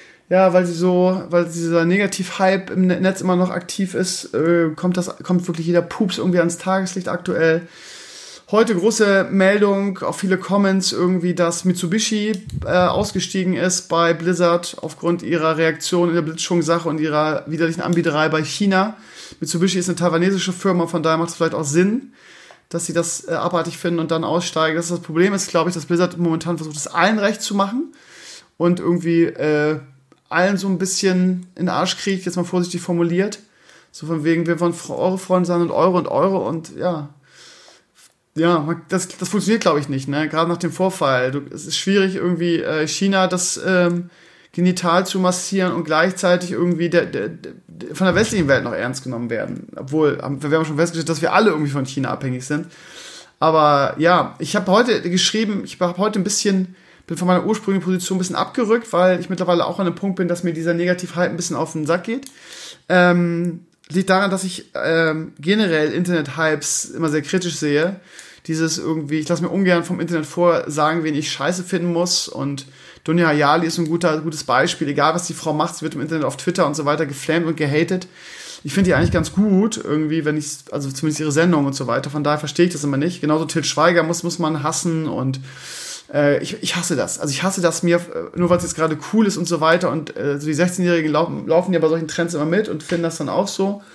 [SPEAKER 2] dieser Negativ-Hype im Netz immer noch aktiv ist, kommt wirklich jeder Pups irgendwie ans Tageslicht aktuell. Heute große Meldung, auch viele Comments irgendwie, dass Mitsubishi ausgestiegen ist bei Blizzard aufgrund ihrer Reaktion in der Blitzschung-Sache und ihrer widerlichen Anbieterei bei China. Mitsubishi ist eine taiwanesische Firma, von daher macht es vielleicht auch Sinn, dass sie das abartig finden und dann aussteigen. Das Problem ist, glaube ich, dass Blizzard momentan versucht, es allen recht zu machen und irgendwie allen so ein bisschen in den Arsch kriegt, jetzt mal vorsichtig formuliert. So von wegen, wir wollen eure Freunde sein und Euro und ja. Ja, das funktioniert, glaube ich, nicht, ne? Gerade nach dem Vorfall. Es ist schwierig, irgendwie China das genital zu massieren und gleichzeitig irgendwie von der westlichen Welt noch ernst genommen werden. Obwohl, wir haben schon festgestellt, dass wir alle irgendwie von China abhängig sind. Aber ja, ich habe heute geschrieben, bin von meiner ursprünglichen Position ein bisschen abgerückt, weil ich mittlerweile auch an einem Punkt bin, dass mir dieser Negativ-Hype ein bisschen auf den Sack geht. Liegt daran, dass ich generell Internet-Hypes immer sehr kritisch sehe. Dieses irgendwie, ich lasse mir ungern vom Internet vorsagen, wen ich scheiße finden muss. Und Dunja Hayali ist ein gutes Beispiel. Egal, was die Frau macht, sie wird im Internet auf Twitter und so weiter geflamed und gehatet. Ich finde die eigentlich ganz gut, irgendwie, also zumindest ihre Sendung und so weiter. Von daher verstehe ich das immer nicht. Genauso Til Schweiger muss man hassen und ich hasse das. Also ich hasse das nur weil es jetzt gerade cool ist und so weiter. Und so die 16-Jährigen laufen ja bei solchen Trends immer mit und finden das dann auch so.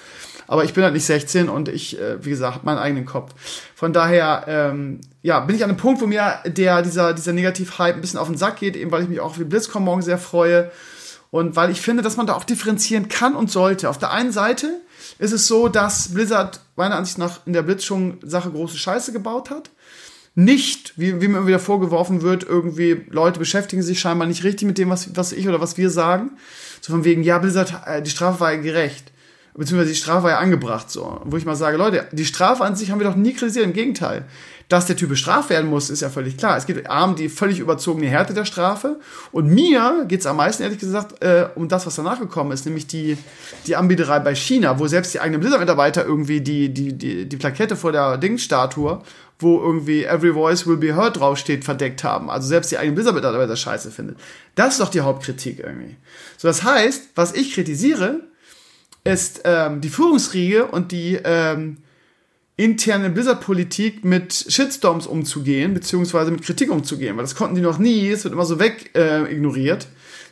[SPEAKER 2] Aber ich bin halt nicht 16 und ich, wie gesagt, habe meinen eigenen Kopf. Von daher, bin ich an einem Punkt, wo mir dieser Negativ-Hype ein bisschen auf den Sack geht, eben weil ich mich auch auf die BlizzCon morgen sehr freue. Und weil ich finde, dass man da auch differenzieren kann und sollte. Auf der einen Seite ist es so, dass Blizzard meiner Ansicht nach in der Blitzschung-Sache große Scheiße gebaut hat. Nicht, wie mir immer wieder vorgeworfen wird, irgendwie Leute beschäftigen sich scheinbar nicht richtig mit dem, was ich oder was wir sagen. So von wegen, ja, Blizzard, die Strafe war ja gerecht. Beziehungsweise die Strafe war ja angebracht. So. Wo ich mal sage, Leute, die Strafe an sich haben wir doch nie kritisiert. Im Gegenteil. Dass der Typ bestraft werden muss, ist ja völlig klar. Es geht um die völlig überzogene Härte der Strafe. Und mir geht es am meisten, ehrlich gesagt, um das, was danach gekommen ist, nämlich die Anbieterei bei China, wo selbst die eigenen Blizzard-Mitarbeiter irgendwie die Plakette vor der Ding-Statue, wo irgendwie Every Voice Will Be Heard draufsteht, verdeckt haben. Also selbst die eigenen Blizzard-Mitarbeiter scheiße findet. Das ist doch die Hauptkritik irgendwie. So, das heißt, was ich kritisiere, ist die Führungsriege und die interne Blizzard-Politik mit Shitstorms umzugehen, beziehungsweise mit Kritik umzugehen, weil das konnten die noch nie, es wird immer so ignoriert.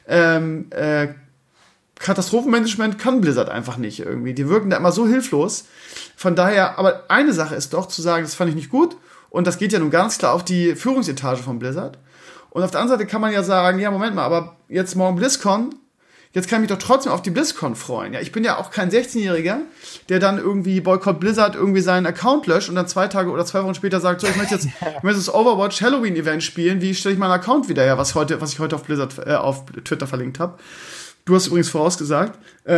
[SPEAKER 2] Katastrophenmanagement kann Blizzard einfach nicht irgendwie. Die wirken da immer so hilflos. Von daher, aber eine Sache ist doch zu sagen, das fand ich nicht gut und das geht ja nun ganz klar auf die Führungsetage von Blizzard. Und auf der anderen Seite kann man ja sagen, ja, Moment mal, aber jetzt morgen BlizzCon, jetzt kann ich mich doch trotzdem auf die BlizzCon freuen. Ja, ich bin ja auch kein 16-Jähriger, der dann irgendwie Boycott Blizzard irgendwie seinen Account löscht und dann 2 Tage oder 2 Wochen später sagt, so, ich möchte das Overwatch Halloween Event spielen, wie stelle ich meinen Account wieder her, was ich heute auf Blizzard auf Twitter verlinkt habe. Du hast übrigens vorausgesagt.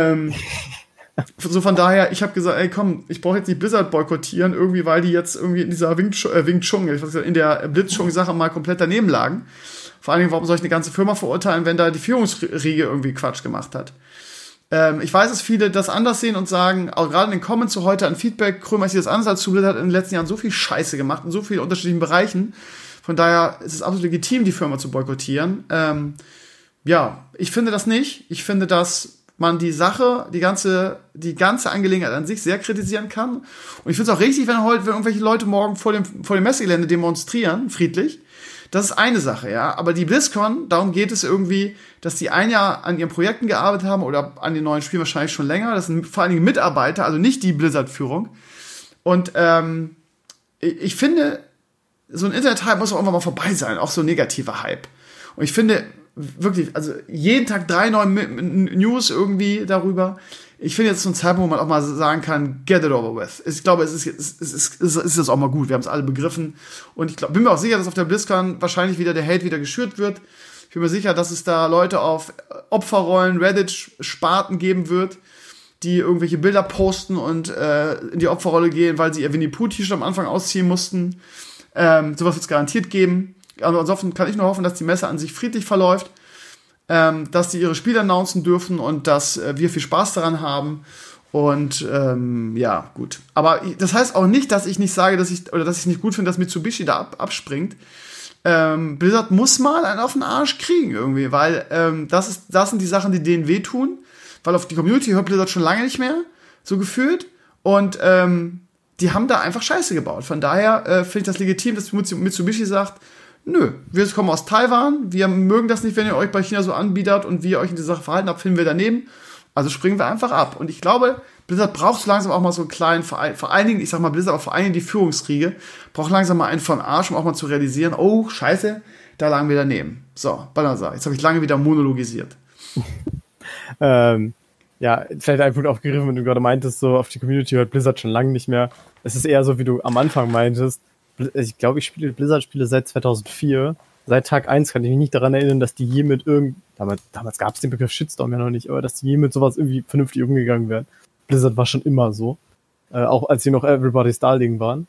[SPEAKER 2] So von daher, ich habe gesagt, ey komm, ich brauche jetzt nicht Blizzard boykottieren, irgendwie, weil die jetzt irgendwie in dieser Wing Chun, in der Blitzchung-Sache mal komplett daneben lagen. Vor allen Dingen, warum soll ich eine ganze Firma verurteilen, wenn da die Führungsriege irgendwie Quatsch gemacht hat? Ich weiß, dass viele das anders sehen und sagen, auch gerade in den Comments so heute an Feedback, Krömer sieht das anders als Blizzard hat in den letzten Jahren so viel Scheiße gemacht in so vielen unterschiedlichen Bereichen. Von daher ist es absolut legitim, die Firma zu boykottieren. Ich finde das nicht. Ich finde, dass man die Sache, die ganze Angelegenheit an sich sehr kritisieren kann. Und ich finde es auch richtig, wenn irgendwelche Leute morgen vor dem Messegelände demonstrieren, friedlich. Das ist eine Sache, ja. Aber die BlizzCon, darum geht es irgendwie, dass die ein Jahr an ihren Projekten gearbeitet haben oder an den neuen Spielen wahrscheinlich schon länger. Das sind vor allen Dingen Mitarbeiter, also nicht die Blizzard-Führung. Und ich finde, so ein Internet-Hype muss auch irgendwann mal vorbei sein, auch so ein negativer Hype. Und ich finde wirklich, also jeden Tag 3 neue News irgendwie darüber. Ich finde jetzt so ein Zeitpunkt, wo man auch mal sagen kann, get it over with. Ich glaube, es ist jetzt auch mal gut. Wir haben es alle begriffen. Und ich bin mir auch sicher, dass auf der BlizzCon wahrscheinlich wieder der Hate wieder geschürt wird. Ich bin mir sicher, dass es da Leute auf Opferrollen, Reddit-Sparten geben wird, die irgendwelche Bilder posten und in die Opferrolle gehen, weil sie ihr Winnie-Pooh-T-Shirt am Anfang ausziehen mussten. Sowas wird es garantiert geben. Also ansonsten kann ich nur hoffen, dass die Messe an sich friedlich verläuft, dass die ihre Spiele announcen dürfen und dass wir viel Spaß daran haben. Und gut. Aber das heißt auch nicht, dass ich nicht sage, dass ich es nicht gut finde, dass Mitsubishi da abspringt. Blizzard muss mal einen auf den Arsch kriegen irgendwie, weil das sind die Sachen, die denen wehtun, weil auf die Community hört Blizzard schon lange nicht mehr, so gefühlt. Und die haben da einfach Scheiße gebaut. Von daher finde ich das legitim, dass Mitsubishi sagt, nö, wir kommen aus Taiwan, wir mögen das nicht, wenn ihr euch bei China so anbietet und wie ihr euch in dieser Sache verhalten habt, finden wir daneben. Also springen wir einfach ab. Und ich glaube, Blizzard braucht so langsam auch mal so einen kleinen, vor allen Dingen, ich sag mal Blizzard, aber vor allen Dingen die Führungsriege, braucht langsam mal einen von Arsch, um auch mal zu realisieren, oh, scheiße, da lagen wir daneben. So, Balazar, jetzt habe ich lange wieder monologisiert.
[SPEAKER 3] Vielleicht ein Punkt aufgegriffen, wenn du gerade meintest, so auf die Community hört Blizzard schon lange nicht mehr. Es ist eher so, wie du am Anfang meintest, ich glaube, ich spiele Blizzard-Spiele seit 2004. Seit Tag 1 kann ich mich nicht daran erinnern, dass die je mit damals gab es den Begriff Shitstorm ja noch nicht, aber dass die je mit sowas irgendwie vernünftig umgegangen werden. Blizzard war schon immer so. Auch als sie noch Everybody's Darling waren.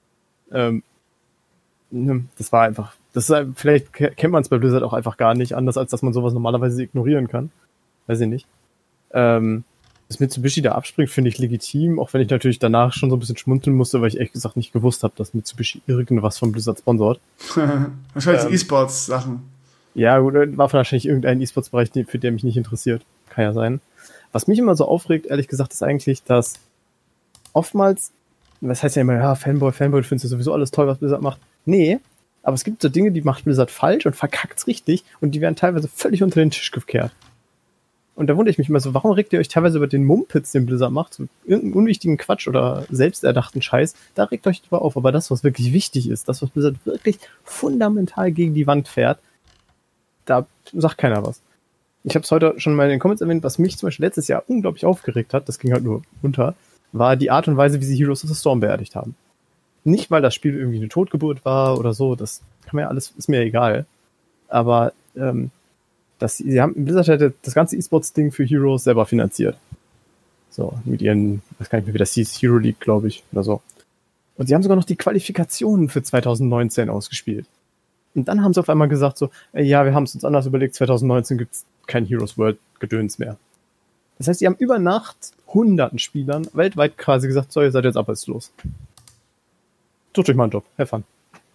[SPEAKER 3] Das war einfach, vielleicht kennt man es bei Blizzard auch einfach gar nicht, anders als dass man sowas normalerweise ignorieren kann. Weiß ich nicht. Dass Mitsubishi da abspringt, finde ich legitim, auch wenn ich natürlich danach schon so ein bisschen schmunzeln musste, weil ich ehrlich gesagt nicht gewusst habe, dass Mitsubishi irgendwas von Blizzard sponsort.
[SPEAKER 2] Wahrscheinlich E-Sports-Sachen.
[SPEAKER 3] Ja, gut, war wahrscheinlich irgendein E-Sports-Bereich, für der mich nicht interessiert. Kann ja sein. Was mich immer so aufregt, ehrlich gesagt, ist eigentlich, dass oftmals, das heißt ja immer, ja, Fanboy, du findest ja sowieso alles toll, was Blizzard macht. Nee, aber es gibt so Dinge, die macht Blizzard falsch und verkackt's richtig und die werden teilweise völlig unter den Tisch gekehrt. Und da wundere ich mich immer so, warum regt ihr euch teilweise über den Mumpitz, den Blizzard macht, so irgendeinen unwichtigen Quatsch oder selbsterdachten Scheiß, da regt euch drüber auf. Aber das, was wirklich wichtig ist, das, was Blizzard wirklich fundamental gegen die Wand fährt, da sagt keiner was. Ich habe es heute schon mal in den Comments erwähnt, was mich zum Beispiel letztes Jahr unglaublich aufgeregt hat, das ging halt nur runter, war die Art und Weise, wie sie Heroes of the Storm beerdigt haben. Nicht, weil das Spiel irgendwie eine Totgeburt war oder so, das kann mir ja alles, ist mir egal. Aber sie haben, Blizzard hätte das ganze E-Sports-Ding für Heroes selber finanziert. So, mit ihren, ich weiß gar nicht mehr, wie das hieß, Hero League, glaube ich, oder so. Und sie haben sogar noch die Qualifikationen für 2019 ausgespielt. Und dann haben sie auf einmal gesagt so, ja, wir haben es uns anders überlegt, 2019 gibt's kein Heroes World Gedöns mehr. Das heißt, sie haben über Nacht hunderten Spielern weltweit quasi gesagt, so, ihr seid jetzt arbeitslos. Sucht euch mal einen Job, have fun.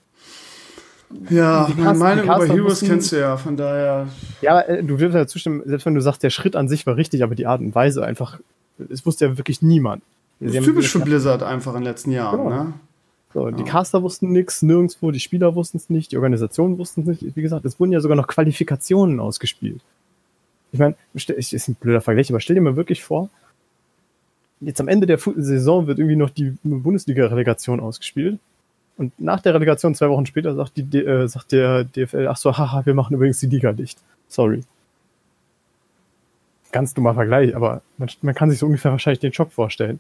[SPEAKER 2] Ja, meine Meinung über Heroes kennst du ja, von daher...
[SPEAKER 3] Ja, du wirst ja zustimmen, selbst wenn du sagst, der Schritt an sich war richtig, aber die Art und Weise einfach, es wusste ja wirklich niemand.
[SPEAKER 2] Das ist typisch für Blizzard einfach in den letzten Jahren,
[SPEAKER 3] genau.
[SPEAKER 2] Ne?
[SPEAKER 3] So, die Caster wussten nichts, nirgendwo, die Spieler wussten es nicht, die Organisation wussten es nicht. Wie gesagt, es wurden ja sogar noch Qualifikationen ausgespielt. Ich meine, ist ein blöder Vergleich, aber stell dir mal wirklich vor, jetzt am Ende der Saison wird irgendwie noch die Bundesliga-Relegation ausgespielt. Und nach der Relegation 2 Wochen später sagt der DFL, ach so, haha, wir machen übrigens die Liga dicht. Sorry. Ganz dummer Vergleich, aber man kann sich so ungefähr wahrscheinlich den Schock vorstellen.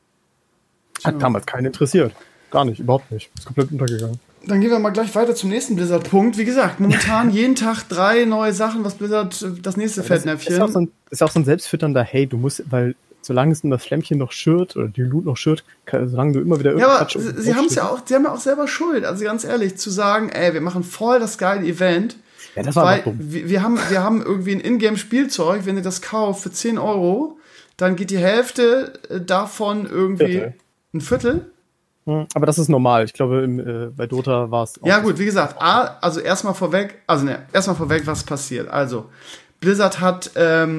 [SPEAKER 3] Hat damals keinen interessiert. Gar nicht, überhaupt nicht. Ist komplett untergegangen.
[SPEAKER 2] Dann gehen wir mal gleich weiter zum nächsten Blizzard-Punkt. Wie gesagt, momentan jeden Tag 3 neue Sachen, was Blizzard das nächste Fettnäpfchen.
[SPEAKER 3] Ist auch so ein selbstfütternder, hey, du musst, weil solange es das Flämmchen noch schürt oder die Loot noch schürt, solange du immer wieder
[SPEAKER 2] irgendwas. Ja, aber sie haben ja auch selber Schuld. Also ganz ehrlich, zu sagen, ey, wir machen voll das geile Event.
[SPEAKER 3] Ja, das war
[SPEAKER 2] weil dumm. Wir haben irgendwie ein Ingame-Spielzeug, wenn ihr das kauft für 10 €, dann geht die Hälfte davon irgendwie ein Viertel.
[SPEAKER 3] Aber das ist normal. Ich glaube, bei Dota war es auch.
[SPEAKER 2] Ja, gut, wie gesagt, also erstmal vorweg, was passiert. Also, Blizzard hat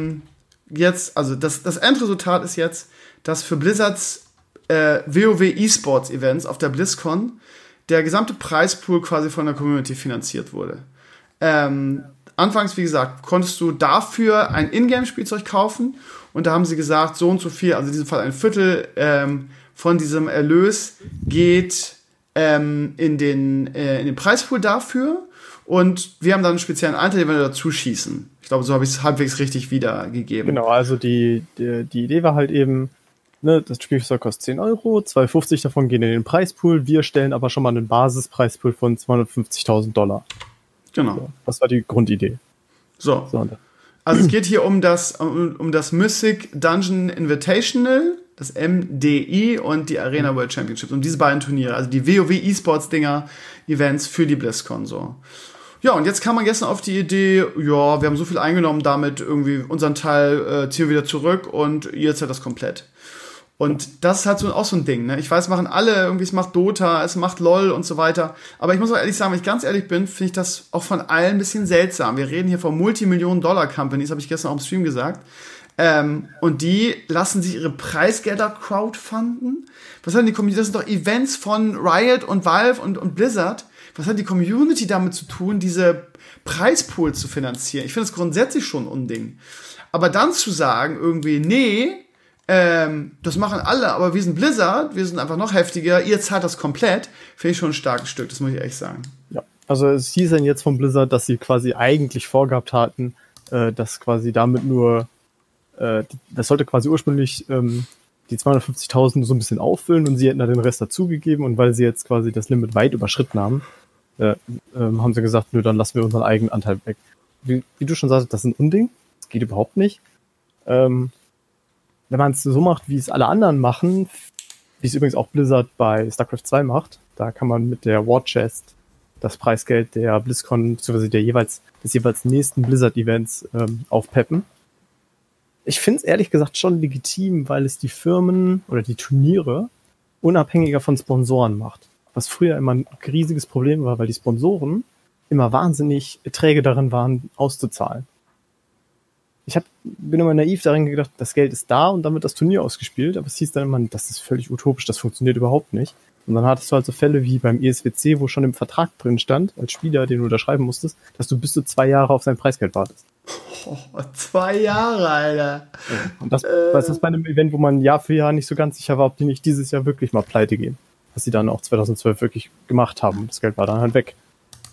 [SPEAKER 2] jetzt, also das Endresultat ist jetzt, dass für Blizzards WoW E-Sports Events auf der BlizzCon der gesamte Preispool quasi von der Community finanziert wurde. Anfangs, wie gesagt, konntest du dafür ein Ingame-Spielzeug kaufen und da haben sie gesagt, so und so viel, also in diesem Fall ein Viertel von diesem Erlös geht in den Preispool dafür und wir haben dann einen speziellen Anteil, den wir dazu schießen. Ich glaube, so habe ich es halbwegs richtig wiedergegeben.
[SPEAKER 3] Genau, also die Idee war halt eben, ne, das Spielzeug kostet 10 €, 2,50 davon gehen in den Preispool, wir stellen aber schon mal einen Basispreispool von $250.000.
[SPEAKER 2] Genau.
[SPEAKER 3] So, das war die Grundidee.
[SPEAKER 2] So. Also es geht hier um das Mythic Dungeon Invitational, das MDI und die Arena World Championships, um diese beiden Turniere, also die WoW E-Sports Dinger, Events für die BlizzCon so. Ja, und jetzt kam man gestern auf die Idee, ja, wir haben so viel eingenommen damit, irgendwie unseren Teil ziehen wir wieder zurück und ihr zahlt das komplett. Und das ist halt auch so ein Ding, ne? Ich weiß, machen alle irgendwie, es macht Dota, es macht LOL und so weiter. Aber ich muss auch ehrlich sagen, wenn ich ganz ehrlich bin, finde ich das auch von allen ein bisschen seltsam. Wir reden hier von Multimillionen-Dollar-Companies, habe ich gestern auch im Stream gesagt. Und die lassen sich ihre Preisgelder crowdfunden. Was hat die Community? Das sind doch Events von Riot und Valve und Blizzard. Was hat die Community damit zu tun, diese Preispools zu finanzieren? Ich finde das grundsätzlich schon ein Unding. Aber dann zu sagen, irgendwie, nee, das machen alle, aber wir sind Blizzard, wir sind einfach noch heftiger, ihr zahlt das komplett, finde ich schon ein starkes Stück, das muss ich echt sagen.
[SPEAKER 3] Ja, also es hieß dann jetzt von Blizzard, dass sie quasi eigentlich vorgehabt hatten, dass quasi damit nur das sollte quasi ursprünglich die 250.000 so ein bisschen auffüllen und sie hätten da den Rest dazugegeben und weil sie jetzt quasi das Limit weit überschritten haben, haben sie gesagt, nö, dann lassen wir unseren eigenen Anteil weg. Wie du schon sagst, das ist ein Unding, das geht überhaupt nicht. Wenn man es so macht, wie es alle anderen machen, wie es übrigens auch Blizzard bei StarCraft 2 macht, da kann man mit der War Chest das Preisgeld der BlizzCon bzw. des jeweils nächsten Blizzard-Events aufpeppen. Ich finde es ehrlich gesagt schon legitim, weil es die Firmen oder die Turniere unabhängiger von Sponsoren macht. Was früher immer ein riesiges Problem war, weil die Sponsoren immer wahnsinnig träge darin waren, auszuzahlen. Ich bin immer naiv darin gedacht, das Geld ist da und dann wird das Turnier ausgespielt, aber es hieß dann immer, das ist völlig utopisch, das funktioniert überhaupt nicht. Und dann hattest du halt so Fälle wie beim ESWC, wo schon im Vertrag drin stand, als Spieler, den du unterschreiben musstest, dass du bis zu 2 Jahre auf sein Preisgeld wartest.
[SPEAKER 2] Oh, 2 Jahre, Alter.
[SPEAKER 3] Und das ist bei einem Event, wo man Jahr für Jahr nicht so ganz sicher war, ob die nicht dieses Jahr wirklich mal pleite gehen. Was sie dann auch 2012 wirklich gemacht haben. Das Geld war dann halt weg.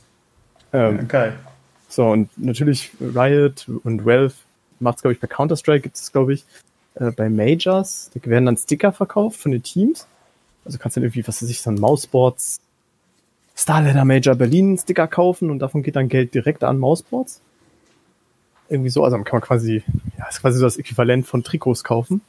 [SPEAKER 2] Okay.
[SPEAKER 3] So, und natürlich Riot und Valve macht es, glaube ich, bei Counter-Strike gibt es, glaube ich, bei Majors, da werden dann Sticker verkauft von den Teams. Also kannst du dann irgendwie, was weiß ich, so ein Mouseboards Starladder Major Berlin Sticker kaufen und davon geht dann Geld direkt an Mouseboards. Irgendwie so, also kann man quasi, ja, ist quasi so das Äquivalent von Trikots kaufen.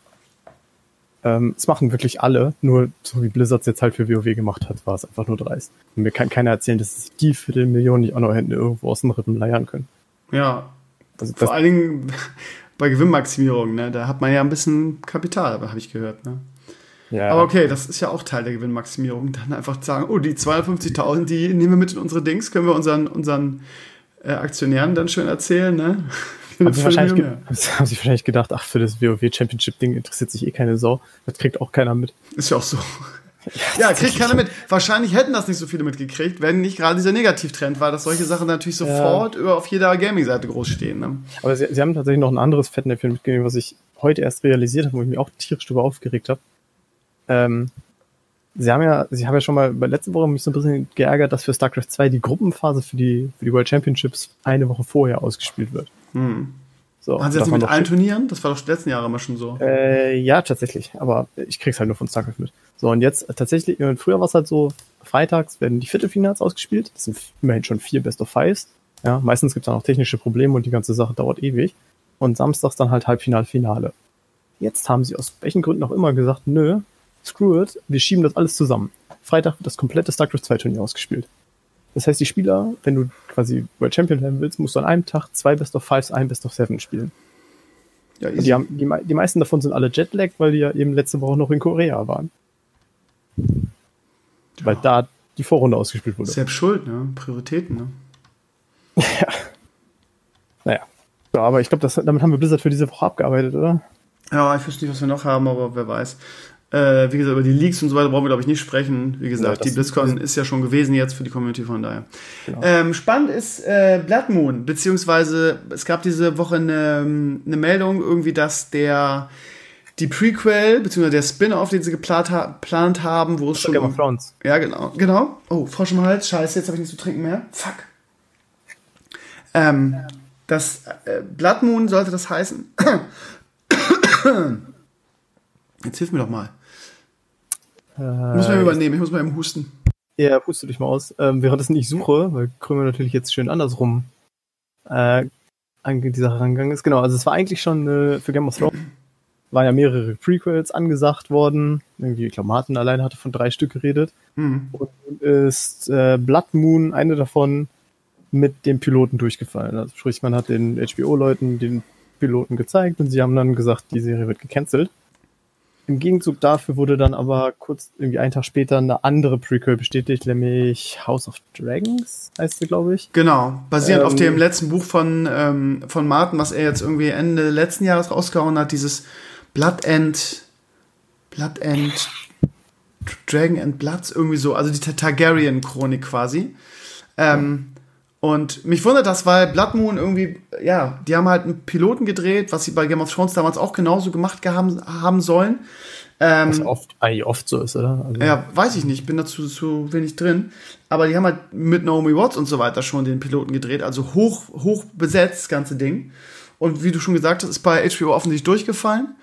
[SPEAKER 3] Das machen wirklich alle, nur so wie Blizzard jetzt halt für WoW gemacht hat, war es einfach nur dreist. Und mir kann keiner erzählen, dass sich die Viertelmillionen nicht auch noch hätten irgendwo aus dem Rippen leiern können.
[SPEAKER 2] Ja,
[SPEAKER 3] Also
[SPEAKER 2] vor allen Dingen bei Gewinnmaximierung, ne? Da hat man ja ein bisschen Kapital, habe ich gehört, ne?
[SPEAKER 3] ja,
[SPEAKER 2] Aber okay, das ist ja auch Teil der Gewinnmaximierung. Dann einfach sagen, oh, die 250.000, die nehmen wir mit in unsere Dings, können wir unseren Aktionären dann schön erzählen, ne?
[SPEAKER 3] Haben sie wahrscheinlich gedacht, ach, für das WoW-Championship-Ding interessiert sich eh keine Sau. Das kriegt auch keiner mit.
[SPEAKER 2] Ist ja auch so. Ja, kriegt keiner mit. Wahrscheinlich hätten das nicht so viele mitgekriegt, wenn nicht gerade dieser Negativtrend war, dass solche Sachen natürlich sofort auf jeder Gaming-Seite groß stehen. Ne?
[SPEAKER 3] Aber sie haben tatsächlich noch ein anderes Fettnäpfchen mitgenommen, was ich heute erst realisiert habe, wo ich mich auch tierisch drüber aufgeregt habe. Sie haben ja schon mal bei letzter Woche mich so ein bisschen geärgert, dass für StarCraft 2 die Gruppenphase für die World Championships eine Woche vorher ausgespielt wird. So,
[SPEAKER 2] waren sie das nicht mit allen Turnieren? Das war doch die letzten Jahre immer schon so.
[SPEAKER 3] Ja, tatsächlich. Aber ich krieg's halt nur von StarCraft mit. So, und jetzt tatsächlich, früher war es halt so, freitags werden die Viertelfinals ausgespielt. Das sind immerhin schon 4 Best of Fives. Ja, meistens gibt's dann auch technische Probleme und die ganze Sache dauert ewig. Und samstags dann halt Halbfinale, Finale. Jetzt haben sie aus welchen Gründen auch immer gesagt, nö, screw it, wir schieben das alles zusammen. Freitag wird das komplette StarCraft 2 Turnier ausgespielt. Das heißt, die Spieler, wenn du quasi World Champion werden willst, musst du an einem Tag 2 Best of Fives, ein Best of Seven spielen. Ja, und die meisten davon sind alle Jetlagged, weil die ja eben letzte Woche noch in Korea waren. Ja. Weil da die Vorrunde ausgespielt wurde.
[SPEAKER 2] Selbst schuld, ne? Prioritäten, ne?
[SPEAKER 3] Ja. Naja. Ja, aber ich glaube, damit haben wir Blizzard für diese Woche abgearbeitet, oder?
[SPEAKER 2] Ja, ich wüsste nicht, was wir noch haben, aber wer weiß. Wie gesagt, über die Leaks und so weiter brauchen wir, glaube ich, nicht sprechen. Wie gesagt, die BlizzCon ist ja schon gewesen jetzt für die Community, von daher. Genau. Spannend ist Blood Moon, beziehungsweise es gab diese Woche eine Meldung irgendwie, dass die Prequel, beziehungsweise der Spin-Off, den sie geplant haben, wo es schon...
[SPEAKER 3] Game of Thrones.
[SPEAKER 2] Ja, genau. Oh, Frosch im Hals, scheiße, jetzt habe ich nichts zu trinken mehr. Fuck. Das Blood Moon sollte das heißen. Jetzt hilf mir doch mal. Ich muss mal übernehmen, ich muss mal eben husten.
[SPEAKER 3] Ja, huste dich mal aus. Währenddessen ich suche, weil Krümel natürlich jetzt schön andersrum an die Sache rangegangen ist. Genau, also es war eigentlich schon für Game of Thrones, waren ja mehrere Prequels angesagt worden. Irgendwie, ich glaube, Martin alleine hatte von 3 Stück geredet. Und ist Blood Moon, eine davon, mit dem Piloten durchgefallen. Also sprich, man hat den HBO-Leuten den Piloten gezeigt und sie haben dann gesagt, die Serie wird gecancelt. Im Gegenzug dafür wurde dann aber kurz, irgendwie einen Tag später, eine andere Prequel bestätigt, nämlich House of Dragons, heißt sie, glaube ich.
[SPEAKER 2] Genau, basierend auf dem letzten Buch von Martin, was er jetzt irgendwie Ende letzten Jahres rausgehauen hat, dieses Blood and Dragon and Bloods, irgendwie so, also die Targaryen-Chronik quasi. Und mich wundert das, weil Blood Moon irgendwie, ja, die haben halt einen Piloten gedreht, was sie bei Game of Thrones damals auch genauso gemacht haben sollen.
[SPEAKER 3] Was eigentlich oft so ist, oder? Also
[SPEAKER 2] ja, weiß ich nicht, bin dazu zu wenig drin. Aber die haben halt mit Naomi Watts und so weiter schon den Piloten gedreht, also hoch besetzt, das ganze Ding. Und wie du schon gesagt hast, ist bei HBO offensichtlich durchgefallen.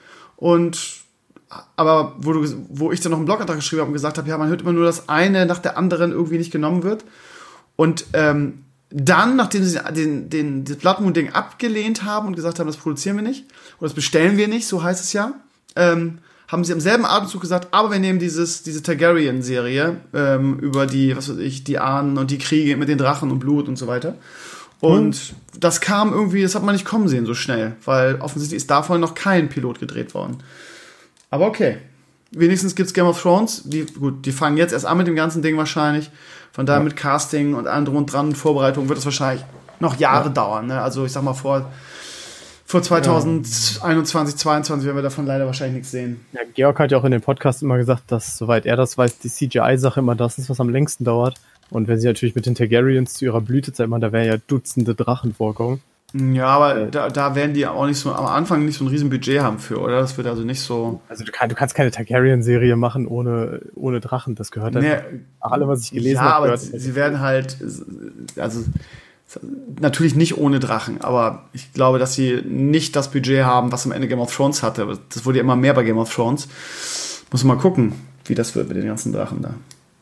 [SPEAKER 2] Aber wo ich dann noch einen Blogantrag geschrieben habe und gesagt habe, ja, man hört immer nur, dass eine nach der anderen irgendwie nicht genommen wird. Und dann, nachdem sie das Blood Moon-Ding abgelehnt haben und gesagt haben, das produzieren wir nicht, oder das bestellen wir nicht, so heißt es ja, haben sie im selben Atemzug gesagt, aber wir nehmen diese Targaryen-Serie über die, was weiß ich, die Ahnen und die Kriege mit den Drachen und Blut und so weiter. Und das kam irgendwie, das hat man nicht kommen sehen so schnell, weil offensichtlich ist davon noch kein Pilot gedreht worden. Aber okay. Wenigstens gibt's Game of Thrones. Die fangen jetzt erst an mit dem ganzen Ding wahrscheinlich. Von daher mit Casting und allem drum und dran und Vorbereitung wird es wahrscheinlich noch Jahre dauern. Ne? Also ich sag mal, vor 2021, 2022 werden wir davon leider wahrscheinlich nichts sehen.
[SPEAKER 3] Ja, Georg hat ja auch in dem Podcast immer gesagt, dass, soweit er das weiß, die CGI-Sache immer das ist, was am längsten dauert. Und wenn sie natürlich mit den Targaryens zu ihrer Blütezeit machen, da werden ja Dutzende Drachen vorkommen.
[SPEAKER 2] Ja, aber da werden die auch nicht so am Anfang nicht so ein riesen Budget haben für, oder? Das wird also nicht so.
[SPEAKER 3] Also du kannst keine Targaryen-Serie machen ohne Drachen. Das gehört dann. Alle, was ich gelesen habe.
[SPEAKER 2] Ja, aber sie werden halt, also natürlich nicht ohne Drachen, aber ich glaube, dass sie nicht das Budget haben, was am Ende Game of Thrones hatte. Das wurde ja immer mehr bei Game of Thrones. Muss man mal gucken, wie das wird mit den ganzen Drachen da.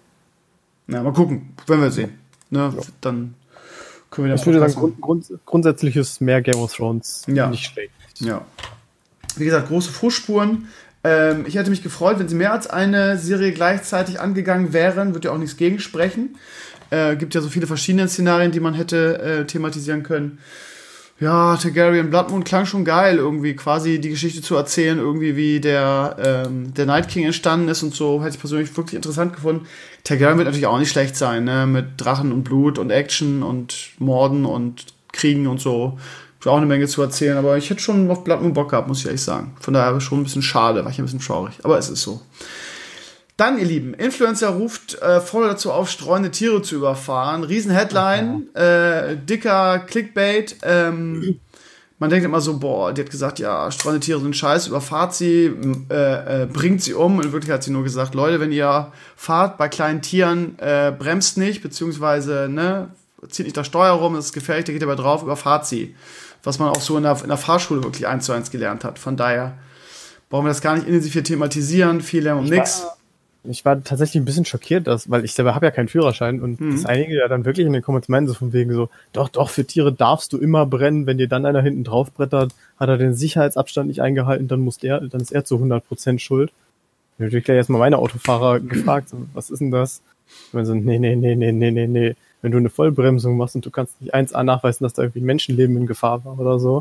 [SPEAKER 2] Na, mal gucken, wenn wir sehen. Ne, ja. Dann können wir
[SPEAKER 3] ich würde sagen, grundsätzlich ist mehr Game of Thrones nicht schlecht.
[SPEAKER 2] Ja. Wie gesagt, große Fußspuren. Ich hätte mich gefreut, wenn sie mehr als eine Serie gleichzeitig angegangen wären. Würde ja auch nichts gegen sprechen. Gibt ja so viele verschiedene Szenarien, die man hätte thematisieren können. Ja, Targaryen Blood Moon klang schon geil, irgendwie quasi die Geschichte zu erzählen, irgendwie wie der Night King entstanden ist und so, hätte ich persönlich wirklich interessant gefunden. Targaryen wird natürlich auch nicht schlecht sein, ne, mit Drachen und Blut und Action und Morden und Kriegen und so. Ist auch eine Menge zu erzählen, aber ich hätte schon auf Blood Moon Bock gehabt, muss ich ehrlich sagen. Von daher schon ein bisschen schade, war ich ein bisschen traurig, aber es ist so. Dann, ihr Lieben, Influencer ruft voll dazu auf, streunende Tiere zu überfahren. Riesen-Headline, dicker Clickbait. Man denkt immer so, boah, die hat gesagt, ja, streunende Tiere sind scheiße, überfahrt sie, bringt sie um. In Wirklichkeit hat sie nur gesagt, Leute, wenn ihr fahrt bei kleinen Tieren, bremst nicht, beziehungsweise zieht nicht das Steuer rum, das ist gefährlich, da geht ihr aber drauf, überfahrt sie. Was man auch so in der Fahrschule wirklich 1:1 gelernt hat. Von daher brauchen wir das gar nicht intensiv hier thematisieren, viel lernen um nichts.
[SPEAKER 3] Ich war tatsächlich ein bisschen schockiert, weil ich selber habe ja keinen Führerschein und dass einige ja dann wirklich in den Kommentaren meinen, so von wegen so, doch, für Tiere darfst du immer brennen, wenn dir dann einer hinten drauf brettert, hat er den Sicherheitsabstand nicht eingehalten, dann ist er zu 100% schuld. Ich habe natürlich gleich erstmal meine Autofahrer gefragt, so, was ist denn das? Und so, nee. Wenn du eine Vollbremsung machst und du kannst nicht 1A nachweisen, dass da irgendwie ein Menschenleben in Gefahr war oder so,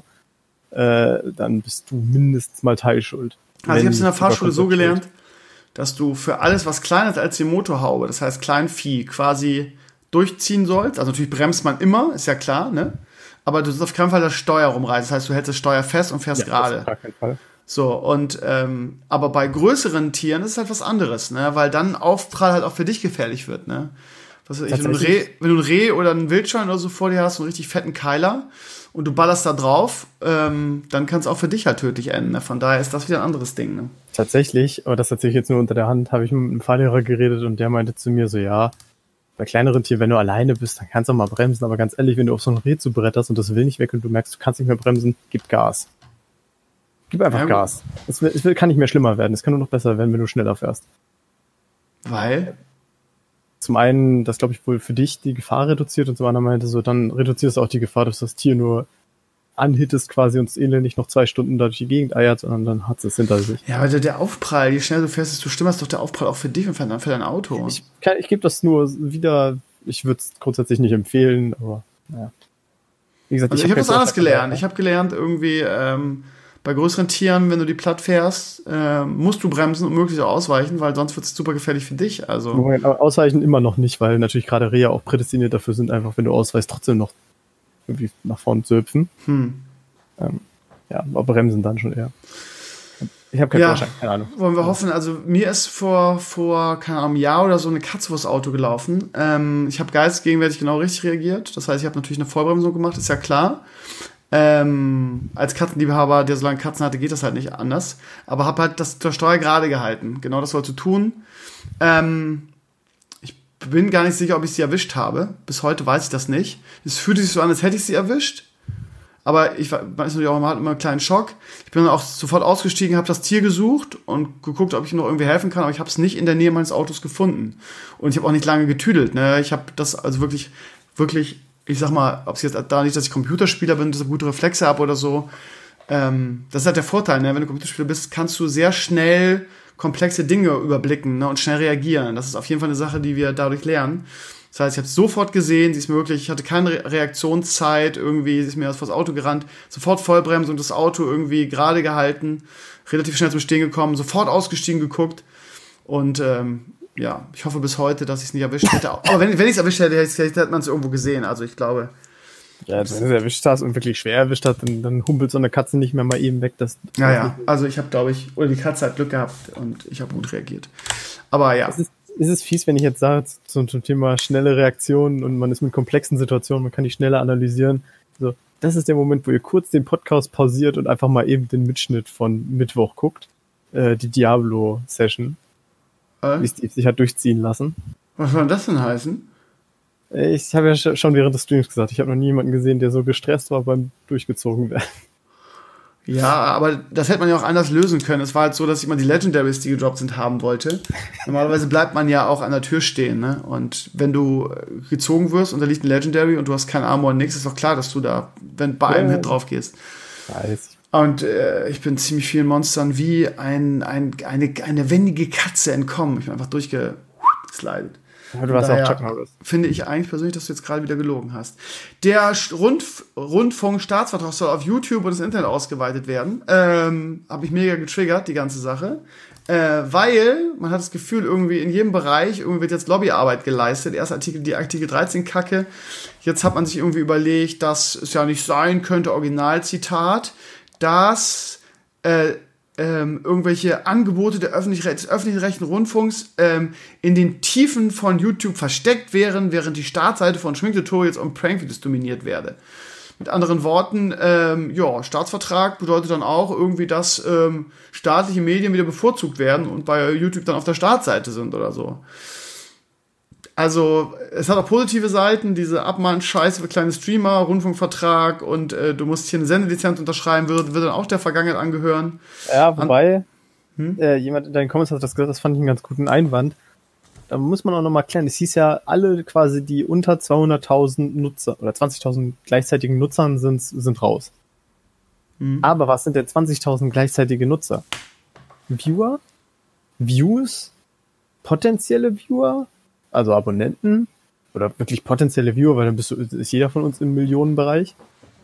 [SPEAKER 3] dann bist du mindestens mal Teilschuld.
[SPEAKER 2] Also ich habe es in der Fahrschule so gelernt, dass du für alles, was kleiner ist als die Motorhaube, das heißt Kleinvieh, quasi durchziehen sollst. Also natürlich bremst man immer, ist ja klar, ne? Aber du sollst auf keinen Fall das Steuer rumreißen. Das heißt, du hältst das Steuer fest und fährst gerade. Auf gar keinen Fall. So, und aber bei größeren Tieren ist es halt was anderes, ne? Weil dann Aufprall halt auch für dich gefährlich wird, ne? Was weiß ich, wenn du ein Reh oder ein Wildschwein oder so vor dir hast, so einen richtig fetten Keiler und du ballerst da drauf, dann kann es auch für dich halt tödlich enden. Ne? Von daher ist das wieder ein anderes Ding. Ne?
[SPEAKER 3] Tatsächlich, aber das erzähle ich jetzt nur unter der Hand, habe ich mit einem Fahrlehrer geredet und der meinte zu mir so, ja, bei kleineren Tieren, wenn du alleine bist, dann kannst du auch mal bremsen, aber ganz ehrlich, wenn du auf so ein Reh zubretterst und das will nicht weg und du merkst, du kannst nicht mehr bremsen, gib Gas. Gib einfach Gas. Es kann nicht mehr schlimmer werden, es kann nur noch besser werden, wenn du schneller fährst.
[SPEAKER 2] Weil?
[SPEAKER 3] Zum einen, das glaube ich wohl für dich die Gefahr reduziert und zum anderen meinte so, dann reduzierst du auch die Gefahr, dass das Tier nur anhittest quasi und das Elend nicht noch 2 Stunden da durch die Gegend eiert, sondern dann hat es hinter sich.
[SPEAKER 2] Ja, aber der Aufprall, je schneller du fährst, desto schlimmer ist doch der Aufprall auch für dich und für dein Auto.
[SPEAKER 3] Ich gebe das nur wieder, ich würde es grundsätzlich nicht empfehlen, aber naja. Wie gesagt,
[SPEAKER 2] also ich habe was anderes gelernt. Ich habe gelernt, irgendwie bei größeren Tieren, wenn du die platt fährst, musst du bremsen und möglichst auch ausweichen, weil sonst wird es super gefährlich für dich. Also
[SPEAKER 3] ausweichen immer noch nicht, weil natürlich gerade Rehe auch prädestiniert dafür sind, einfach wenn du ausweichst, trotzdem noch irgendwie nach vorne zu hüpfen. Aber bremsen dann schon eher. Ich habe keine Ahnung.
[SPEAKER 2] Wollen wir hoffen. Also mir ist vor keine Ahnung, einem Jahr oder so eine Katze vors Auto gelaufen. Ich habe geistesgegenwärtig genau richtig reagiert. Das heißt, ich habe natürlich eine Vollbremsung gemacht, ist ja klar. Als Katzenliebhaber, der so lange Katzen hatte, geht das halt nicht anders. Aber habe halt das Steuer gerade gehalten. Genau das sollst du tun. Ich bin gar nicht sicher, ob ich sie erwischt habe. Bis heute weiß ich das nicht. Es fühlte sich so an, als hätte ich sie erwischt. Aber ich weiß natürlich auch, man hat immer einen kleinen Schock. Ich bin dann auch sofort ausgestiegen, habe das Tier gesucht und geguckt, ob ich ihm noch irgendwie helfen kann. Aber ich habe es nicht in der Nähe meines Autos gefunden. Und ich habe auch nicht lange getüdelt. Ne? Ich habe das also wirklich, ich sag mal, ob es jetzt da nicht, dass ich Computerspieler bin, dass ich gute Reflexe habe oder so. Das ist halt der Vorteil, ne? Wenn du Computerspieler bist, kannst du sehr schnell komplexe Dinge überblicken, ne? Und schnell reagieren. Das ist auf jeden Fall eine Sache, die wir dadurch lernen. Das heißt, ich habe es sofort gesehen, sie ist mir wirklich, ich hatte keine Reaktionszeit, irgendwie, sie ist mir vors Auto gerannt, sofort Vollbremsung, das Auto irgendwie gerade gehalten, relativ schnell zum Stehen gekommen, sofort ausgestiegen, geguckt und ich hoffe bis heute, dass ich es nicht erwischt hätte. Aber wenn ich es erwischt hätte, hätte man es irgendwo gesehen. Also ich glaube.
[SPEAKER 3] Ja, wenn du es erwischt hast und wirklich schwer erwischt hast, dann humpelt so eine Katze nicht mehr mal eben weg.
[SPEAKER 2] Also ich habe, glaube ich, oder die Katze hat Glück gehabt und ich habe gut reagiert. Aber ja.
[SPEAKER 3] Ist es fies, wenn ich jetzt sage, zum Thema schnelle Reaktionen und man ist mit komplexen Situationen, man kann die schneller analysieren. So, das ist der Moment, wo ihr kurz den Podcast pausiert und einfach mal eben den Mitschnitt von Mittwoch guckt. Die Diablo-Session. Wie Steve sich hat durchziehen lassen.
[SPEAKER 2] Was soll das denn heißen?
[SPEAKER 3] Ich habe ja schon während des Streams gesagt, ich habe noch nie jemanden gesehen, der so gestresst war beim durchgezogen werden.
[SPEAKER 2] Ja, aber das hätte man ja auch anders lösen können. Es war halt so, dass ich immer die Legendaries, die gedroppt sind, haben wollte. Normalerweise bleibt man ja auch an der Tür stehen, ne? Und wenn du gezogen wirst und da liegt ein Legendary und du hast kein Armor und nichts, ist doch klar, dass du da, wenn bei einem Hit drauf gehst.
[SPEAKER 3] Weiß.
[SPEAKER 2] Und ich bin ziemlich vielen Monstern wie eine wendige Katze entkommen. Ich bin einfach durchgeslidet.
[SPEAKER 3] Ja, du warst auch Chuck Norris.
[SPEAKER 2] Finde ich eigentlich persönlich, dass du jetzt gerade wieder gelogen hast. Der Rundfunkstaatsvertrag soll auf YouTube und das Internet ausgeweitet werden. Habe ich mega getriggert, die ganze Sache. Weil man hat das Gefühl, irgendwie in jedem Bereich irgendwie wird jetzt Lobbyarbeit geleistet. Erst die Artikel 13 Kacke. Jetzt hat man sich irgendwie überlegt, dass es ja nicht sein könnte, Originalzitat, dass irgendwelche Angebote des öffentlich-rechtlichen Rundfunks in den Tiefen von YouTube versteckt wären, während die Startseite von Schminktutorials und Prankvideos dominiert werde. Mit anderen Worten, Staatsvertrag bedeutet dann auch irgendwie, dass staatliche Medien wieder bevorzugt werden und bei YouTube dann auf der Startseite sind oder so. Also, es hat auch positive Seiten, diese Abmahn-Scheiße für kleine Streamer, Rundfunkvertrag und du musst hier eine Sendelizenz unterschreiben, würde dann auch der Vergangenheit angehören.
[SPEAKER 3] Ja, wobei, jemand in deinen Comments hat das gesagt, das fand ich einen ganz guten Einwand. Da muss man auch nochmal klären, es hieß ja, alle quasi, die unter 200.000 Nutzer oder 20.000 gleichzeitigen Nutzern sind raus. Aber was sind denn 20.000 gleichzeitige Nutzer? Viewer? Views? Potenzielle Viewer? Also Abonnenten oder wirklich potenzielle Viewer, weil dann ist jeder von uns im Millionenbereich.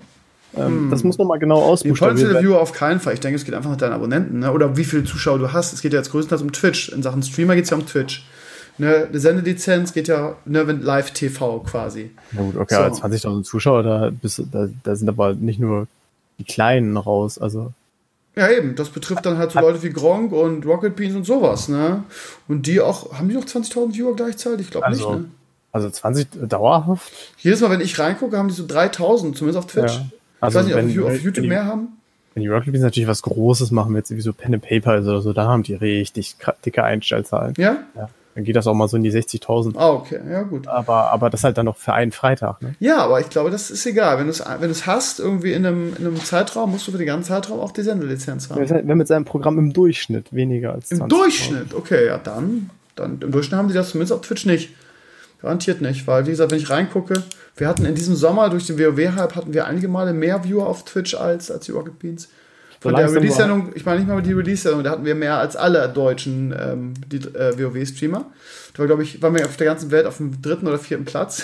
[SPEAKER 3] Das muss man mal genau ausbuchstabieren.
[SPEAKER 2] Potenzielle Viewer auf keinen Fall. Ich denke, es geht einfach nach deinen Abonnenten, ne? Oder wie viele Zuschauer du hast. Es geht ja jetzt größtenteils um Twitch. In Sachen Streamer geht es ja um Twitch. Ne? Eine Sendelizenz geht ja Live-TV quasi.
[SPEAKER 3] Na gut, okay, so. 20.000 Zuschauer, da sind aber nicht nur die Kleinen raus, also...
[SPEAKER 2] Ja, eben. Das betrifft dann halt so Leute wie Gronk und Rocket Beans und sowas, ne? Und die auch, haben die noch 20.000 Viewer gleichzeitig? Ich glaube nicht, ne?
[SPEAKER 3] Also 20 dauerhaft?
[SPEAKER 2] Jedes Mal, wenn ich reingucke, haben die so 3.000, zumindest auf Twitch. Ja.
[SPEAKER 3] Also
[SPEAKER 2] ich weiß nicht, ob auf YouTube mehr haben.
[SPEAKER 3] Wenn die Rocket Beans natürlich was Großes machen, jetzt wie so Pen and Paper oder so, da haben die richtig dicke Einstellzahlen.
[SPEAKER 2] Ja?
[SPEAKER 3] Dann geht das auch mal so in die 60.000.
[SPEAKER 2] Ah, okay, ja gut.
[SPEAKER 3] Aber das halt dann noch für einen Freitag, ne?
[SPEAKER 2] Ja, aber ich glaube, das ist egal. Wenn du es hast, irgendwie in einem Zeitraum, musst du für den ganzen Zeitraum auch die Sendelizenz haben.
[SPEAKER 3] Wir haben mit seinem Programm im Durchschnitt weniger als 20.
[SPEAKER 2] Im Durchschnitt? Okay, ja, dann im Durchschnitt haben die das zumindest auf Twitch nicht. Garantiert nicht, weil, wie gesagt, wenn ich reingucke, wir hatten in diesem Sommer durch den WoW-Hype hatten wir einige Male mehr Viewer auf Twitch als die Rocket Beans. Von der Release-Sendung, ich meine nicht mal die Release-Sendung, da hatten wir mehr als alle deutschen WoW-Streamer. Da waren wir auf der ganzen Welt auf dem 3. oder 4. Platz.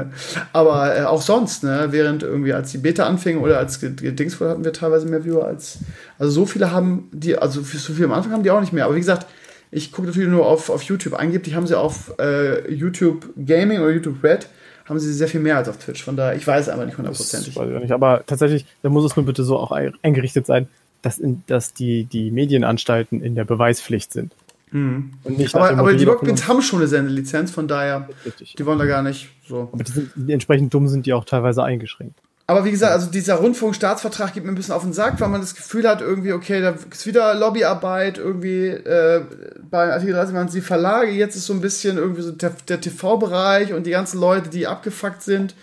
[SPEAKER 2] Aber auch sonst, ne, während irgendwie als die Beta anfing oder als Dings wurde, hatten wir teilweise mehr Viewer als. Also so viele haben die, also so viele am Anfang haben die auch nicht mehr. Aber wie gesagt, ich gucke natürlich nur auf YouTube. Angeblich haben sie auf YouTube Gaming oder YouTube Red haben sie sehr viel mehr als auf Twitch. Von daher, ich weiß es einfach nicht hundertprozentig.
[SPEAKER 3] Weiß ich nicht, aber tatsächlich, da muss es nur bitte so auch eingerichtet sein, dass die Medienanstalten in der Beweispflicht sind. Und nicht
[SPEAKER 2] aber die Rocket Beans haben schon eine Sendelizenz, von daher, die wollen da gar nicht so.
[SPEAKER 3] Aber die entsprechend dumm sind die auch teilweise eingeschränkt.
[SPEAKER 2] Aber wie gesagt, also dieser Rundfunkstaatsvertrag geht mir ein bisschen auf den Sack, weil man das Gefühl hat, irgendwie, okay, da ist wieder Lobbyarbeit, irgendwie bei Artikel 30 waren es die Verlage, jetzt ist so ein bisschen irgendwie so der TV-Bereich und die ganzen Leute, die abgefuckt sind,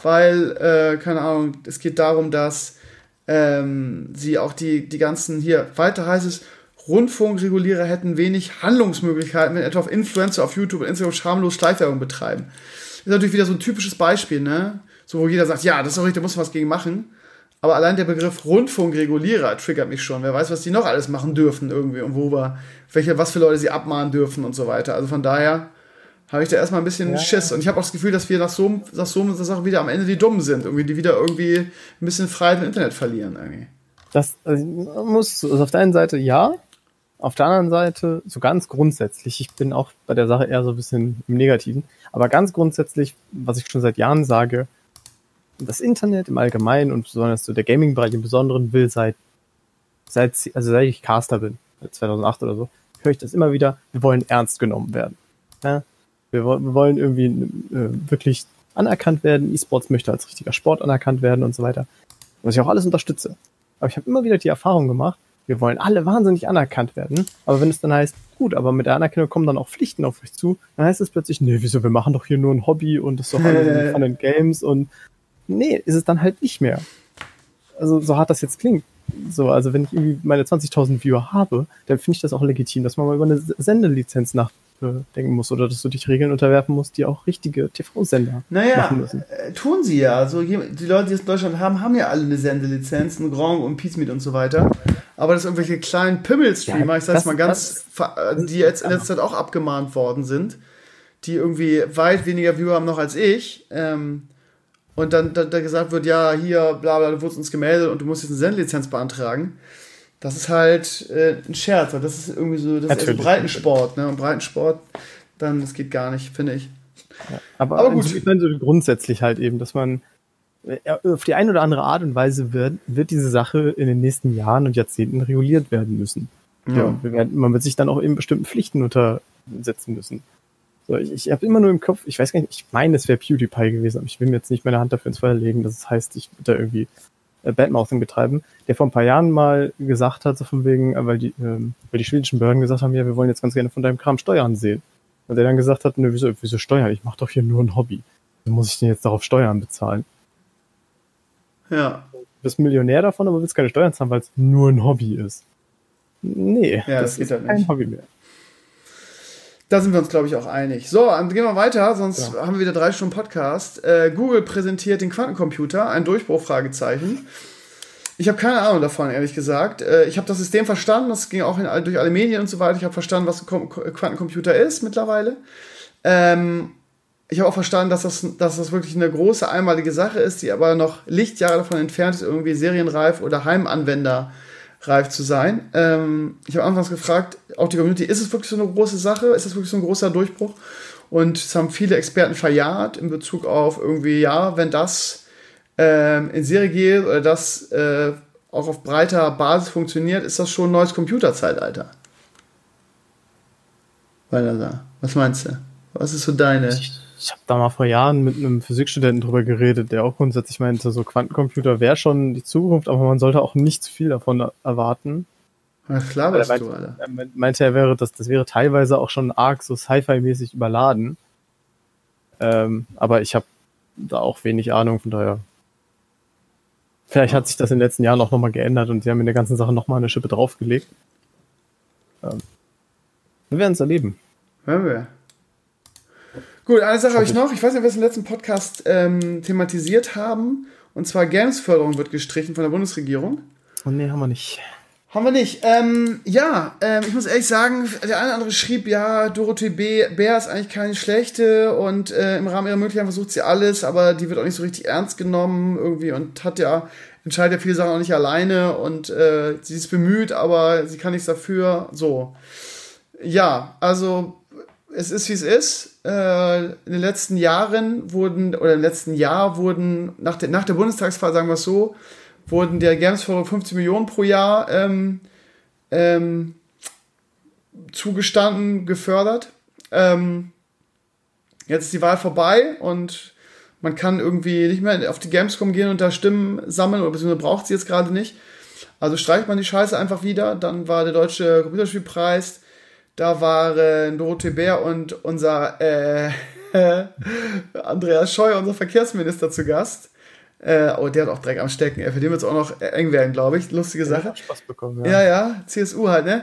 [SPEAKER 2] weil, keine Ahnung, es geht darum, dass sie auch die ganzen, hier, weiter heißt es, Rundfunkregulierer hätten wenig Handlungsmöglichkeiten, wenn etwa auf Influencer auf YouTube und Instagram schamlos Schleichwerbung betreiben. Das ist natürlich wieder so ein typisches Beispiel, ne? So, wo jeder sagt, ja, das ist doch richtig, da muss man was gegen machen. Aber allein der Begriff Rundfunkregulierer triggert mich schon. Wer weiß, was die noch alles machen dürfen irgendwie und was für Leute sie abmahnen dürfen und so weiter. Also von daher habe ich da erstmal ein bisschen Schiss. Und ich habe auch das Gefühl, dass wir nach so einer Sache wieder am Ende die Dummen sind. Irgendwie, die wieder irgendwie ein bisschen Freiheit im Internet verlieren irgendwie.
[SPEAKER 3] Das muss, also auf der einen Seite ja, auf der anderen Seite so ganz grundsätzlich, ich bin auch bei der Sache eher so ein bisschen im Negativen, aber ganz grundsätzlich, was ich schon seit Jahren sage, das Internet im Allgemeinen und besonders so der Gaming-Bereich im Besonderen will seit ich Caster bin, seit 2008 oder so, höre ich das immer wieder, wir wollen ernst genommen werden. Ja? Wir wollen irgendwie wirklich anerkannt werden, E-Sports möchte als richtiger Sport anerkannt werden und so weiter. Was ich auch alles unterstütze. Aber ich habe immer wieder die Erfahrung gemacht, wir wollen alle wahnsinnig anerkannt werden. Aber wenn es dann heißt, gut, aber mit der Anerkennung kommen dann auch Pflichten auf euch zu, dann heißt es plötzlich, nee, wieso, wir machen doch hier nur ein Hobby und das ist doch alles Fun and Games und nee, ist es dann halt nicht mehr. Also so hart das jetzt klingt. So, also wenn ich irgendwie meine 20.000 Viewer habe, dann finde ich das auch legitim, dass man mal über eine Sendelizenz nachdenken muss oder dass du dich Regeln unterwerfen musst, die auch richtige TV-Sender machen müssen.
[SPEAKER 2] Tun sie ja. Also die Leute, die es in Deutschland haben ja alle eine Sendelizenz, einen Gronk und Pizmeet und so weiter. Aber das irgendwelche kleinen Pimmel-Streamer, ich sag's mal ganz, die jetzt in letzter Zeit auch abgemahnt worden sind, die irgendwie weit weniger Viewer haben noch als ich, und dann gesagt wird, ja, hier, bla bla, du wurdest uns gemeldet und du musst jetzt eine Sendelizenz beantragen. Das ist halt ein Scherz, weil das ist irgendwie so, das ist Breitensport, ne? Und Breitensport, dann, das geht gar nicht, finde ich.
[SPEAKER 3] Ja, aber gut. Ich meine so grundsätzlich halt eben, dass man auf die eine oder andere Art und Weise wird diese Sache in den nächsten Jahren und Jahrzehnten reguliert werden müssen. Ja. Man wird sich dann auch eben bestimmten Pflichten untersetzen müssen. So, ich habe immer nur im Kopf, ich weiß gar nicht, ich meine, es wäre PewDiePie gewesen, aber ich will mir jetzt nicht meine Hand dafür ins Feuer legen, dass es heißt, ich würde da irgendwie Badmouthing betreiben, der vor ein paar Jahren mal gesagt hat, so von wegen, weil die schwedischen Behörden gesagt haben, ja, wir wollen jetzt ganz gerne von deinem Kram Steuern sehen. Und der dann gesagt hat, ne, wieso Steuern? Ich mache doch hier nur ein Hobby. Wieso muss ich denn jetzt darauf Steuern bezahlen?
[SPEAKER 2] Ja.
[SPEAKER 3] Du bist Millionär davon, aber willst keine Steuern zahlen, weil es nur ein Hobby ist. Nee,
[SPEAKER 2] ja, das ist
[SPEAKER 3] halt kein Hobby mehr.
[SPEAKER 2] Da sind wir uns, glaube ich, auch einig. So, dann gehen wir weiter, sonst haben wir wieder 3 Stunden Podcast. Google präsentiert den Quantencomputer, ein Durchbruch, Fragezeichen. Ich habe keine Ahnung davon, ehrlich gesagt. Ich habe das System verstanden, das ging auch durch alle Medien und so weiter. Ich habe verstanden, was ein Quantencomputer ist mittlerweile. Ich habe auch verstanden, dass das wirklich eine große, einmalige Sache ist, die aber noch Lichtjahre davon entfernt ist, irgendwie serienreif oder heimanwenderreif zu sein. Ich habe anfangs gefragt, auch die Community, ist es wirklich so eine große Sache? Ist es wirklich so ein großer Durchbruch? Und es haben viele Experten verjaht in Bezug auf irgendwie, ja, wenn das in Serie geht oder das auch auf breiter Basis funktioniert, ist das schon ein neues Computerzeitalter. Weiter, was meinst du? Was ist so deine...
[SPEAKER 3] Ich habe da mal vor Jahren mit einem Physikstudenten drüber geredet, der auch grundsätzlich meinte, so Quantencomputer wäre schon die Zukunft, aber man sollte auch nicht zu viel davon erwarten.
[SPEAKER 2] Was flaberst du, Alter?
[SPEAKER 3] Er meinte, das wäre teilweise auch schon arg so Sci-Fi-mäßig überladen. Aber ich habe da auch wenig Ahnung, von daher. Vielleicht hat sich das in den letzten Jahren auch nochmal geändert und sie haben in der ganzen Sache nochmal eine Schippe draufgelegt. Wir werden es erleben.
[SPEAKER 2] Hören wir. Gut, eine Sache habe ich noch. Ich weiß nicht, ob wir es im letzten Podcast thematisiert haben. Und zwar Games-Förderung wird gestrichen von der Bundesregierung.
[SPEAKER 3] Oh nee, haben wir nicht.
[SPEAKER 2] Haben wir nicht. Ich muss ehrlich sagen, der eine oder andere schrieb, ja, Dorothee Bär ist eigentlich keine schlechte und im Rahmen ihrer Möglichkeiten versucht sie alles, aber die wird auch nicht so richtig ernst genommen irgendwie und entscheidet ja viele Sachen auch nicht alleine und sie ist bemüht, aber sie kann nichts dafür. So. Ja, also es ist, wie es ist. In den letzten Jahren wurden nach der Bundestagswahl, sagen wir es so, wurden der Games-Förderung 15 Millionen pro Jahr zugestanden, gefördert. Jetzt ist die Wahl vorbei und man kann irgendwie nicht mehr auf die Gamescom gehen und da Stimmen sammeln, oder beziehungsweise braucht sie jetzt gerade nicht. Also streicht man die Scheiße einfach wieder. Dann war der Deutsche Computerspielpreis. Da waren Dorothee Bär und unser Andreas Scheuer, unser Verkehrsminister, zu Gast. Der hat auch Dreck am Stecken. Für den wird es auch noch eng werden, glaube ich. Lustige Sache.
[SPEAKER 3] Ja, Spaß bekommen, ja.
[SPEAKER 2] Ja, CSU halt, ne?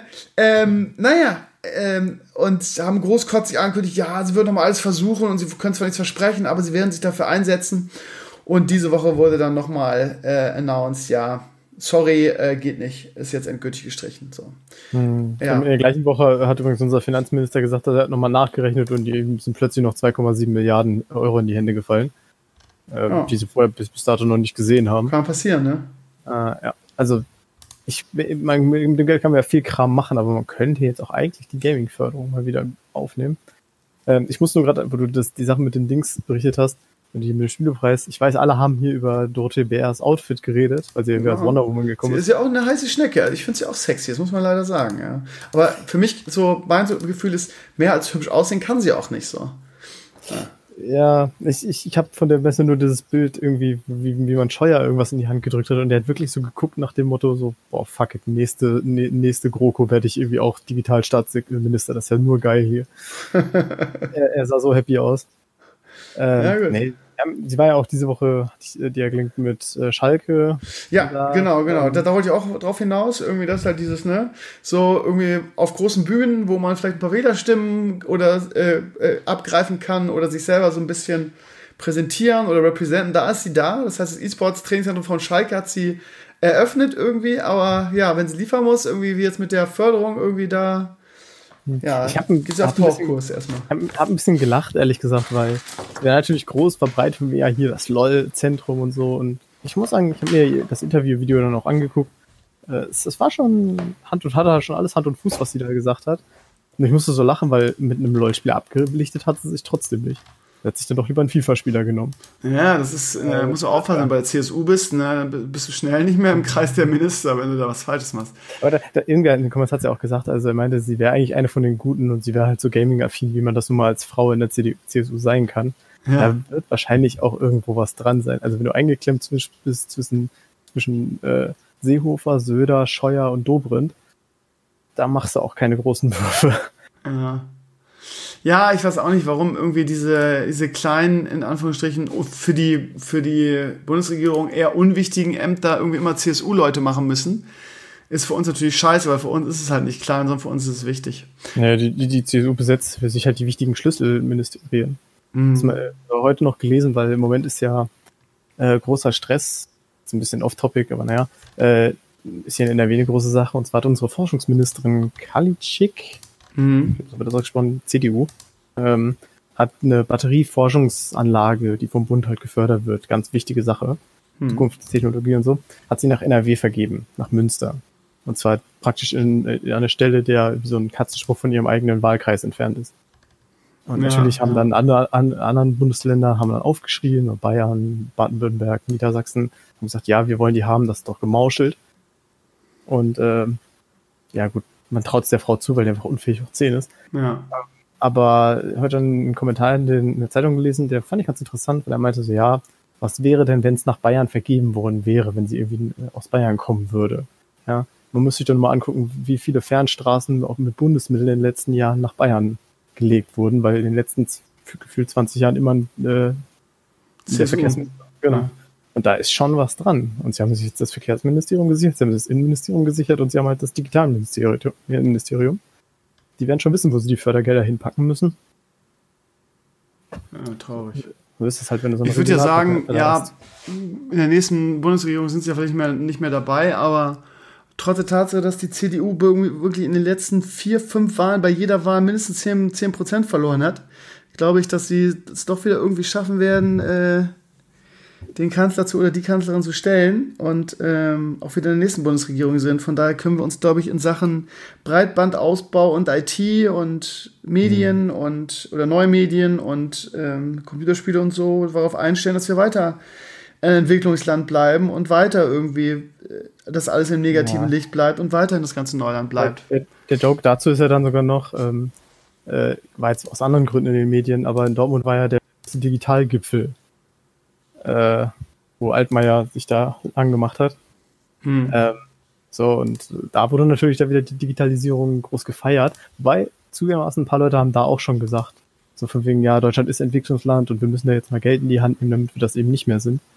[SPEAKER 2] Und haben großkotzig angekündigt, ja, sie würden nochmal alles versuchen und sie können zwar nichts versprechen, aber sie werden sich dafür einsetzen. Und diese Woche wurde dann nochmal announced, ja, sorry, geht nicht, ist jetzt endgültig gestrichen. So.
[SPEAKER 3] Ja. In der gleichen Woche hat übrigens unser Finanzminister gesagt, er hat nochmal nachgerechnet und die sind plötzlich noch 2,7 Milliarden Euro in die Hände gefallen. Die sie vorher bis dato noch nicht gesehen haben.
[SPEAKER 2] Kann passieren, ne?
[SPEAKER 3] Ja, also mit dem Geld kann man ja viel Kram machen, aber man könnte jetzt auch eigentlich die Gaming-Förderung mal wieder aufnehmen. Ich muss nur gerade, wo du die Sachen mit den Dings berichtet hast, mit dem Spielepreis, ich weiß, alle haben hier über Dorothee Bärs Outfit geredet, weil sie irgendwie als Wonder Woman gekommen ist.
[SPEAKER 2] Sie ist ja auch eine heiße Schnecke, also ich finde sie auch sexy, das muss man leider sagen, ja. Aber für mich, mein Gefühl ist, mehr als hübsch aussehen kann sie auch nicht so.
[SPEAKER 3] Ja. Ja, ich habe von der Messe nur dieses Bild irgendwie, wie man Scheuer irgendwas in die Hand gedrückt hat und der hat wirklich so geguckt nach dem Motto so, boah, fuck it, nächste GroKo werde ich irgendwie auch Digitalstaatsminister, das ist ja nur geil hier. er sah so happy aus.
[SPEAKER 2] Ja, gut.
[SPEAKER 3] Nee, sie war ja auch diese Woche, die erklingt mit Schalke.
[SPEAKER 2] Ja, genau. Da wollte ich auch drauf hinaus, irgendwie das halt dieses, ne, so irgendwie auf großen Bühnen, wo man vielleicht ein paar Wählerstimmen oder abgreifen kann oder sich selber so ein bisschen präsentieren oder repräsentieren, da ist sie da. Das heißt, das E-Sports-Trainingszentrum von Schalke hat sie eröffnet irgendwie, aber ja, wenn sie liefern muss, irgendwie wie jetzt mit der Förderung irgendwie da, ja, geht's auf Tauchkurs erstmal.
[SPEAKER 3] Ich hab ein bisschen gelacht, ehrlich gesagt, weil es wäre natürlich groß verbreitet von mir, ja, hier das LOL-Zentrum und so. Und ich muss sagen, ich habe mir das Interviewvideo dann auch angeguckt. Es war schon hatte schon alles Hand und Fuß, was sie da gesagt hat. Und ich musste so lachen, weil mit einem LOL-Spiel abgelichtet hat sie sich trotzdem nicht. Er hat sich dann doch lieber einen FIFA-Spieler genommen.
[SPEAKER 2] Ja, das ist, musst du aufpassen, wenn du bei der CSU bist, ne, dann bist du schnell nicht mehr im Kreis der Minister, wenn du da was Falsches machst.
[SPEAKER 3] Aber irgendwer in den Kommentaren hat sie auch gesagt, also er meinte, sie wäre eigentlich eine von den Guten und sie wäre halt so Gaming-affin, wie man das nun mal als Frau in der CSU sein kann. Ja. Da wird wahrscheinlich auch irgendwo was dran sein. Also wenn du eingeklemmt bist zwischen Seehofer, Söder, Scheuer und Dobrindt, da machst du auch keine großen Würfe.
[SPEAKER 2] Ja. Ja, ich weiß auch nicht, warum irgendwie diese kleinen, in Anführungsstrichen, für die Bundesregierung eher unwichtigen Ämter irgendwie immer CSU-Leute machen müssen. Ist für uns natürlich scheiße, weil für uns ist es halt nicht klein, sondern für uns ist es wichtig.
[SPEAKER 3] Ja, die CSU besetzt für sich halt die wichtigen Schlüsselministerien. Das haben wir heute noch gelesen, weil im Moment ist ja großer Stress, ist ein bisschen off-topic, aber naja, ist hier in NRW eine große Sache. Und zwar hat unsere Forschungsministerin Kalitschik, aber das auch gesprochen, CDU, hat eine Batterieforschungsanlage, die vom Bund halt gefördert wird, ganz wichtige Sache, Zukunftstechnologie und so, hat sie nach NRW vergeben, nach Münster. Und zwar praktisch an eine Stelle, der wie so ein Katzensprung von ihrem eigenen Wahlkreis entfernt ist. Und natürlich haben dann anderen Bundesländer haben dann aufgeschrien, Bayern, Baden-Württemberg, Niedersachsen, haben gesagt, ja, wir wollen die haben, das ist doch gemauschelt. Und ja gut, man traut es der Frau zu, weil die einfach unfähig hoch 10 ist.
[SPEAKER 2] Ja.
[SPEAKER 3] Aber heute einen Kommentar in der Zeitung gelesen, der fand ich ganz interessant, weil er meinte so, ja, was wäre denn, wenn es nach Bayern vergeben worden wäre, wenn sie irgendwie aus Bayern kommen würde? Ja, man muss sich dann mal angucken, wie viele Fernstraßen auch mit Bundesmitteln in den letzten Jahren nach Bayern gelegt wurden, weil in den letzten gefühlt 20 Jahren immer der Verkehrsminister. Genau. Ja. Und da ist schon was dran. Und sie haben sich jetzt das Verkehrsministerium gesichert, sie haben das Innenministerium gesichert und sie haben halt das Digitalministerium. Die werden schon wissen, wo sie die Fördergelder hinpacken müssen.
[SPEAKER 2] Ja, traurig.
[SPEAKER 3] So ist es halt, wenn du so eine
[SPEAKER 2] Ich würde ja sagen, ja, in der nächsten Bundesregierung sind sie ja vielleicht nicht mehr dabei, aber trotz der Tatsache, dass die CDU wirklich in den letzten 4, 5 Wahlen bei jeder Wahl mindestens 10% verloren hat, glaube ich, dass sie es doch wieder irgendwie schaffen werden, den Kanzler oder die Kanzlerin zu stellen und auch wieder in der nächsten Bundesregierung sind. Von daher können wir uns, glaube ich, in Sachen Breitbandausbau und IT und Medien oder neue Medien und Computerspiele und so darauf einstellen, dass wir weiter ein Entwicklungsland bleiben und weiter irgendwie das alles im negativen Licht bleibt und weiterhin das ganze Neuland bleibt.
[SPEAKER 3] Der Joke dazu ist ja dann sogar noch, war jetzt aus anderen Gründen in den Medien, aber in Dortmund war ja der Digitalgipfel, wo Altmaier sich da angemacht hat. So, und da wurde natürlich da wieder die Digitalisierung groß gefeiert, wobei zugegebenermaßen ein paar Leute haben da auch schon gesagt, so von wegen, ja, Deutschland ist Entwicklungsland und wir müssen da jetzt mal Geld in die Hand nehmen, damit wir das eben nicht mehr sind.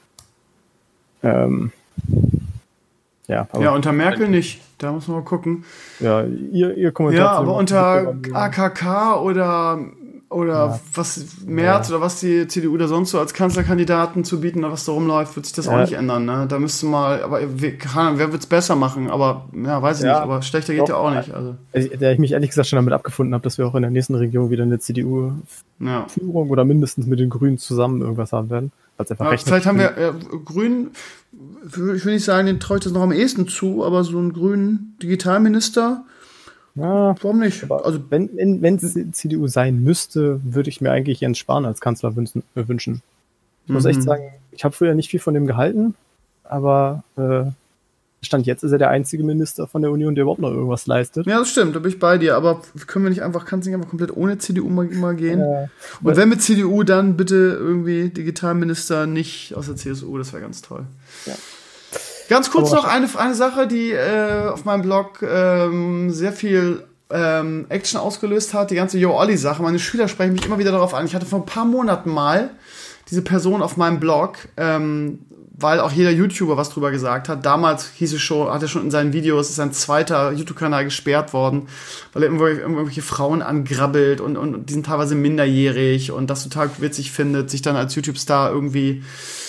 [SPEAKER 3] Ja,
[SPEAKER 2] unter Merkel nicht. Da muss man mal gucken.
[SPEAKER 3] Ja, ihr Kommentar.
[SPEAKER 2] Ja, aber unter AKK oder was Merz oder was die CDU da sonst so als Kanzlerkandidaten zu bieten oder was da rumläuft, wird sich das auch nicht ändern. Ne? Da müsste mal, aber wer wird es besser machen? Aber ja, weiß ich nicht, aber schlechter geht ja auch nicht. Also.
[SPEAKER 3] Da ich mich ehrlich gesagt schon damit abgefunden habe, dass wir auch in der nächsten Regierung wieder eine CDU-Führung oder mindestens mit den Grünen zusammen irgendwas haben werden.
[SPEAKER 2] Vielleicht haben wir Grünen, ich will nicht sagen, den traue ich das noch am ehesten zu, aber so einen grünen Digitalminister, warum nicht?
[SPEAKER 3] Also wenn es CDU sein müsste, würde ich mir eigentlich Jens Spahn als Kanzler wünschen. Ich muss echt sagen, ich habe früher nicht viel von dem gehalten, aber Stand jetzt ist er der einzige Minister von der Union, der überhaupt noch irgendwas leistet.
[SPEAKER 2] Ja, das stimmt, da bin ich bei dir, aber kann es nicht einfach komplett ohne CDU mal gehen? Und wenn mit CDU, dann bitte irgendwie Digitalminister, nicht aus der CSU, das wäre ganz toll. Ja. Ganz kurz noch eine Sache, die auf meinem Blog sehr viel Action ausgelöst hat, die ganze Yo-Olli-Sache. Meine Schüler sprechen mich immer wieder darauf an. Ich hatte vor ein paar Monaten mal diese Person auf meinem Blog, weil auch jeder YouTuber was drüber gesagt hat. Damals hat er schon in seinen Videos, ist sein zweiter YouTube-Kanal gesperrt worden, weil er irgendwelche Frauen angrabbelt und die sind teilweise minderjährig und das total witzig findet, sich dann als YouTube-Star irgendwie,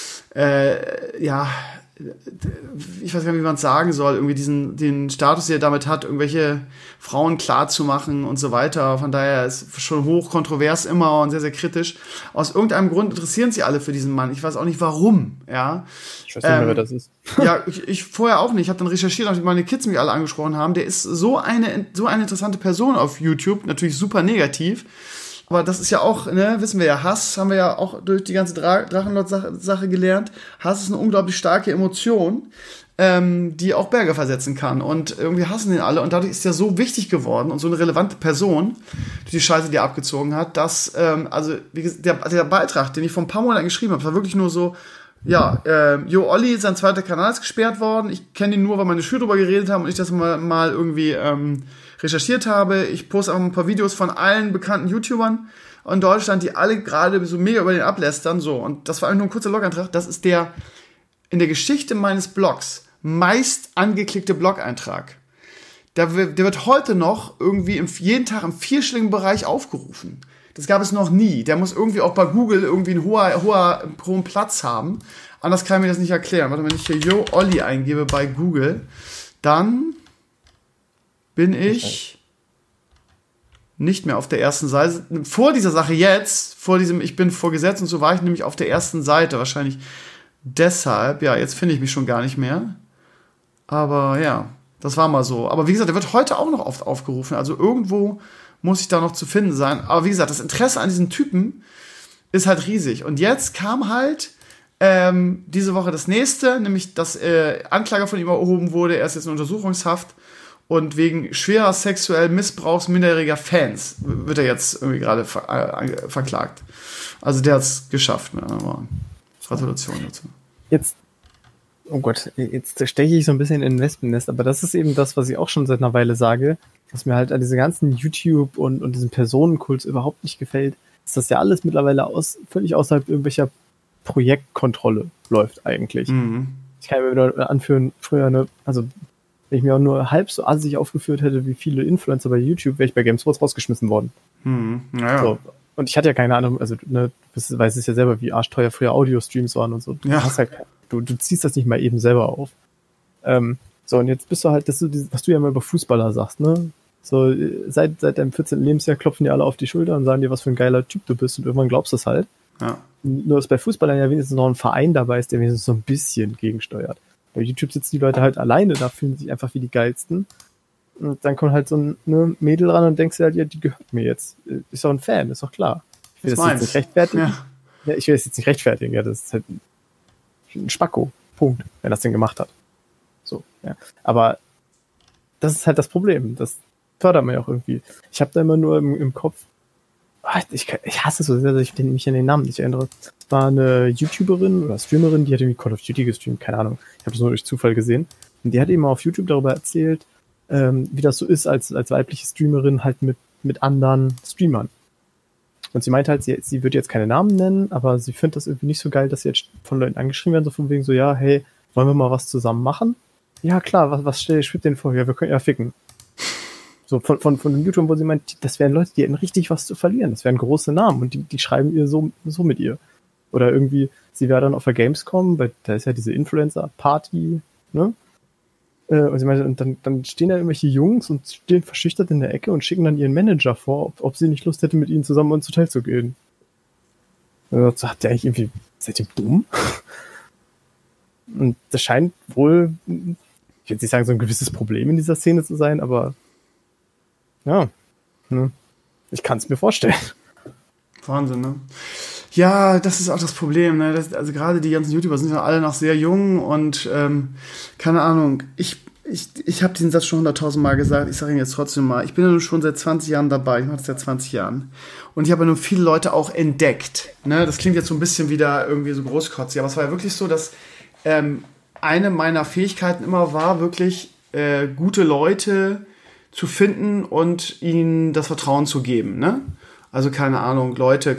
[SPEAKER 2] ich weiß gar nicht, wie man es sagen soll, irgendwie den Status, den er damit hat, irgendwelche Frauen klar zu machen und so weiter. Von daher ist es schon hoch kontrovers immer und sehr, sehr kritisch. Aus irgendeinem Grund interessieren sich alle für diesen Mann. Ich weiß auch nicht, warum, ja.
[SPEAKER 3] Ich weiß nicht mehr, wer das ist.
[SPEAKER 2] Ja, ich vorher auch nicht. Ich habe dann recherchiert, nachdem meine Kids mich alle angesprochen haben. Der ist so eine interessante Person auf YouTube, natürlich super negativ. Aber das ist ja auch, wissen wir ja, Hass haben wir ja auch durch die ganze Drachenlord-Sache gelernt. Hass ist eine unglaublich starke Emotion, die auch Berge versetzen kann. Und irgendwie hassen ihn alle. Und dadurch ist er so wichtig geworden und so eine relevante Person, die Scheiße, die er abgezogen hat, dass, der Beitrag, den ich vor ein paar Monaten geschrieben habe, war wirklich nur so, Yo-Olli, sein zweiter Kanal ist gesperrt worden. Ich kenne ihn nur, weil meine Schüler drüber geredet haben und ich das mal irgendwie recherchiert habe. Ich poste auch ein paar Videos von allen bekannten YouTubern in Deutschland, die alle gerade so mega über den ablästern. So. Und das war eigentlich nur ein kurzer Blog-Eintrag. Das ist der in der Geschichte meines Blogs meist angeklickte Blog-Eintrag. Der wird heute noch irgendwie jeden Tag im vierstelligen Bereich aufgerufen. Das gab es noch nie. Der muss irgendwie auch bei Google irgendwie einen hohen Platz haben. Anders kann ich mir das nicht erklären. Warte, wenn ich hier Yo-Olli eingebe bei Google, dann bin ich nicht mehr auf der ersten Seite. Vor dieser Sache jetzt, ich bin vorgesetzt und so war ich nämlich auf der ersten Seite. Wahrscheinlich deshalb, jetzt finde ich mich schon gar nicht mehr. Aber ja, das war mal so. Aber wie gesagt, der wird heute auch noch oft aufgerufen. Also irgendwo muss ich da noch zu finden sein. Aber wie gesagt, das Interesse an diesen Typen ist halt riesig. Und jetzt kam halt diese Woche das nächste, nämlich dass Anklage von ihm erhoben wurde. Er ist jetzt in Untersuchungshaft. Und wegen schwerer sexuellen Missbrauchs minderjähriger Fans wird er jetzt irgendwie gerade verklagt. Also der hat es geschafft. Gratulation dazu.
[SPEAKER 3] Jetzt steche ich so ein bisschen in ein Wespennest, aber das ist eben das, was ich auch schon seit einer Weile sage, was mir halt an diese ganzen YouTube und diesen Personenkult überhaupt nicht gefällt, ist, dass ja alles mittlerweile völlig außerhalb irgendwelcher Projektkontrolle läuft eigentlich. Mhm. Ich kann mir wieder anführen, früher, wenn ich mir auch nur halb so assig aufgeführt hätte, wie viele Influencer bei YouTube, wäre ich bei GameSports rausgeschmissen worden.
[SPEAKER 2] Mhm. Naja.
[SPEAKER 3] So. Und ich hatte ja keine Ahnung, also du weißt es ja selber, wie arschteuer früher Audio-Streams waren und so. Du ziehst das nicht mal eben selber auf. Und jetzt bist du halt, was du ja immer über Fußballer sagst, ne? So, seit deinem 14. Lebensjahr klopfen die alle auf die Schulter und sagen dir, was für ein geiler Typ du bist und irgendwann glaubst du es halt. Ja. Nur, dass bei Fußballern ja wenigstens noch ein Verein dabei ist, der wenigstens so ein bisschen gegensteuert. Bei YouTube sitzen die Leute halt alleine, da fühlen sich einfach wie die Geilsten. Und dann kommt halt so ein Mädel ran und denkst dir halt, ja, die gehört mir jetzt. Ist doch ein Fan, ist doch klar. Ich will das jetzt nicht rechtfertigen. Ja, ich will das jetzt nicht rechtfertigen, ja, das ist halt ein Spacko. Punkt, wenn das denn gemacht hat. So, ja. Aber das ist halt das Problem. Das fördert man ja auch irgendwie. Ich habe da immer nur im Kopf, ich hasse es so sehr, dass ich mich an den Namen nicht erinnere. Es war eine YouTuberin oder Streamerin, die hat irgendwie Call of Duty gestreamt, keine Ahnung. Ich habe das nur durch Zufall gesehen. Und die hat eben auf YouTube darüber erzählt, wie das so ist als weibliche Streamerin halt mit anderen Streamern. Und sie meinte halt, sie würde jetzt keine Namen nennen, aber sie findet das irgendwie nicht so geil, dass sie jetzt von Leuten angeschrieben werden, so von wegen so, ja, hey, wollen wir mal was zusammen machen? Ja, klar, was stell dir denn vor? Ja, wir können ja ficken. So von dem YouTube, wo sie meint, das wären Leute, die hätten richtig was zu verlieren. Das wären große Namen und die schreiben ihr so mit ihr. Oder irgendwie, sie wäre dann auf der Gamescom, weil da ist ja diese Influencer-Party, ne? Und sie meinte, und dann stehen da irgendwelche Jungs und stehen verschüchtert in der Ecke und schicken dann ihren Manager vor, ob sie nicht Lust hätte, mit ihnen zusammen ins Hotel zu gehen. Und so, habt ihr eigentlich irgendwie, seid ihr dumm? Und das scheint wohl, ich will nicht sagen, so ein gewisses Problem in dieser Szene zu sein, aber ja, ich kann es mir vorstellen.
[SPEAKER 2] Wahnsinn, ne? Ja, das ist auch das Problem. Ne? Also gerade die ganzen YouTuber sind ja alle noch sehr jung und keine Ahnung. Ich habe diesen Satz schon 100.000 Mal gesagt. Ich sage ihn jetzt trotzdem mal. Ich bin ja nun schon seit 20 Jahren dabei. Ich mache das seit 20 Jahren. Und ich habe ja nun viele Leute auch entdeckt. Ne? Das klingt jetzt so ein bisschen wieder irgendwie so großkotzig. Aber es war ja wirklich so, dass eine meiner Fähigkeiten immer war, wirklich gute Leute zu finden und ihnen das Vertrauen zu geben. Ne? Also keine Ahnung, Leute,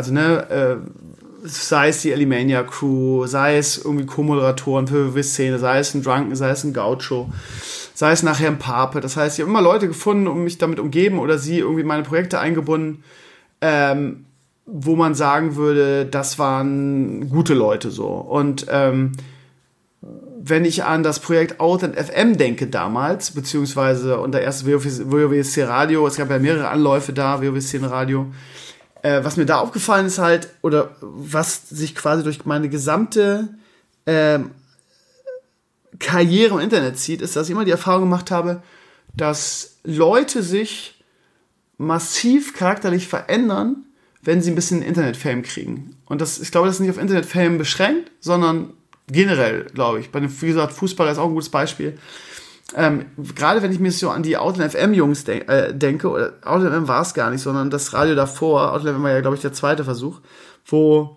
[SPEAKER 2] sei es die Alimania Crew, sei es irgendwie Co-Moderatoren für WW-Szene, sei es ein Drunken, sei es ein Gaucho, sei es nachher ein Pape. Das heißt, ich habe immer Leute gefunden und mich damit umgeben oder sie irgendwie in meine Projekte eingebunden, wo man sagen würde, das waren gute Leute so. Und wenn ich an das Projekt Outland FM denke damals, beziehungsweise unter erstes WoWC Radio, es gab ja mehrere Anläufe da, WoWC Radio, was mir da aufgefallen ist halt, oder was sich quasi durch meine gesamte Karriere im Internet zieht, ist, dass ich immer die Erfahrung gemacht habe, dass Leute sich massiv charakterlich verändern, wenn sie ein bisschen Internet-Fame kriegen. Und ich glaube, das ist nicht auf Internet-Fame beschränkt, sondern generell, glaube ich. Wie gesagt, Fußballer ist auch ein gutes Beispiel. Gerade wenn ich mir so an die Outland FM-Jungs denke, oder Outland FM war es gar nicht, sondern das Radio davor, Outland FM war ja, glaube ich, der zweite Versuch, wo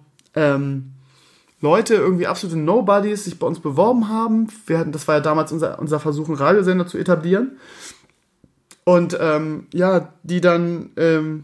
[SPEAKER 2] Leute irgendwie absolute Nobodies sich bei uns beworben haben. Das war ja damals unser Versuch, einen Radiosender zu etablieren. Und die dann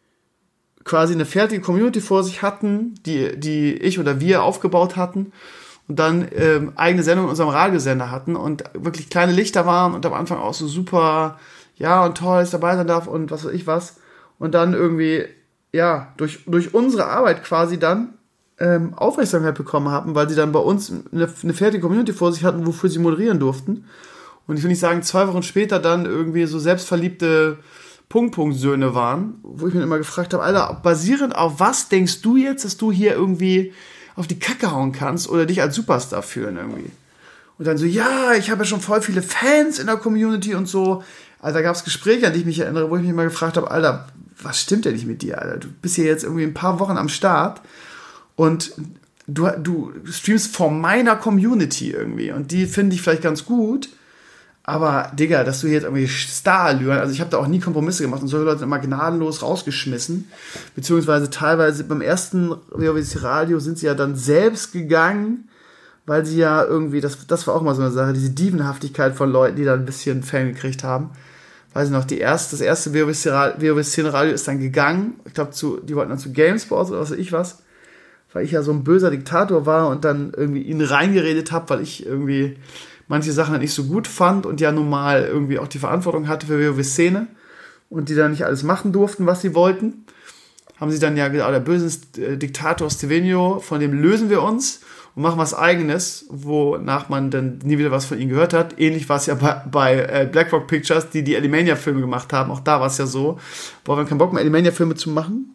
[SPEAKER 2] quasi eine fertige Community vor sich hatten, die ich oder wir aufgebaut hatten. Und dann eigene Sendungen in unserem Radiosender hatten und wirklich kleine Lichter waren und am Anfang auch so super, ja und toll, dass ich dabei sein darf und was weiß ich was. Und dann irgendwie, ja, durch unsere Arbeit quasi dann Aufmerksamkeit bekommen haben, weil sie dann bei uns eine fertige Community vor sich hatten, wofür sie moderieren durften. Und ich will nicht sagen, 2 Wochen später dann irgendwie so selbstverliebte Punkt-Söhne waren, wo ich mir immer gefragt habe, Alter, basierend auf was denkst du jetzt, dass du hier irgendwie auf die Kacke hauen kannst oder dich als Superstar fühlen irgendwie. Und dann so, ja, ich habe ja schon voll viele Fans in der Community und so. Also da gab es Gespräche, an die ich mich erinnere, wo ich mich mal gefragt habe, Alter, was stimmt denn nicht mit dir, Alter? Du bist hier jetzt irgendwie ein paar Wochen am Start und du streamst vor meiner Community irgendwie und die finde ich vielleicht ganz gut, aber Digga, dass du jetzt irgendwie Star-Allüren, also ich habe da auch nie Kompromisse gemacht und solche Leute immer gnadenlos rausgeschmissen, beziehungsweise teilweise beim ersten WoWC Radio sind sie ja dann selbst gegangen, weil sie ja irgendwie, das war auch mal so eine Sache, diese Dievenhaftigkeit von Leuten, die da ein bisschen Fame gekriegt haben. Weiß ich noch, das erste WoWC Radio ist dann gegangen, ich glaube, die wollten dann zu GameSpot oder was weiß ich was, weil ich ja so ein böser Diktator war und dann irgendwie ihnen reingeredet habe, weil ich irgendwie manche Sachen halt nicht so gut fand und ja nun mal irgendwie auch die Verantwortung hatte für WoW-Szene und die dann nicht alles machen durften, was sie wollten, haben sie dann ja gesagt, der böse Diktator Stevenio, von dem lösen wir uns und machen was Eigenes, wonach man dann nie wieder was von ihnen gehört hat. Ähnlich war es ja bei BlackRock Pictures, die Alimania-Filme gemacht haben. Auch da war es ja so, boah, wir haben keinen Bock mehr, Alimania-Filme zu machen.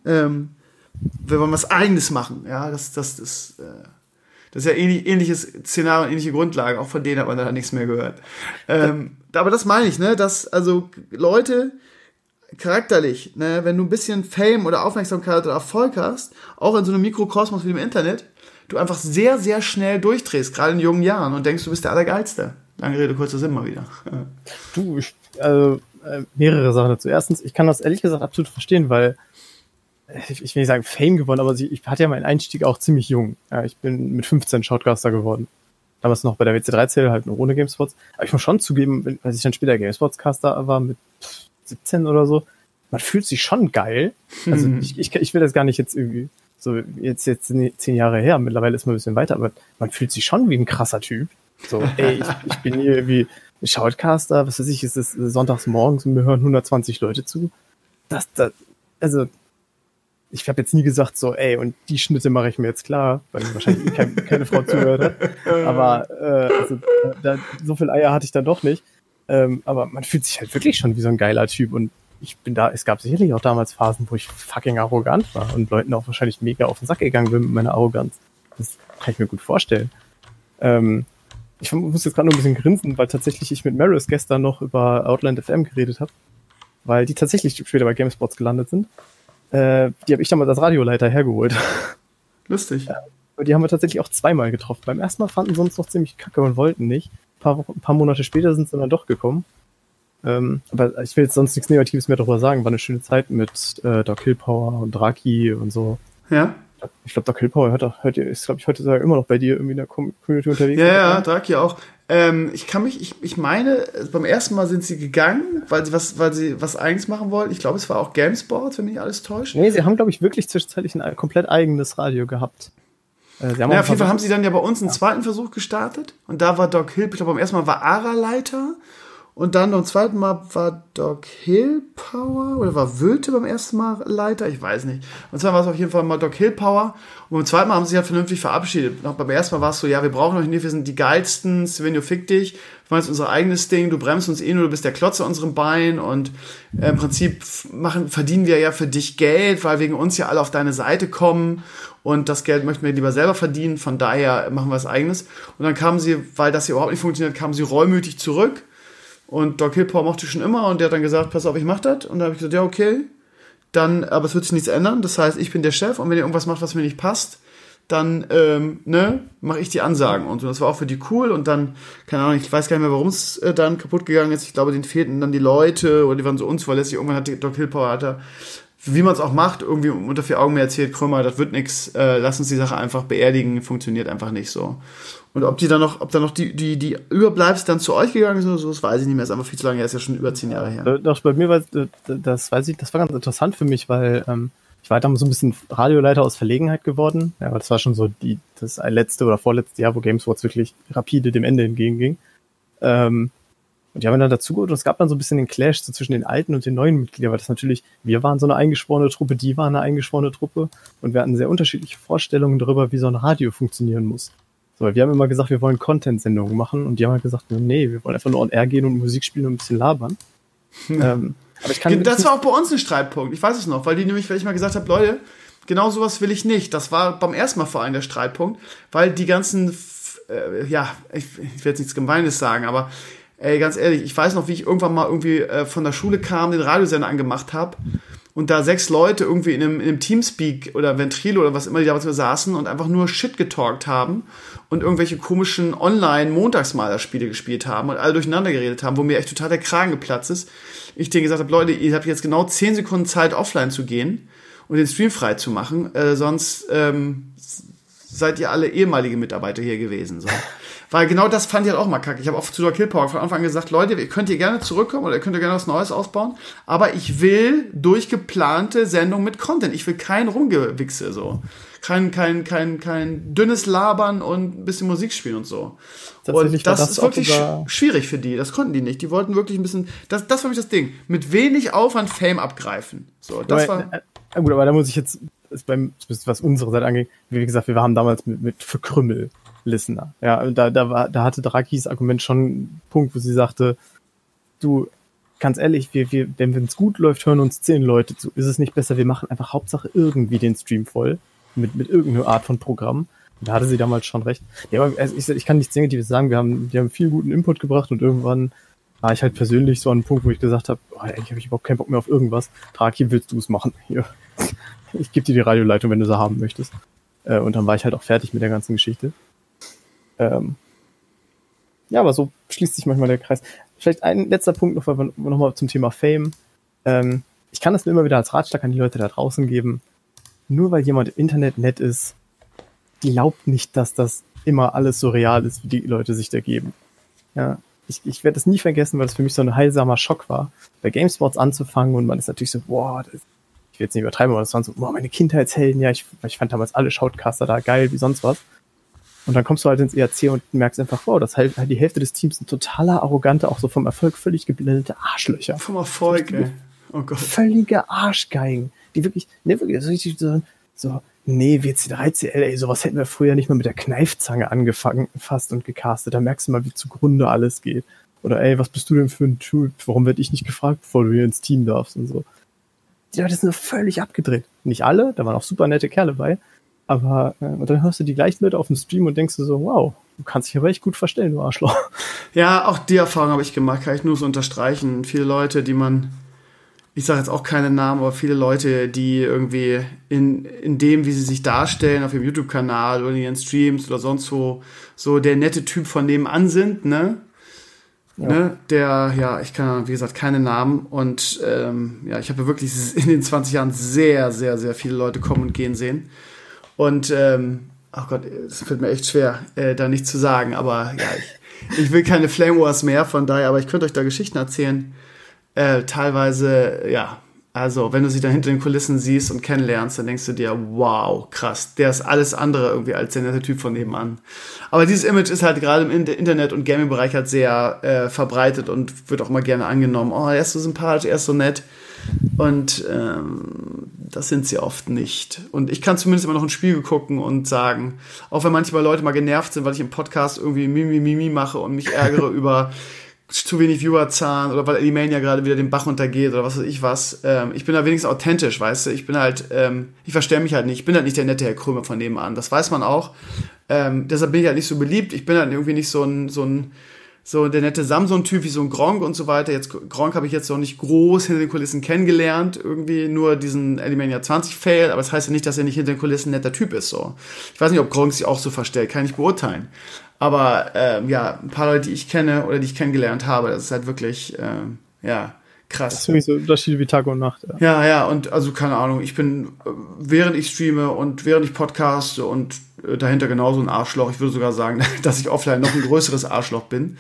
[SPEAKER 2] Wir wollen was Eigenes machen. Ja, das ist ja ähnliches Szenario, ähnliche Grundlage. Auch von denen hat man dann nichts mehr gehört. Aber das meine ich, ne, dass also Leute charakterlich, ne, wenn du ein bisschen Fame oder Aufmerksamkeit oder Erfolg hast, auch in so einem Mikrokosmos wie dem Internet, du einfach sehr, sehr schnell durchdrehst, gerade in jungen Jahren und denkst, du bist der Allergeilste. Lange Rede, kurzer Sinn mal wieder.
[SPEAKER 3] Mehrere Sachen dazu. Erstens, ich kann das ehrlich gesagt absolut verstehen, weil ich will nicht sagen Fame gewonnen, aber ich hatte ja meinen Einstieg auch ziemlich jung. Ja, ich bin mit 15 Shoutcaster geworden. Damals noch bei der WC3-Zähle, halt nur ohne GameSpots. Aber ich muss schon zugeben, als ich dann später GameSpots-Caster war, mit 17 oder so, man fühlt sich schon geil. Also ich will das gar nicht jetzt irgendwie so, jetzt 10 Jahre her, mittlerweile ist man ein bisschen weiter, aber man fühlt sich schon wie ein krasser Typ. So, ey, ich bin hier irgendwie Shoutcaster, was weiß ich, ist es sonntags morgens und mir hören 120 Leute zu. Also, ich habe jetzt nie gesagt so, ey, und die Schnitte mache ich mir jetzt klar, weil wahrscheinlich keine Frau zugehört hat. Aber so viel Eier hatte ich dann doch nicht. Aber man fühlt sich halt wirklich schon wie so ein geiler Typ. Und es gab sicherlich auch damals Phasen, wo ich fucking arrogant war und Leuten auch wahrscheinlich mega auf den Sack gegangen bin mit meiner Arroganz. Das kann ich mir gut vorstellen. Ich muss jetzt gerade nur ein bisschen grinsen, weil tatsächlich ich mit Maris gestern noch über Outland FM geredet habe, weil die tatsächlich später bei GameSpots gelandet sind. Die habe ich damals als Radioleiter hergeholt.
[SPEAKER 2] lustig.
[SPEAKER 3] Aber die haben wir tatsächlich auch zweimal getroffen. Beim ersten Mal fanden sie uns noch ziemlich kacke und wollten nicht. Ein paar Monate später sind sie dann doch gekommen. Aber ich will jetzt sonst nichts Negatives mehr darüber sagen. War eine schöne Zeit mit Doc Hillpower und Draki und so.
[SPEAKER 2] Ja?
[SPEAKER 3] Ich glaube, Doc Hillpower ist, glaube ich, heute immer noch bei dir irgendwie in der Community unterwegs.
[SPEAKER 2] Ja, Draki auch. Ich meine, beim ersten Mal sind sie gegangen, weil sie was Eigenes machen wollten. Ich glaube, es war auch GameSport, wenn mich alles täuscht.
[SPEAKER 3] Nee, sie haben, glaube ich, wirklich zwischenzeitlich ein komplett eigenes Radio gehabt.
[SPEAKER 2] Auf jeden Fall haben sie dann ja bei uns einen zweiten Versuch gestartet. Und da war Doc Hill, ich glaube, beim ersten Mal war Ara Leiter. Und dann beim zweiten Mal war Doc Hillpower oder war Wöte beim ersten Mal Leiter? Ich weiß nicht. Und zwar war es auf jeden Fall mal Doc Hillpower. Und beim zweiten Mal haben sie sich halt vernünftig verabschiedet. Und beim ersten Mal war es so, ja, wir brauchen euch nicht, wir sind die geilsten, Svenjo, fick dich. Wir machen jetzt unser eigenes Ding, du bremst uns nur, du bist der Klotz an unserem Bein. Und im Prinzip verdienen wir ja für dich Geld, weil wegen uns ja alle auf deine Seite kommen. Und das Geld möchten wir lieber selber verdienen, von daher machen wir was Eigenes. Und dann kamen sie, weil das hier überhaupt nicht funktioniert, kamen sie reumütig zurück. Und Doc Hillpower mochte ich schon immer und der hat dann gesagt, pass auf, ich mach das. Und dann habe ich gesagt, ja, okay. Dann, aber es wird sich nichts ändern. Das heißt, ich bin der Chef und wenn ihr irgendwas macht, was mir nicht passt, dann, mache ich die Ansagen. Und das war auch für die cool. Und dann, keine Ahnung, ich weiß gar nicht mehr, warum es dann kaputt gegangen ist. Ich glaube, denen fehlten dann die Leute oder die waren so unzuverlässig. Irgendwann hat Doc Hillpower, wie man es auch macht, irgendwie unter vier Augen mir erzählt, Krömer, das wird nix, lass uns die Sache einfach beerdigen, funktioniert einfach nicht so. Und ob da noch die Überbleibsel dann zu euch gegangen sind oder so, das weiß ich nicht mehr, ist einfach viel zu lange her, ist ja schon über 10 Jahre her.
[SPEAKER 3] Doch, bei mir war, das weiß ich, das war ganz interessant für mich, weil ich war damals so ein bisschen Radioleiter aus Verlegenheit geworden. Ja, aber das war schon so das letzte oder vorletzte Jahr, wo GameSports wirklich rapide dem Ende entgegenging. Und die haben dann dazugeholt und es gab dann so ein bisschen den Clash so zwischen den alten und den neuen Mitgliedern, weil das natürlich, wir waren so eine eingeschworene Truppe, die waren eine eingeschworene Truppe und wir hatten sehr unterschiedliche Vorstellungen darüber, wie so ein Radio funktionieren muss. So, wir haben immer gesagt, wir wollen Content-Sendungen machen und die haben halt gesagt, nee, wir wollen einfach nur on air gehen und Musik spielen und ein bisschen labern. Aber
[SPEAKER 2] das war auch bei uns ein Streitpunkt, ich weiß es noch, weil ich mal gesagt habe, Leute, genau sowas will ich nicht. Das war beim ersten Mal vor allem der Streitpunkt, weil die ganzen, ich will jetzt nichts Gemeines sagen, aber ey, ganz ehrlich, ich weiß noch, wie ich irgendwann mal irgendwie von der Schule kam, den Radiosender angemacht habe und da 6 Leute irgendwie in einem Teamspeak oder Ventrilo oder was immer die damals saßen und einfach nur Shit getalkt haben und irgendwelche komischen Online-Montagsmalerspiele gespielt haben und alle durcheinander geredet haben, wo mir echt total der Kragen geplatzt ist. Ich denen gesagt habe, Leute, ihr habt jetzt genau 10 Sekunden Zeit, offline zu gehen und den Stream frei zu machen, sonst seid ihr alle ehemalige Mitarbeiter hier gewesen. So. Weil genau das fand ich halt auch mal kacke. Ich habe auch zu Doc Hillpower von Anfang an gesagt, Leute, ihr könnt hier gerne zurückkommen oder ihr könnt ja gerne was Neues ausbauen, aber ich will durchgeplante Sendungen mit Content. Ich will kein Rumgewichse, so. Kein dünnes Labern und ein bisschen Musik spielen und so. Und das ist wirklich schwierig für die. Das konnten die nicht. Die wollten wirklich ein bisschen, das war nämlich das Ding, mit wenig Aufwand Fame abgreifen. So, das war...
[SPEAKER 3] Gut, aber da muss ich jetzt, was unsere Seite angeht, wie gesagt, wir haben damals mit Verkrümmel Listener. Ja, da hatte Drakis Argument schon einen Punkt, wo sie sagte, du, ganz ehrlich, wenn es gut läuft, hören uns 10 Leute zu. Ist es nicht besser, wir machen einfach Hauptsache irgendwie den Stream voll mit irgendeiner Art von Programm. Und da hatte sie damals schon recht. Ja, aber ich kann nichts Negatives sagen. Die haben viel guten Input gebracht und irgendwann war ich halt persönlich so an einem Punkt, wo ich gesagt habe, eigentlich habe ich überhaupt keinen Bock mehr auf irgendwas. Draki, willst du es machen? Hier. Ich gebe dir die Radioleitung, wenn du sie haben möchtest. Und dann war ich halt auch fertig mit der ganzen Geschichte. Ja, aber so schließt sich manchmal der Kreis. Vielleicht ein letzter Punkt noch mal zum Thema Fame. Ich kann das mir immer wieder als Ratschlag an die Leute da draußen geben. Nur weil jemand im Internet nett ist, glaubt nicht, dass das immer alles so real ist, wie die Leute sich da geben. Ja, ich werde das nie vergessen, weil das für mich so ein heilsamer Schock war, bei GameSports anzufangen und man ist natürlich so, ich will jetzt nicht übertreiben, aber das waren so, meine Kindheitshelden, ja, ich fand damals alle Shoutcaster da geil, wie sonst was. Und dann kommst du halt ins ERC und merkst einfach, das halt die Hälfte des Teams ein totaler, arrogante, auch so vom Erfolg völlig geblendete Arschlöcher.
[SPEAKER 2] Vom Erfolg, ey. Oh Gott.
[SPEAKER 3] Völlige Arschgeigen. Die wirklich so richtig so, nee, WC3CL, ey, sowas hätten wir früher nicht mal mit der Kneifzange angefangen, fast und gecastet. Da merkst du mal, wie zugrunde alles geht. Oder, ey, was bist du denn für ein Typ? Warum werd ich nicht gefragt, bevor du hier ins Team darfst und so. Die Leute sind völlig abgedreht. Nicht alle, da waren auch super nette Kerle bei. Aber und dann hörst du die gleichen Leute auf dem Stream und denkst du so, wow, du kannst dich aber echt gut verstellen, du Arschloch.
[SPEAKER 2] Ja, auch die Erfahrung habe ich gemacht, kann ich nur so unterstreichen. Viele Leute, die man ich sage jetzt auch keine Namen, aber viele Leute, die irgendwie in dem, wie sie sich darstellen, auf ihrem YouTube-Kanal oder in ihren Streams oder sonst wo, so der nette Typ von nebenan sind, ne? Ja. Ne? Ich kann, wie gesagt, keine Namen. Und ich habe wirklich in den 20 Jahren sehr, sehr, sehr viele Leute kommen und gehen sehen. Und, oh Gott, es fällt mir echt schwer, da nichts zu sagen. Aber ja, ich will keine Flame Wars mehr, von daher, aber ich könnte euch da Geschichten erzählen. Teilweise, ja, also wenn du sie dann hinter den Kulissen siehst und kennenlernst, dann denkst du dir, wow, krass, der ist alles andere irgendwie als der nette Typ von nebenan. Aber dieses Image ist halt gerade im Internet- und Gaming-Bereich halt sehr verbreitet und wird auch mal gerne angenommen. Oh, er ist so sympathisch, er ist so nett. Und das sind sie oft nicht. Und ich kann zumindest immer noch ein Spiel gucken und sagen, auch wenn manchmal Leute mal genervt sind, weil ich im Podcast irgendwie Mimi mache und mich ärgere über zu wenig Viewerzahlen oder weil Alimania gerade wieder den Bach runtergeht oder was weiß ich was. Ich bin da wenigstens authentisch, weißt du? Ich bin halt, ich verstelle mich halt nicht. Ich bin halt nicht der nette Herr Krömer von nebenan. Das weiß man auch. Deshalb bin ich halt nicht so beliebt. Ich bin halt irgendwie nicht so der nette Samson-Typ wie so ein Gronk und so weiter. Gronk habe ich jetzt noch nicht groß hinter den Kulissen kennengelernt. Irgendwie nur diesen Alimania 20-Fail. Aber das heißt ja nicht, dass er nicht hinter den Kulissen ein netter Typ ist. So. Ich weiß nicht, ob Gronk sich auch so verstellt. Kann ich nicht beurteilen. Aber ein paar Leute, die ich kenne oder die ich kennengelernt habe, das ist halt wirklich, krass.
[SPEAKER 3] Das ist für mich so Unterschiede wie Tag und Nacht.
[SPEAKER 2] Ja, und also keine Ahnung, ich bin, während ich streame und während ich podcaste und dahinter genauso ein Arschloch. Ich würde sogar sagen, dass ich offline noch ein größeres Arschloch bin.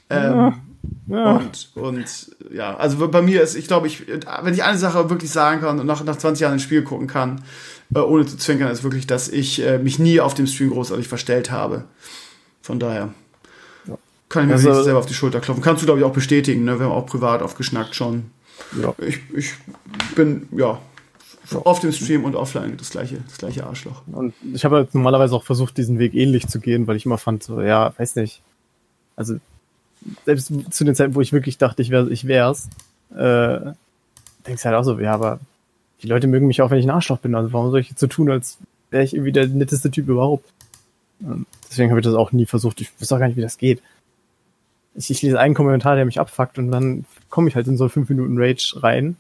[SPEAKER 2] Und also bei mir ist, ich glaube, wenn ich eine Sache wirklich sagen kann und nach 20 Jahren ins Spiel gucken kann, ohne zu zwinkern, ist wirklich, dass ich mich nie auf dem Stream großartig verstellt habe. Von daher kann ich mir nicht selber auf die Schulter klopfen. Kannst du, glaube ich, auch bestätigen, ne? Wir haben auch privat aufgeschnackt schon. Ja. Ich bin, auf dem Stream und offline das gleiche Arschloch.
[SPEAKER 3] Und ich habe halt normalerweise auch versucht, diesen Weg ähnlich zu gehen, weil ich immer fand, so, ja, weiß nicht. Also, selbst zu den Zeiten, wo ich wirklich dachte, ich wär's, denkst du halt auch so, ja, aber die Leute mögen mich auch, wenn ich ein Arschloch bin. Also, warum soll ich jetzt so tun, als wäre ich irgendwie der netteste Typ überhaupt? Deswegen habe ich das auch nie versucht. Ich wüsste auch gar nicht, wie das geht. Ich lese einen Kommentar, der mich abfuckt und dann komme ich halt in so 5 Minuten Rage rein.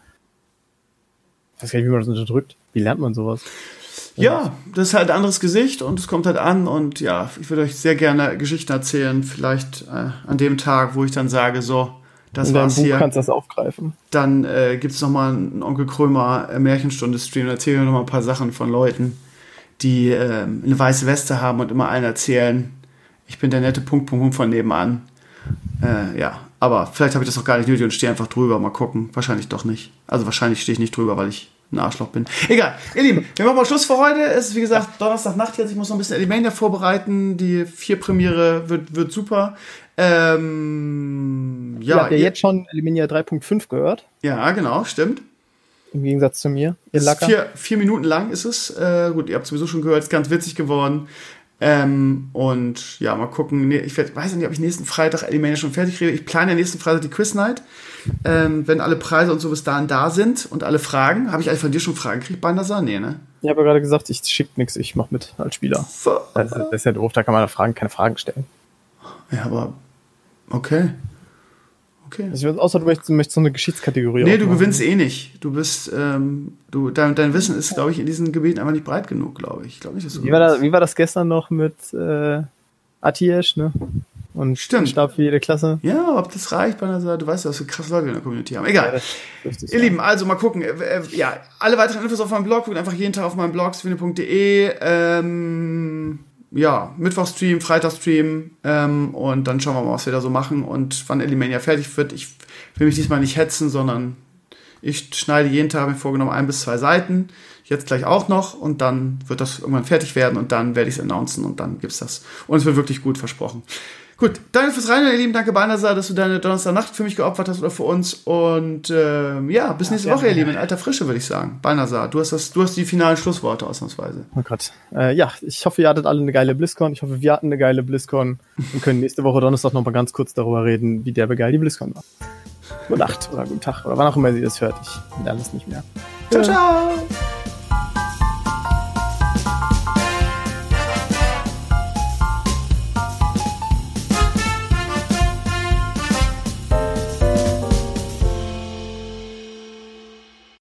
[SPEAKER 3] Ich weiß gar nicht, wie man das unterdrückt. Wie lernt man sowas?
[SPEAKER 2] Ja, das ist halt ein anderes Gesicht und es kommt halt an und ja, ich würde euch sehr gerne Geschichten erzählen, vielleicht an dem Tag, wo ich dann sage, so, das war's hier.
[SPEAKER 3] Du kannst das aufgreifen.
[SPEAKER 2] Dann gibt es nochmal einen Onkel Krömer Märchenstunde-Stream, da erzähle ich nochmal ein paar Sachen von Leuten, die eine weiße Weste haben und immer allen erzählen, ich bin der nette Punkt von nebenan. Aber vielleicht habe ich das auch gar nicht nötig und stehe einfach drüber. Mal gucken. Wahrscheinlich doch nicht. Also wahrscheinlich stehe ich nicht drüber, weil ich ein Arschloch bin. Egal. Ihr Lieben, wir machen mal Schluss für heute. Es ist, wie gesagt, Donnerstagnacht jetzt. Ich muss noch ein bisschen Alimania vorbereiten. Die 4-Premiere wird super.
[SPEAKER 3] Habt ihr jetzt schon Alimania 3.5 gehört?
[SPEAKER 2] Ja, genau. Stimmt.
[SPEAKER 3] Im Gegensatz zu mir. Ihr Lacker.
[SPEAKER 2] 4 Minuten lang ist es. Gut, ihr habt sowieso schon gehört. Ist ganz witzig geworden. Und ja, mal gucken. Ich weiß nicht, ob ich nächsten Freitag Alimania schon fertig kriege. Ich plane ja nächsten Freitag die Quiz Night. Wenn alle Preise und so bis dahin da sind und alle Fragen. Habe ich eigentlich von dir schon Fragen gekriegt, Bandasa? Nee, ne?
[SPEAKER 3] Ich habe ja gerade gesagt, ich schicke nichts, ich mache mit als Spieler. Das ist ja doof, da kann man keine Fragen stellen.
[SPEAKER 2] Ja, aber okay.
[SPEAKER 3] Außer du möchtest so eine Geschichtskategorie.
[SPEAKER 2] Nee, du gewinnst eh nicht. Du bist, dein Wissen ist, glaube ich, in diesen Gebieten einfach nicht breit genug, glaube ich. Ich glaube nicht, dass du
[SPEAKER 3] wie war das gestern noch mit Atiesh, ne? Und
[SPEAKER 2] stimmt.
[SPEAKER 3] Stab für jede Klasse.
[SPEAKER 2] Ja, ob das reicht, du weißt ja, dass wir krasse Leute in der Community haben. Egal. Ihr Lieben, also mal gucken. Alle weiteren Infos auf meinem Blog, guckt einfach jeden Tag auf meinem Blog, swine.de. Mittwochstream, Freitagstream und dann schauen wir mal, was wir da so machen und wann Alimania fertig wird. Ich will mich diesmal nicht hetzen, sondern ich schneide jeden Tag, mir vorgenommen, 1 bis 2 Seiten, jetzt gleich auch noch und dann wird das irgendwann fertig werden und dann werde ich es announcen und dann gibt's das. Und es wird wirklich gut, versprochen. Gut, danke fürs Reinhören, ihr Lieben, danke Bandasa, dass du deine Donnerstagnacht für mich geopfert hast oder für uns und bis nächste Woche, ihr Lieben, in alter Frische, würde ich sagen. Bandasa, du hast die finalen Schlussworte ausnahmsweise.
[SPEAKER 3] Oh Gott. Ich hoffe, ihr hattet alle eine geile BlizzCon, ich hoffe, wir hatten eine geile BlizzCon und können nächste Woche Donnerstag noch mal ganz kurz darüber reden, wie derbe geil die BlizzCon war. Gute Nacht oder guten Tag oder wann auch immer ihr das hört, ich lerne es nicht mehr.
[SPEAKER 2] Ciao, ciao!